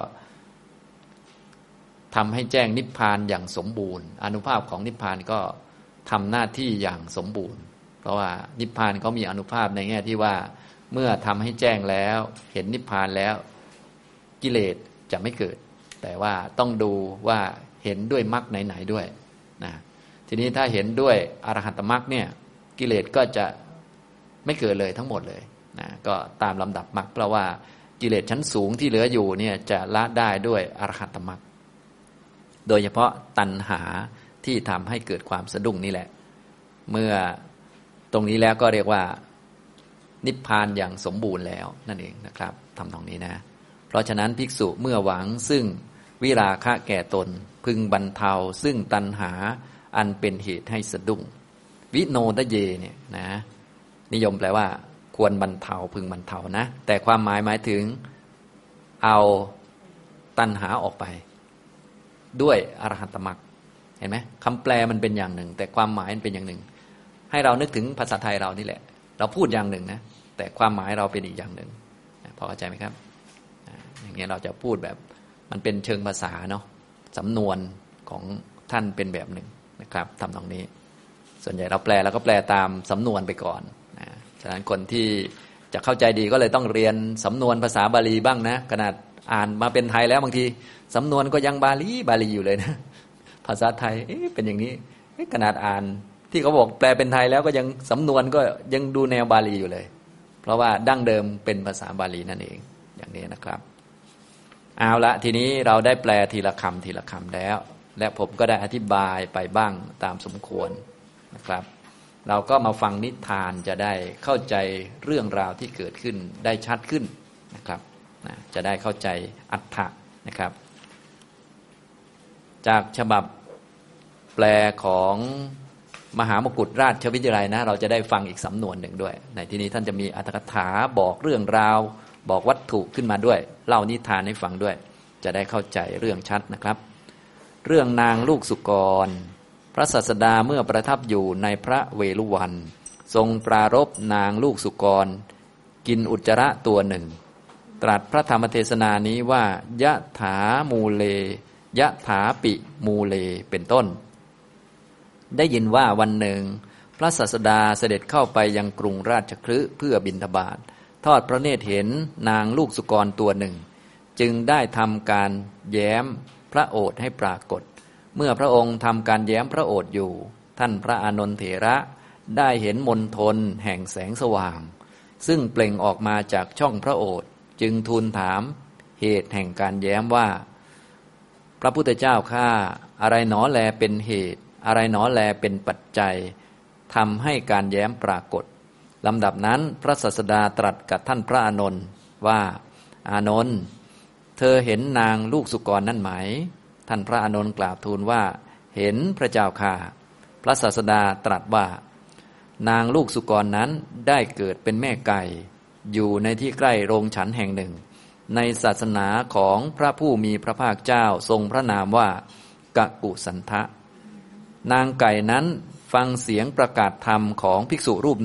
ทำให้แจ้งนิพพานอย่างสมบูรณ์อานุภาพของนิพพานก็ทำหน้าที่อย่างสมบูรณ์เพราะว่านิพพานเขามีอานุภาพในแง่ที่ว่าเมื่อทำให้แจ้งแล้วเห็นนิพพานแล้วกิเลสจะไม่เกิดแต่ว่าต้องดูว่าเห็นด้วยมรรคไหนๆด้วยนะทีนี้ถ้าเห็นด้วยอรหัตตมรรคเนี่ยกิเลสก็จะไม่เกิดเลยทั้งหมดเลยนะก็ตามลำดับมรรคเพราะว่ากิเลสชั้นสูงที่เหลืออยู่เนี่ยจะละได้ด้วยอรหัตตมรรคโดยเฉพาะตัณหาที่ทำให้เกิดความสะดุ้งนี่แหละเมื่อตรงนี้แล้วก็เรียกว่านิพพานอย่างสมบูรณ์แล้วนั่นเองนะครับทำตรงนี้นะเพราะฉะนั้นภิกษุเมื่อหวังซึ่งวิราคะแก่ตนพึงบรรเทาซึ่งตัณหาอันเป็นเหตุให้สะดุ้งวิโนทะเยเนี่ยนะนิยมแปลว่าควรบรรเทาพึงบรรเทานะแต่ความหมายถึงเอาตัณหาออกไปด้วยอรหัตตมรรคเห็นไหมคำแปลมันเป็นอย่างหนึ่งแต่ความหมายมันเป็นอย่างหนึ่งให้เรานึกถึงภาษาไทยเรานี่แหละเราพูดอย่างหนึ่งนะแต่ความหมายเราเป็นอีกอย่างหนึ่งพอเข้าใจไหมครับอย่างนี้เราจะพูดแบบมันเป็นเชิงภาษาเนาะสำนวนของท่านเป็นแบบหนึ่งนะครับทำตรงนี้ส่วนใหญ่เราแปลแล้วก็แปลตามสำนวนไปก่อนนะฉะนั้นคนที่จะเข้าใจดีก็เลยต้องเรียนสำนวนภาษาบาลีบ้างนะขนาดอ่านมาเป็นไทยแล้วบางทีสำนวนก็ยังบาลีอยู่เลยนะภาษาไทยเป็นอย่างนี้ขนาดอ่านที่เขาบอกแปลเป็นไทยแล้วก็ยังสำนวนก็ยังดูแนวบาลีอยู่เลยเพราะว่าดั้งเดิมเป็นภาษาบาลีนั่นเองอย่างนี้นะครับเอาละทีนี้เราได้แปลทีละคำแล้วและผมก็ได้อธิบายไปบ้างตามสมควรนะครับเราก็มาฟังนิทานจะได้เข้าใจเรื่องราวที่เกิดขึ้นได้ชัดขึ้นนะครับจะได้เข้าใจอรรถะนะครับจากฉบับแปลของมหามกุฏราชวิทยาลัยนะเราจะได้ฟังอีกสำนวนหนึ่งด้วยในที่นี้ท่านจะมีอรรถกถาบอกเรื่องราวบอกวัตถุขึ้นมาด้วยเล่านิทานให้ฟังด้วยจะได้เข้าใจเรื่องชัดนะครับเรื่องนางลูกสุกรพระศาสดาเมื่อประทับอยู่ในพระเวฬุวันทรงปรารภนางลูกสุกรกินอุจจาระตัวหนึ่งตรัสพระธรรมเทศนานี้ว่ายะถามูเลยะถาปิมูเลเป็นต้นได้ยินว่าวันหนึ่งพระศาสดาเสด็จเข้าไปยังกรุงราชคฤห์เพื่อบิณฑบาตทอดพระเนตรเห็นนางลูกสุกรตัวหนึ่งจึงได้ทำการแย้มพระโอษฐ์ให้ปรากฏเมื่อพระองค์ทำการแย้มพระโอษฐ์อยู่ท่านพระอานนทเถระได้เห็นมณฑลแห่งแสงสว่างซึ่งเปล่งออกมาจากช่องพระโอษฐ์จึงทูลถามเหตุแห่งการแย้มว่าพระพุทธเจ้าข้าอะไรหนอแลเป็นเหตุอะไรหนอแลเป็นปัจจัยทำให้การแย้มปรากฏลำดับนั้นพระศาสดาตรัสกับท่านพระอานนท์ว่าอานนท์เธอเห็นนางลูกสุกรนั่นไหมท่านพระอานนท์กราบทูลว่าเห็นพระเจ้าข้าพระศาสดาตรัสว่านางลูกสุกรนั้นได้เกิดเป็นแม่ไก่อยู่ในที่ใกล้โรงฉันแห่งหนึ่งในศาสนาของพระผู้มีพระภาคเจ้าทรงพระนามว่ากกุสันทะนางไก่นั้นฟังเสียงประกาศธรรมของภิกษุรูปหนึ่ง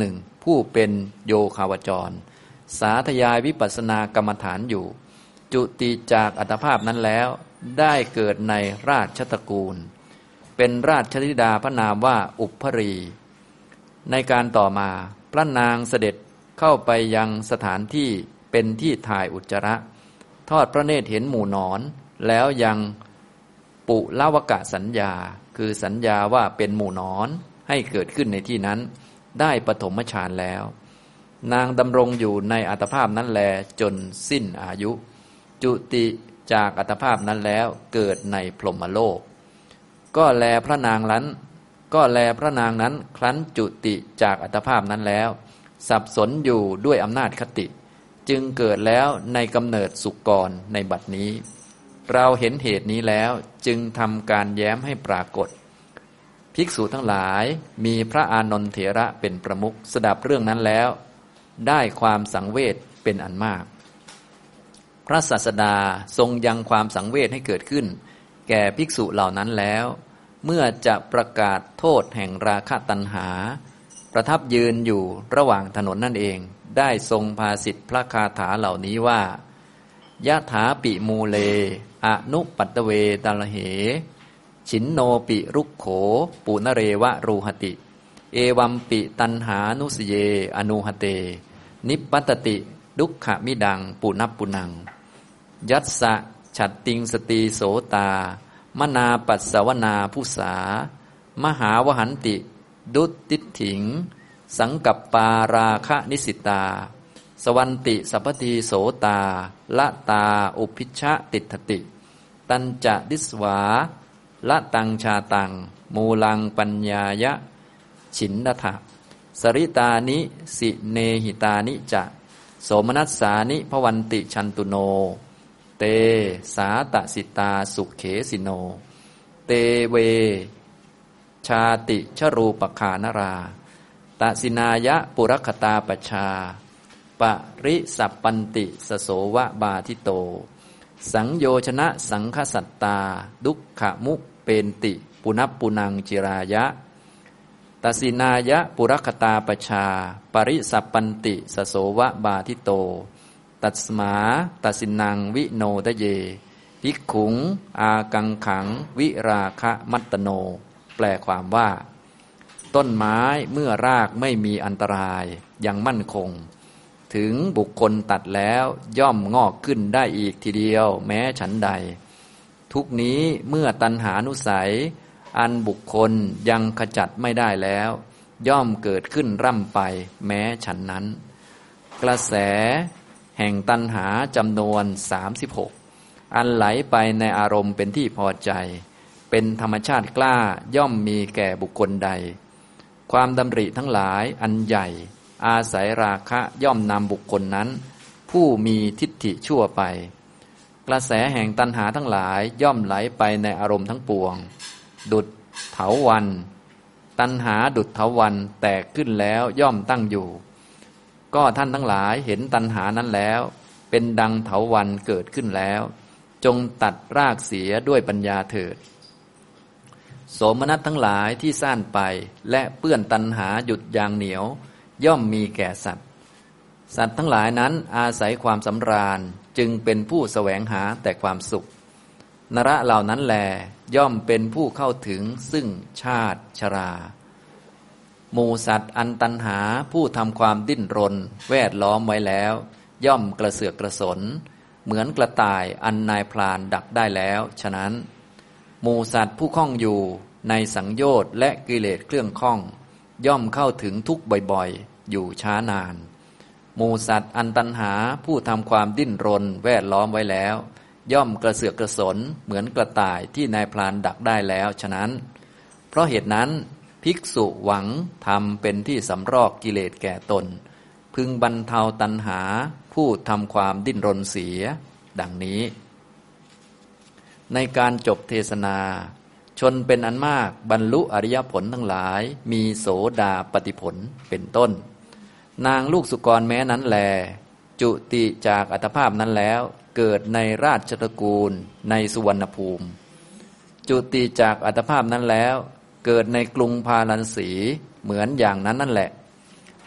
ผู้เป็นโยคาวจรสาธยายวิปัสสนากรรมฐานอยู่จุติจากอัตภาพนั้นแล้วได้เกิดในราชตระกูลเป็นราชธิดาพระนามว่าอุปภรีในการต่อมาพระนางเสด็จเข้าไปยังสถานที่เป็นที่ถ่ายอุจจาระทอดพระเนตรเห็นหมู่หนอนแล้วยังปุลวกะสัญญาคือสัญญาว่าเป็นหมู่หนอนให้เกิดขึ้นในที่นั้นได้ปฐมฌานแล้วนางดำรงอยู่ในอัตภาพนั้นแลจนสิ้นอายุจุติจากอัตภาพนั้นแล้วเกิดในพรหมโลกก็แลพระนางนั้นครั้นจุติจากอัตภาพนั้นแล้วสับสนอยู่ด้วยอำนาจคติจึงเกิดแล้วในกำเนิดสุกรในบัดนี้เราเห็นเหตุนี้แล้วจึงทำการแย้มให้ปรากฏภิกษุทั้งหลายมีพระอานนทเถระเป็นประมุขสดับเรื่องนั้นแล้วได้ความสังเวชเป็นอันมากพระศาสดาทรงยังความสังเวชให้เกิดขึ้นแก่ภิกษุเหล่านั้นแล้วเมื่อจะประกาศโทษแห่งราคะตัณหาประทับยืนอยู่ระหว่างถนนนั่นเองได้ทรงภาษิตพระคาถาเหล่านี้ว่ายะถาปิมูเลอนุปัตตเวตาลเหฉินโนปิรุกโขปุนเรวะรูหติเอวัมปิตันหานุสเยอนุหเตนิปปัตติดุขมิดังปุนับปุนังยัสสะฉัตติงสติโสตามนาปัสสวนาภุสามหาวหันติดุติถิงสังกัปปาราคะนิสิตาสวันติสัพพทีโสตาละตาอุพิชชะติถติตัญจะดิสวาละตังชาตังมูลังปัญญายะฉินนทะสริตานิสิเนหิตานิจะโสมนัสสานิภวันติชันตุโนเตสาตสิตาสุเขสิโนเตเวชาติชรูปคานราตสินายะปุรคตาปชาปริสัปปันติสโสวะบาทิโตสังโยชนะสังคสัตตาดุขขมุเปนติปุนับปุนังจิรายะตสินายะปุรคตาปชาปริสัปปันติสโสวะบาทิโตตัสมาตสินังวิโนทะเยภิกขุงอากังขังวิราคะมัตตโนแปลความว่าต้นไม้เมื่อรากไม่มีอันตรายยังมั่นคงถึงบุคคลตัดแล้วย่อมงอกขึ้นได้อีกทีเดียวแม้ฉันใดทุกนี้เมื่อตัณหานุสัยอันบุคคลยังขจัดไม่ได้แล้วย่อมเกิดขึ้นร่ำไปแม้ฉันนั้นกระแสแห่งตัณหาจำนวน36อันไหลไปในอารมณ์เป็นที่พอใจเป็นธรรมชาติกล้าย่อมมีแก่บุคคลใดความดำริทั้งหลายอันใหญ่อาศัยราคะย่อมนำบุคคลนั้นผู้มีทิฏฐิชั่วไปกระแสแห่งตัณหาทั้งหลายย่อมไหลไปในอารมณ์ทั้งปวงดุจเถาวัลย์ตัณหาดุจเถาวัลย์แตกขึ้นแล้วย่อมตั้งอยู่ก็ท่านทั้งหลายเห็นตัณหานั้นแล้วเป็นดังเถาวัลย์เกิดขึ้นแล้วจงตัดรากเสียด้วยปัญญาเถิดโสมนัสทั้งหลายที่ซ่านไปและเปื้อนตัณหาหยุดอย่างเหนียวย่อมมีแก่สัตว์ทั้งหลายนั้นอาศัยความสำราญจึงเป็นผู้แสวงหาแต่ความสุขนรเหล่านั้นแลย่อมเป็นผู้เข้าถึงซึ่งชาติชราหมู่สัตว์อันตัณหาผู้ทำความดิ้นรนแวดล้อมไว้แล้วย่อมกระเสือกกระสนเหมือนกระต่ายอันนายพรานดักได้แล้วฉะนั้นหมู่สัตว์ผู้คล้องอยู่ในสังโยชน์และกิเลสเครื่องข้องย่อมเข้าถึงทุกข์บ่อยๆอยู่ช้านานหมู่สัตว์อันตัณหาผู้ทำความดิ้นรนแวดล้อมไว้แล้วย่อมกระเสือกกระสนเหมือนกระต่ายที่นายพรานดักได้แล้วฉะนั้นเพราะเหตุนั้นภิกษุหวังทำเป็นที่สำรอกกิเลสแก่ตนพึงบรรเทาตัณหาผู้ทำความดิ้นรนเสียดังนี้ในการจบเทศนาชนเป็นอันมากบรรลุอริยผลทั้งหลายมีโสดาปัตติผลเป็นต้นนางลูกสุกรแม้นั้นแลจุติจากอัตภาพนั้นแล้วเกิดในราชตระกูลในสุวรรณภูมิจุติจากอัตภาพนั้นแล้วเกิดในกรุงพาราณสีเหมือนอย่างนั้นนั่นแหละ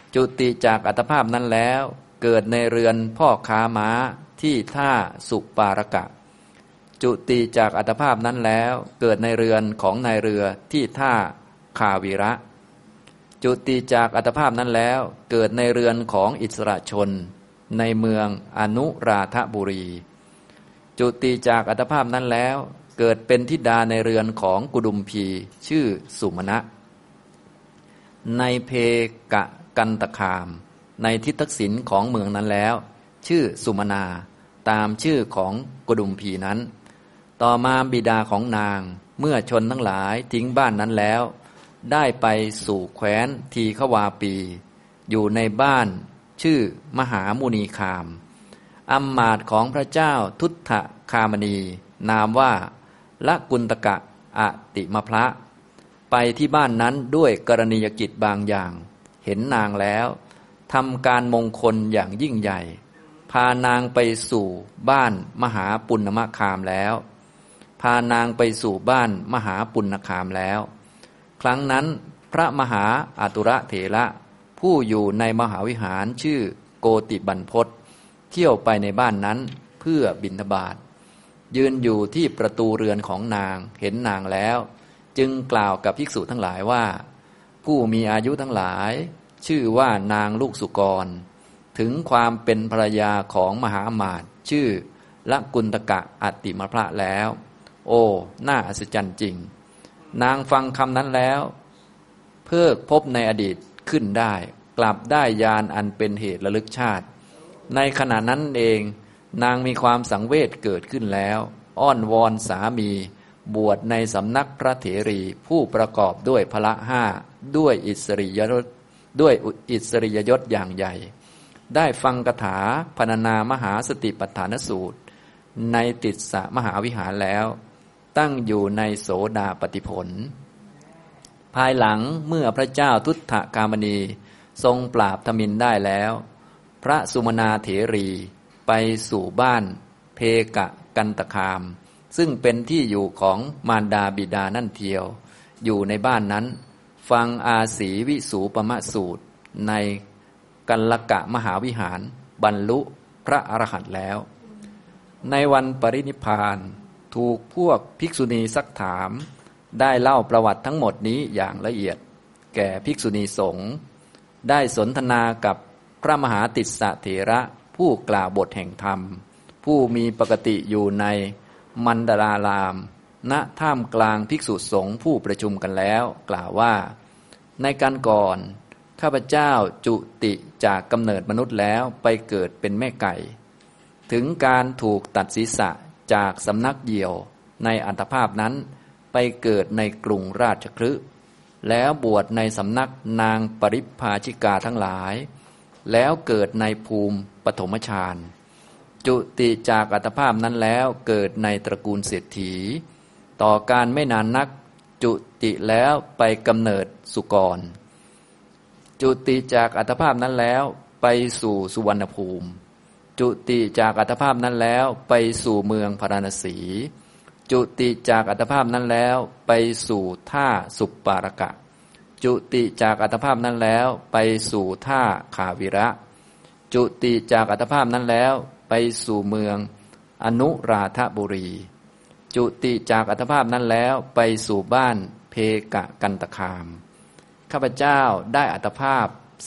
จุติจากอัตภาพนั้นแล้วเกิดในเรือนพ่อค้าม้าที่ท่าสุปารกะจุติจากอัตภาพนั้นแล้วเกิดในเรือนของนายเรือที่ท่าคาวีระจุติจากอัตภาพนั้นแล้วเกิดในเรือนของอิสระชนในเมืองอนุราธบุรีจุติจากอัตภาพนั้นแล้วเกิดเป็นธิดาในเรือนของกุดุมพีชื่อสุมาณะในเพกะกันตคามในทิศทักษิณของเมืองนั้นแล้วชื่อสุมาณาตามชื่อของกุดุมพีนั้นต่อมาบิดาของนางเมื่อชนทั้งหลายทิ้งบ้านนั้นแล้วได้ไปสู่แคว้นทีฆวาปีอยู่ในบ้านชื่อมหามุนีคามอำมาตย์ของพระเจ้าทุตถคามณีนามว่าละกุณตกะอติมพระไปที่บ้านนั้นด้วยกรณียกิจบางอย่างเห็นนางแล้วทำการมงคลอย่างยิ่งใหญ่พานางไปสู่บ้านมหาปุณณมคามแล้วพานางไปสู่บ้านมหาปุณณคามแล้วครั้งนั้นพระมหาอาตุระเถระผู้อยู่ในมหาวิหารชื่อโกติบรรพตเที่ยวไปในบ้านนั้นเพื่อบิณฑบาตยืนอยู่ที่ประตูเรือนของนางเห็นนางแล้วจึงกล่าวกับภิกษุทั้งหลายว่าผู้มีอายุทั้งหลายชื่อว่านางลูกสุกรถึงความเป็นภรรยาของมหาอมาตย์ชื่อละกุณตกะอติมพระแล้วโอ้น่าอัศจรรย์จริงนางฟังคำนั้นแล้วเพิกภพในอดีตขึ้นได้กลับได้ญาณอันเป็นเหตุระลึกชาติในขณะนั้นเองนางมีความสังเวชเกิดขึ้นแล้วอ้อนวอนสามีบวชในสำนักพระเถรีผู้ประกอบด้วยพละห้าด้วยอิสริยยศอย่างใหญ่ได้ฟังคาถาพรรณนามหาสติปัฏฐานสูตรในติสสะมหาวิหารแล้วตั้งอยู่ในโสดาปัตติผลภายหลังเมื่อพระเจ้าทุตถคามณีทรงปราบทมิฬได้แล้วพระสุมนาเถรีไปสู่บ้านเพกะกันตคามซึ่งเป็นที่อยู่ของมารดาบิดานั่นเทียวอยู่ในบ้านนั้นฟังอาสีวิสูปมสูตรในกัลลกะมหาวิหารบรรลุพระอรหันต์แล้วในวันปรินิพพานถูกพวกภิกษุณีซักถามได้เล่าประวัติทั้งหมดนี้อย่างละเอียดแก่ภิกษุณีสงฆ์ได้สนทนากับพระมหาติสสะเถระผู้กล่าวบทแห่งธรรมผู้มีปกติอยู่ในมันดารารามณท่ามกลางภิกษุสงฆ์ผู้ประชุมกันแล้วกล่าวว่าในการก่อนข้าพเจ้าจุติจากกำเนิดมนุษย์แล้วไปเกิดเป็นแม่ไก่ถึงการถูกตัดศีรษะจากสำนักเหยี่ยวในอัตภาพนั้นไปเกิดในกรุงราชคฤห์แล้วบวชในสำนักนางปริพาชิกาทั้งหลายแล้วเกิดในภูมิปฐมฌานจุติจากอัตภาพนั้นแล้วเกิดในตระกูลเศรษฐีต่อการไม่นานนักจุติแล้วไปกำเนิดสุกรจุติจากอัตภาพนั้นแล้วไปสู่สุวรรณภูมิจุติจากอัตภาพนั้นแล้วไปสู่เมืองพาราณสีจุติจากอัตภาพนั้นแล้วไปสู่ท่าสุปปารกะจุติจากอัตภาพนั้นแล้วไปสู่ท่าขาวิระจุติจากอัตภาพนั้นแล้วไปสู่เมืองอนุราธบุรีจุติจากอัตภาพนั้นแล้วไปสู่บ้านเพกะกันตคามข้าพเจ้าได้อัตภาพ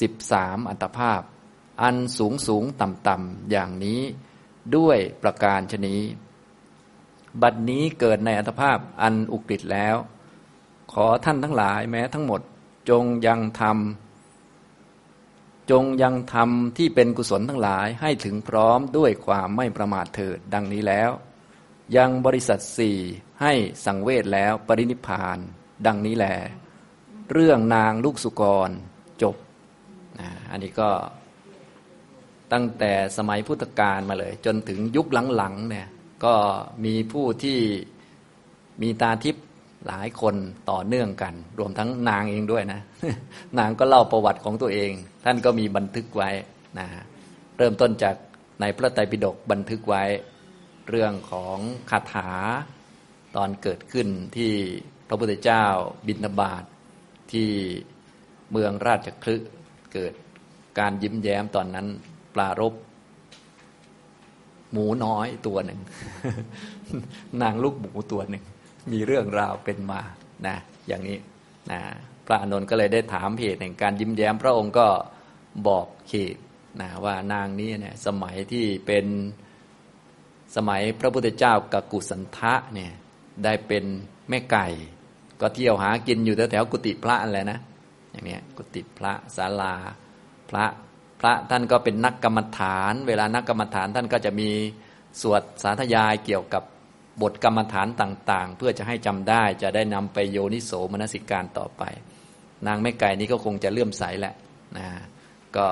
13อัตภาพอันสูงสูงต่ำต่ำอย่างนี้ด้วยประการฉนี้บัดนี้เกิดในอัตภาพอันอุกฤษแล้วขอท่านทั้งหลายแม้ทั้งหมดจงยังทำที่เป็นกุศลทั้งหลายให้ถึงพร้อมด้วยความไม่ประมาทเถิดดังนี้แล้วยังบริษัทสี่ให้สังเวชแล้วปรินิพพานดังนี้แลเรื่องนางลูกสุกรจบอันนี้ก็ตั้งแต่สมัยพุทธกาลมาเลยจนถึงยุคหลังๆเนี่ยก็มีผู้ที่มีตาทิพย์หลายคนต่อเนื่องกันรวมทั้งนางเองด้วยนะ นางก็เล่าประวัติของตัวเองท่านก็มีบันทึกไว้นะเริ่มต้นจากในพระไตรปิฎกบันทึกไว้เรื่องของคาถาตอนเกิดขึ้นที่พระพุทธเจ้าบิณฑบาตที่เมืองราชคฤห์เกิดการยิ้มแย้มตอนนั้นปรารภหมูน้อยตัวหนึ่ง นางลูกหมูตัวหนึ่งมีเรื่องราวเป็นมานะอย่างนี้นะพระอานนท์ก็เลยได้ถามเหตุแห่งการยิ้มแย้มพระองค์ก็บอกเหตุนะว่านางนี้เนี่ยสมัยที่เป็นสมัยพระพุทธเจ้ากักุสันทะเนี่ยได้เป็นแม่ไก่ก็เที่ยวหากินอยู่แถวๆกุฏิพระอะไรนะอย่างนี้กุฏิพระศาลาพระท่านก็เป็นนักกรรมฐานเวลานักกรรมฐานท่านก็จะมีสวดสาธยายเกี่ยวกับบทกรรมฐานต่างๆเพื่อจะให้จำได้จะได้นำไปโยนิโสมนสิการต่อไปนางแม่ไก่นี้ก็คงจะเลื่อมใสแหละนะก็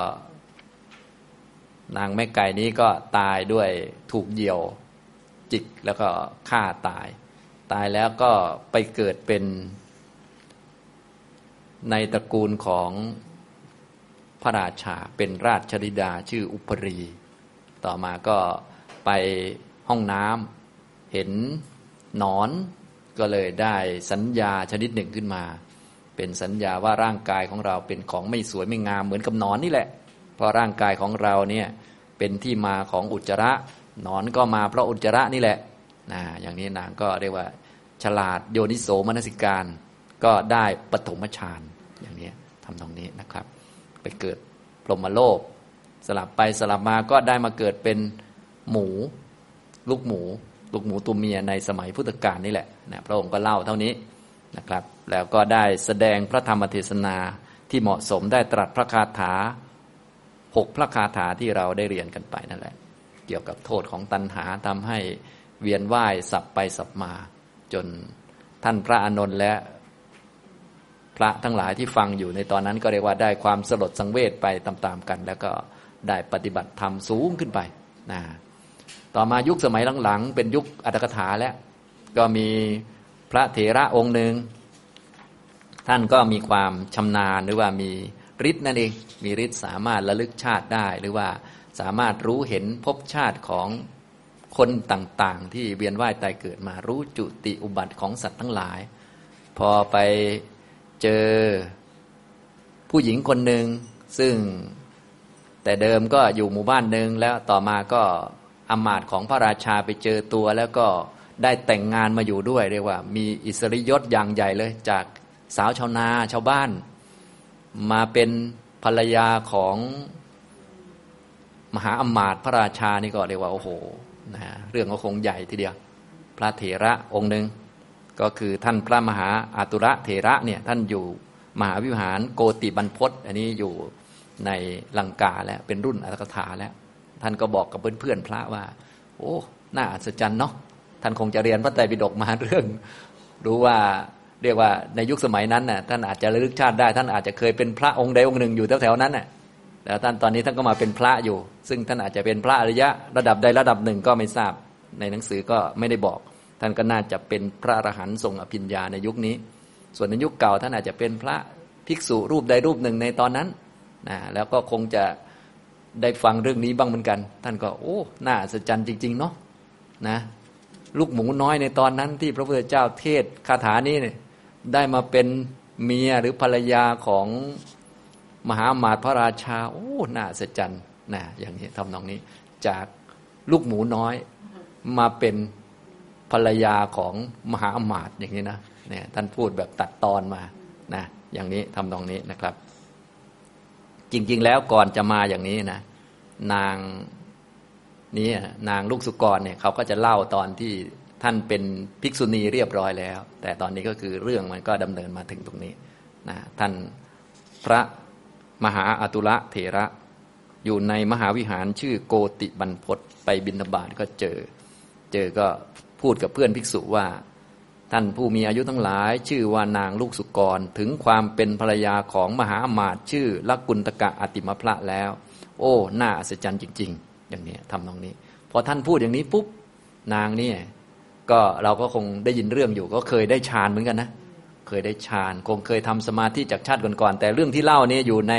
นางแม่ไก่นี้ก็ตายด้วยถูกเหยี่ยวจิกแล้วก็ฆ่าตายแล้วก็ไปเกิดเป็นในตระกูลของพระราชาเป็นราชธิดาชื่ออุปรีต่อมาก็ไปห้องน้ำเห็นหนอนก็เลยได้สัญญาชนิดหนึ่งขึ้นมาเป็นสัญญาว่าร่างกายของเราเป็นของไม่สวยไม่งามเหมือนกับหนอนนี่แหละเพราะร่างกายของเราเนี่ยเป็นที่มาของอุจจาระหนอนก็มาเพราะอุจจาระนี่แหละอย่างนี้นางก็เรียกว่าฉลาดโยนิโสมนสิการก็ได้ปฐมฌานอย่างนี้ทำตรงนี้นะครับไปเกิดพรหมโลกสลับไปสลับมาก็ได้มาเกิดเป็นหมูลูกหมูตัวเมียในสมัยพุทธกาลนี่แหละนะพระองค์ก็เล่าเท่านี้นะครับแล้วก็ได้แสดงพระธรรมเทศนาที่เหมาะสมได้ตรัสพระคาถา6พระคาถาที่เราได้เรียนกันไปนั่นแหละเกี่ยวกับโทษของตัณหาทำให้เวียนว่ายสับไปสับมาจนท่านพระอานนท์และพระทั้งหลายที่ฟังอยู่ในตอนนั้นก็เรียกว่าได้ความสลดสังเวชไปตามๆกันแล้วก็ได้ปฏิบัติธรรมสูงขึ้นไปต่อมายุคสมัยหลังๆเป็นยุคอัตถกถาแล้วก็มีพระเถระองค์หนึ่งท่านก็มีความชำนาญหรือว่ามีฤทธิ์นั่นเองมีฤทธิ์สามารถระลึกชาติได้หรือว่าสามารถรู้เห็นภพชาติของคนต่างๆที่เวียนว่ายตายเกิดมารู้จุติอุบัติของสัตว์ทั้งหลายพอไปเจอผู้หญิงคนหนึ่งซึ่งแต่เดิมก็อยู่หมู่บ้านหนึ่งแล้วต่อมาก็อำมาตย์ของพระราชาไปเจอตัวแล้วก็ได้แต่งงานมาอยู่ด้วยเรียกว่ามีอิสริยศอย่างใหญ่เลยจากสาวชาวนาชาวบ้านมาเป็นภรรยาของมหาอำมาตย์พระราชานี่ก็เรียกว่าโอ้โหเรื่องก็คงใหญ่ทีเดียวพระเถระองค์หนึ่งก็คือท่านพระมหาอาตุระเถระเนี่ยท่านอยู่มหาวิหารโกติบรรพตอันนี้อยู่ในลังกาแล้วเป็นรุ่นอัตถกถาแล้วท่านก็บอกกับเพื่อนๆพระว่าโอ้น่าอัศจรรย์เนาะท่านคงจะเรียนพระไตรปิฎกมาเรื่องรู้ว่าเรียกว่าในยุคสมัยนั้นน่ะท่านอาจจะระลึกชาติได้ท่านอาจจะเคยเป็นพระองค์ใดองค์หนึ่งอยู่แถวๆนั้นน่ะแล้วท่านตอนนี้ท่านก็มาเป็นพระอยู่ซึ่งท่านอาจจะเป็นพระอริยะระดับใดระดับหนึ่งก็ไม่ทราบในหนังสือก็ไม่ได้บอกท่านก็น่าจะเป็นพระอรหันต์ทรงอภิญญาในยุคนี้ส่วนในยุคเก่าท่านอาจจะเป็นพระภิกษุรูปใดรูปหนึ่งในตอนนั้นแล้วก็คงจะได้ฟังเรื่องนี้บ้างเหมือนกันท่านก็โอ้น่าอัศจรรย์จริงๆเนาะนะลูกหมูน้อยในตอนนั้นที่พระพุทธเจ้าเทศคาถานี้เนี่ยได้มาเป็นเมียหรือภรรยาของมหาอมาตย์พระราชาโอ้น่าอัศจรรย์นะอย่างนี้ทำนองนี้จากลูกหมูน้อยมาเป็นภรรยาของมหาอมาตย์อย่างนี้นะเนี่ยท่านพูดแบบตัดตอนมานะอย่างนี้ทำนองนี้นะครับจริงๆแล้วก่อนจะมาอย่างนี้นะนางนี้นางลูกสุกรเนี่ยเขาก็จะเล่าตอนที่ท่านเป็นภิกษุณีเรียบร้อยแล้วแต่ตอนนี้ก็คือเรื่องมันก็ดำเนินมาถึงตรงนี้นะท่านพระมหาอาตุระเถระอยู่ในมหาวิหารชื่อโกติบรรพตไปบิณฑบาตก็เจอก็พูดกับเพื่อนภิกษุว่าท่านผู้มีอายุทั้งหลายชื่อว่านางลูกสุกรถึงความเป็นภรรยาของมหาอมาตย์ชื่อลักกุณฑกะอติมพระแล้วโอ้น่าอัศจรรย์จริงๆอย่างนี้ทำตรงนี้พอท่านพูดอย่างนี้ปุ๊บนางนี่ก็เราก็คงได้ยินเรื่องอยู่ก็เคยได้ฌานเหมือนกันนะเคยได้ฌานคงเคยทำสมาธิจากชาติก่อนๆแต่เรื่องที่เล่านี่อยู่ใน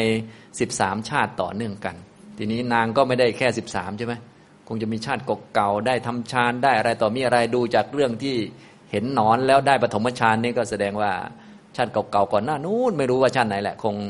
13ชาติต่อเนื่องกันทีนี้นางก็ไม่ได้แค่13ใช่ไหมคงจะมีชาติเก่าๆได้ทำฌานได้อะไรต่อมีอะไรดูจากเรื่องที่เห็นหนอนแล้วได้ปฐมฌานนี่ก็แสดงว่าชาติเก่าๆก่อนหน้านู้นไม่รู้ว่าชาติไหนแหละคง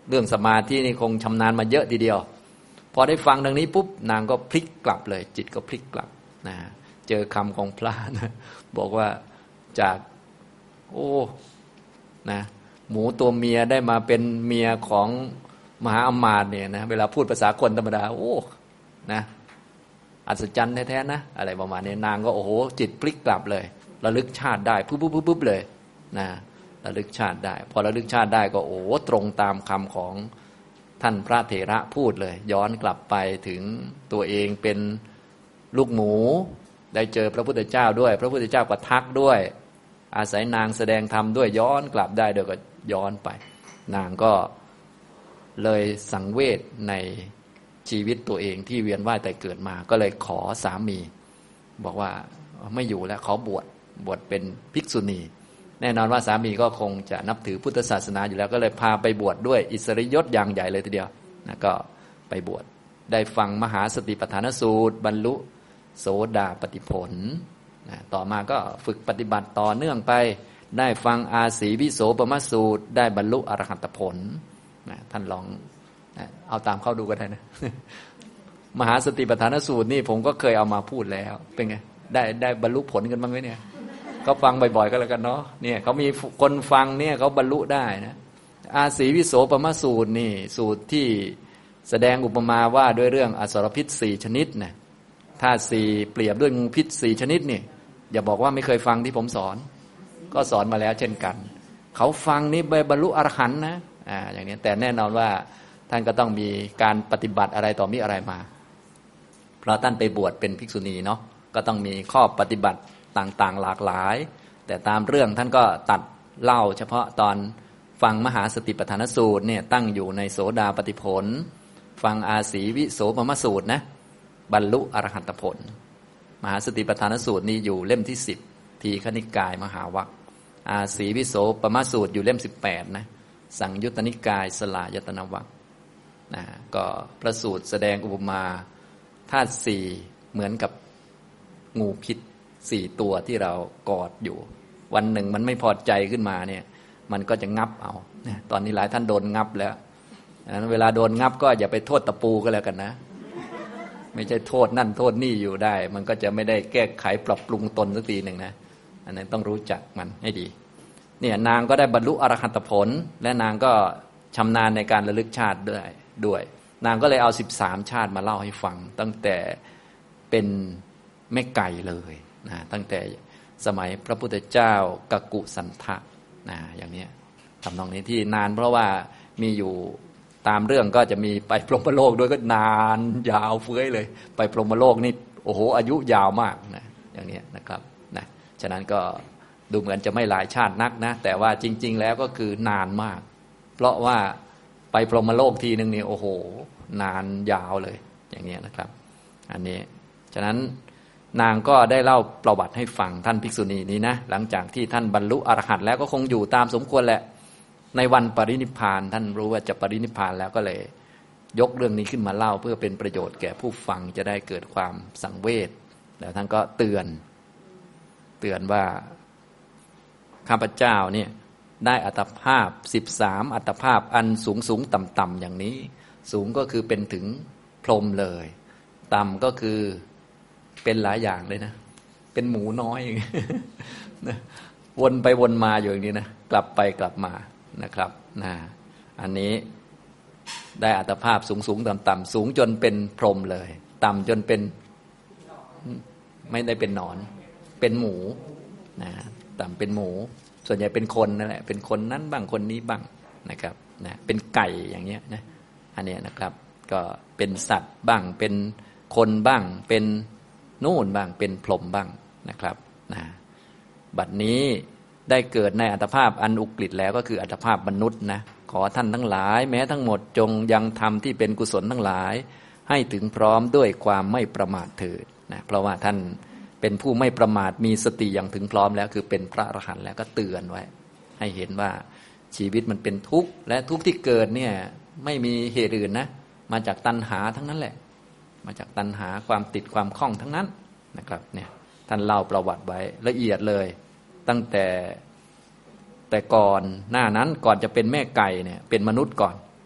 เรื่องสมาธินี่คงชำนาญมาเยอะทีเดียวพอได้ฟังดังนี้ปุ๊บนางก็พลิกกลับเลยจิตก็พลิกกลับนะเจอคำของพระนะบอกว่าจากโอ้นะหมูตัวเมียได้มาเป็นเมียของมหาอมาตย์เนี่ยนะเวลาพูดภาษาคนธรรมดาโอ้นะอัศจรรย์แท้ๆนะอะไรประมาณนี้นางก็โอ้โหจิตพลิกกลับเลยระลึกชาติได้ปุ๊บเลยนะระลึกชาติได้พอระลึกชาติได้ก็โอ้ตรงตามคำของท่านพระเถระพูดเลยย้อนกลับไปถึงตัวเองเป็นลูกหมูได้เจอพระพุทธเจ้าด้วยพระพุทธเจ้าก็ทักด้วยอาศัยนางแสดงธรรมด้วยย้อนกลับได้เดี๋ยวก็ย้อนไปนางก็เลยสังเวชในชีวิตตัวเองที่เวียนว่ายแต่เกิดมาก็เลยขอสามีบอกว่าไม่อยู่แล้วขอบวชเป็นภิกษุณีแน่นอนว่าสามีก็คงจะนับถือพุทธศาสนาอยู่แล้วก็เลยพาไปบวชด้วยอิสริยศอย่างใหญ่เลยทีเดียวนะก็ไปบวชได้ฟังมหาสติปัฏฐานสูตรบรรลุโสดาปัตติผลนะต่อมาก็ฝึกปฏิบัติต่อเนื่องไปได้ฟังอาสีวิโสปมสูตรได้บรรลุอรหัตผลนะท่านลองนะเอาตามเข้าดูก็ได้นะ มหาสติปัฏฐานสูตรนี่ผมก็เคยเอามาพูดแล้วเป็นไงได้บรรลุผลกันบ้างไหมเนี่ยก็ฟังบ่อยๆก็แล้วกันเนาะเนี่ยเขามีคนฟังเนี่ยเขาบรรลุได้นะอาสีวิโสปมสูตรนี่สูตรที่แสดงอุปมาว่าด้วยเรื่องอสรพิษ4ชนิดนะธาตุ4เปรียบด้วยงูพิษ4ชนิดนี่อย่าบอกว่าไม่เคยฟังที่ผมสอนก็สอนมาแล้วเช่นกันเขาฟังนี่บรรลุอรหันต์นะอย่างนี้แต่แน่นอนว่าท่านก็ต้องมีการปฏิบัติอะไรต่อมีอะไรมาเพราะท่านไปบวชเป็นภิกษุณีเนาะก็ต้องมีข้อปฏิบัติต่างๆหลากหลายแต่ตามเรื่องท่านก็ตัดเล่าเฉพาะตอนฟังมหาสติปัฏฐานสูตรเนี่ยตั้งอยู่ในโสดาปัตติผลฟังอาสีวิโสปมสูตรนะบรรลุอรหัตผลมหาสติปัฏฐานสูตรนี้อยู่เล่มที่10ทีฆนิกายมหาวรรคอาสีวิโสปมสูตรอยู่เล่ม18นะสังยุตตนิกายสลายตนวรรคนะก็พระสูตรแสดงอุปมาธาตุ4เหมือนกับงูพิษ4ตัวที่เรากอดอยู่วันหนึ่งมันไม่พอใจขึ้นมาเนี่ยมันก็จะงับเอาตอนนี้หลายท่านโดนงับแล้วเวลาโดนงับก็อย่าไปโทษตะปูก็แล้วกันนะไม่ใช่โทษนั่นโทษนี่อยู่ได้มันก็จะไม่ได้แก้ไขปรับปรุงตนสักทีหนึ่งนะอันนั้นต้องรู้จักมันให้ดีเนี่ยนางก็ได้บรรลุอรหัตผลและนางก็ชำนาญในการระลึกชาติด้วยนางก็เลยเอา13ชาติมาเล่าให้ฟังตั้งแต่เป็นแม่ไก่เลยนะตั้งแต่สมัยพระพุทธเจ้ากักกุสันทะนะอย่างนี้ทำนองนี้ที่นานเพราะว่ามีอยู่ตามเรื่องก็จะมีไปพรหมโลกด้วยก็นานยาวเฟ้ยเลยไปพรหมโลกนี่โอ้โหอายุยาวมากนะอย่างนี้นะครับนะฉะนั้นก็ดูเหมือนจะไม่หลายชาตินักนะแต่ว่าจริงๆแล้วก็คือนานมากเพราะว่าไปพรหมโลกทีนึงนี่โอ้โหนานยาวเลยอย่างนี้นะครับอันนี้ฉะนั้นนางก็ได้เล่าประวัติให้ฟังท่านภิกษุณีนี้นะหลังจากที่ท่านบรรลุอรหันต์แล้วก็คงอยู่ตามสมควรแหละในวันปรินิพพานท่านรู้ว่าจะปรินิพพานแล้วก็เลยยกเรื่องนี้ขึ้นมาเล่าเพื่อเป็นประโยชน์แก่ผู้ฟังจะได้เกิดความสังเวชแล้วท่านก็เตือนว่าข้าพเจ้าเนี่ยได้อัตภาพ13อัตภาพอันสูงต่ำอย่างนี้สูงก็คือเป็นถึงพรหมเลยต่ำก็คือเป็นหลายอย่างเลยนะเป็นหมูน้อยอย่างนี้นะวนไปวนมาอยู่อย่างนี้นะกลับไปกลับมานะครับอันนี้ได้อัตภาพสูงต่ำสูงจนเป็นพรหมเลยต่ำจนเป็นไม่ได้เป็นหนอนเป็นหมูนะต่ำเป็นหมูส่วนใหญ่เป็นคนนั่นแหละเป็นคนนั้นบ้างคนนี้บ้างนะครับนะเป็นไก่อย่างเงี้ยนะอันนี้นะครับก็เป็นสัตว์บ้างเป็นคนบ้างเป็นนู่นบ้างเป็นพรหมบ้างนะครับนะบัดนี้ได้เกิดในอัตภาพอันอุกฤษแล้วก็คืออัตภาพมนุษย์นะขอท่านทั้งหลายแม้ทั้งหมดจงยังทำที่เป็นกุศลทั้งหลายให้ถึงพร้อมด้วยความไม่ประมาทเถิดนะเพราะว่าท่านเป็นผู้ไม่ประมาทมีสติอย่างถึงพร้อมแล้วคือเป็นพระอรหันต์แล้วก็เตือนไว้ให้เห็นว่าชีวิตมันเป็นทุกข์และทุกข์ที่เกิดเนี่ยไม่มีเหตุอื่นนะมาจากตัณหาทั้งนั้นแหละมาจากตัณหาความติดความคล้องทั้งนั้นนะครับเนี่ยท่านเล่าประวัติไว้ละเอียดเลยตั้งแต่ก่อนหน้านั้นก่อนจะเป็นแม่ไก่เนี่ยเป็นมนุษย์ก่อน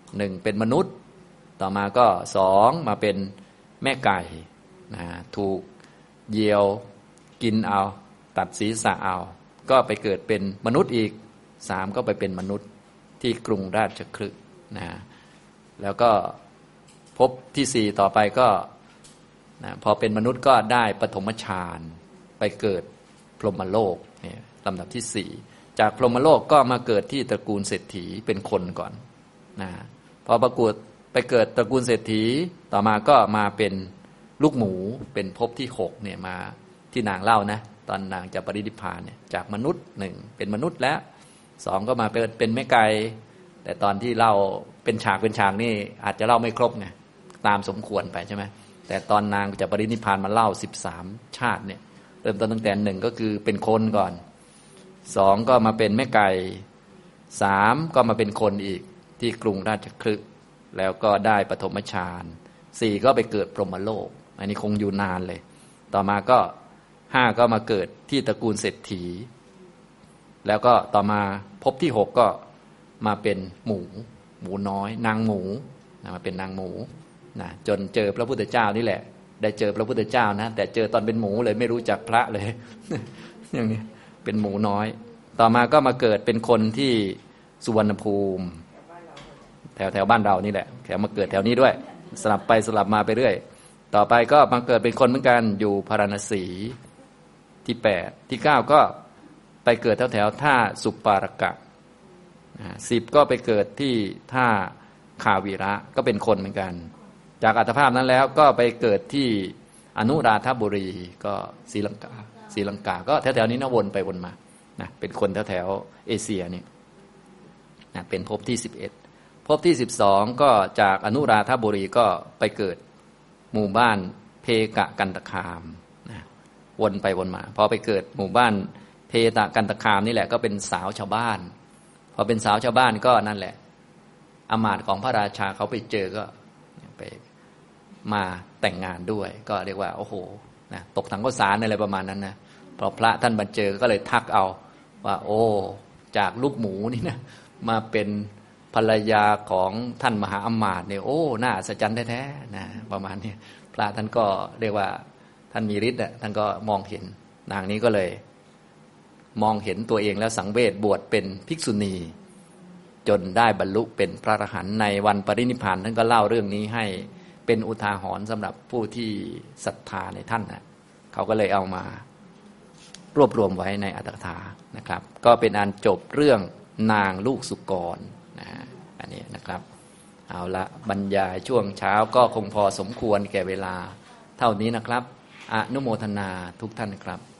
1เป็นมนุษย์ต่อมาก็2มาเป็นแม่ไก่นะถูกเหยี่ยวกินเอาตัดศีรษะเอาก็ไปเกิดเป็นมนุษย์อีก3ก็ไปเป็นมนุษย์ที่กรุงราชคฤห์นะแล้วก็ภพที่4ต่อไปก็นะพอเป็นมนุษย์ก็ได้ปฐมฌานไปเกิดพรหมโลกเนี่ยลำดับที่4จากพรหมโลกก็มาเกิดที่ตระกูลเศรษฐีเป็นคนก่อนนะพอประกวดไปเกิดตระกูลเศรษฐีต่อมาก็มาเป็นลูกหมูเป็นภพที่6เนี่ยมาที่นางเล่านะตอนนางจะปรินิพพานเนี่ยจากมนุษย์1เป็นมนุษย์แล้ว2ก็มาเป็นแม่ไก่แต่ตอนที่เล่าเป็นฉากนี่อาจจะเล่าไม่ครบไงตามสมควรไปใช่ไหมแต่ตอนนางจะปรินิพพานมาเล่า13ชาติเนี่ยเริ่มต้นตั้งแต่1ก็คือเป็นคนก่อน2ก็มาเป็นแม่ไก่3ก็มาเป็นคนอีกที่กรุงราชคฤห์แล้วก็ได้ปฐมฌาน4ก็ไปเกิดพรหมโลกอันนี้คงอยู่นานเลยต่อมาก็5ก็มาเกิดที่ตระกูลเศรษฐีแล้วก็ต่อมาภพที่6ก็มาเป็นหมูน้อยนางหมูมาเป็นนางหมูนะจนเจอพระพุทธเจ้านี่แหละได้เจอพระพุทธเจ้านะแต่เจอตอนเป็นหมูเลยไม่รู้จักพระเลย อย่างนี้เป็นหมูน้อยต่อมาก็มาเกิดเป็นคนที่สุวรรณภูมิแถวบ้านเรานี่แหละแถวมาเกิดแถวนี้ด้วยสลับไปสลับมาไปเรื่อยต่อไปก็มาเกิดเป็นคนเหมือนกันอยู่พาราณสีที่8ที่9ก็ไปเกิดแถวท่าสุปารกะ10ก็ไปเกิดที่ท่าคาวีระก็เป็นคนเหมือนกันจากอัตภาพนั้นแล้วก็ไปเกิดที่อนุราธบุรีก็ศรีลังกาก็แถวๆนี้นะวนไปวนมานะเป็นคนแถวเอเชียนี่นะเป็นภพที่11ภพที่12ก็จากอนุราธบุรีก็ไปเกิดหมู่บ้านเพกะกันตคามนะวนไปวนมาพอไปเกิดหมู่บ้านเพตะกันตคามนี่แหละก็เป็นสาวชาวบ้านพอเป็นสาวชาวบ้านก็นั่นแหละอมาตย์ของพระราชาเขาไปเจอก็ไปมาแต่งงานด้วยก็เรียกว่าโอ้โหนะตกถังข้าวสารอะไรประมาณนั้นนะพอพระท่านมาเจอก็เลยทักเอาว่าโอ้จากลูกหมูนี่นะมาเป็นภรรยาของท่านมหาอมาตย์เนี่ยโอ้น่าอัศจรรย์แท้ๆนะประมาณนี้พระท่านก็เรียกว่าท่านมีฤทธิ์ท่านก็มองเห็นนางนี้ก็เลยมองเห็นตัวเองแล้วสังเวชบวชเป็นภิกษุณีจนได้บรรลุเป็นพระอรหันต์ในวันปรินิพพานท่านก็เล่าเรื่องนี้ให้เป็นอุทาหรณ์สำหรับผู้ที่ศรัทธาในท่านนะเขาก็เลยเอามารวบรวมไว้ในอัตถกถานะครับก็เป็นอันจบเรื่องนางลูกสุกรนะอันนี้นะครับเอาละบรรยายช่วงเช้าก็คงพอสมควรแก่เวลาเท่านี้นะครับอนุโมทนาทุกท่านครับ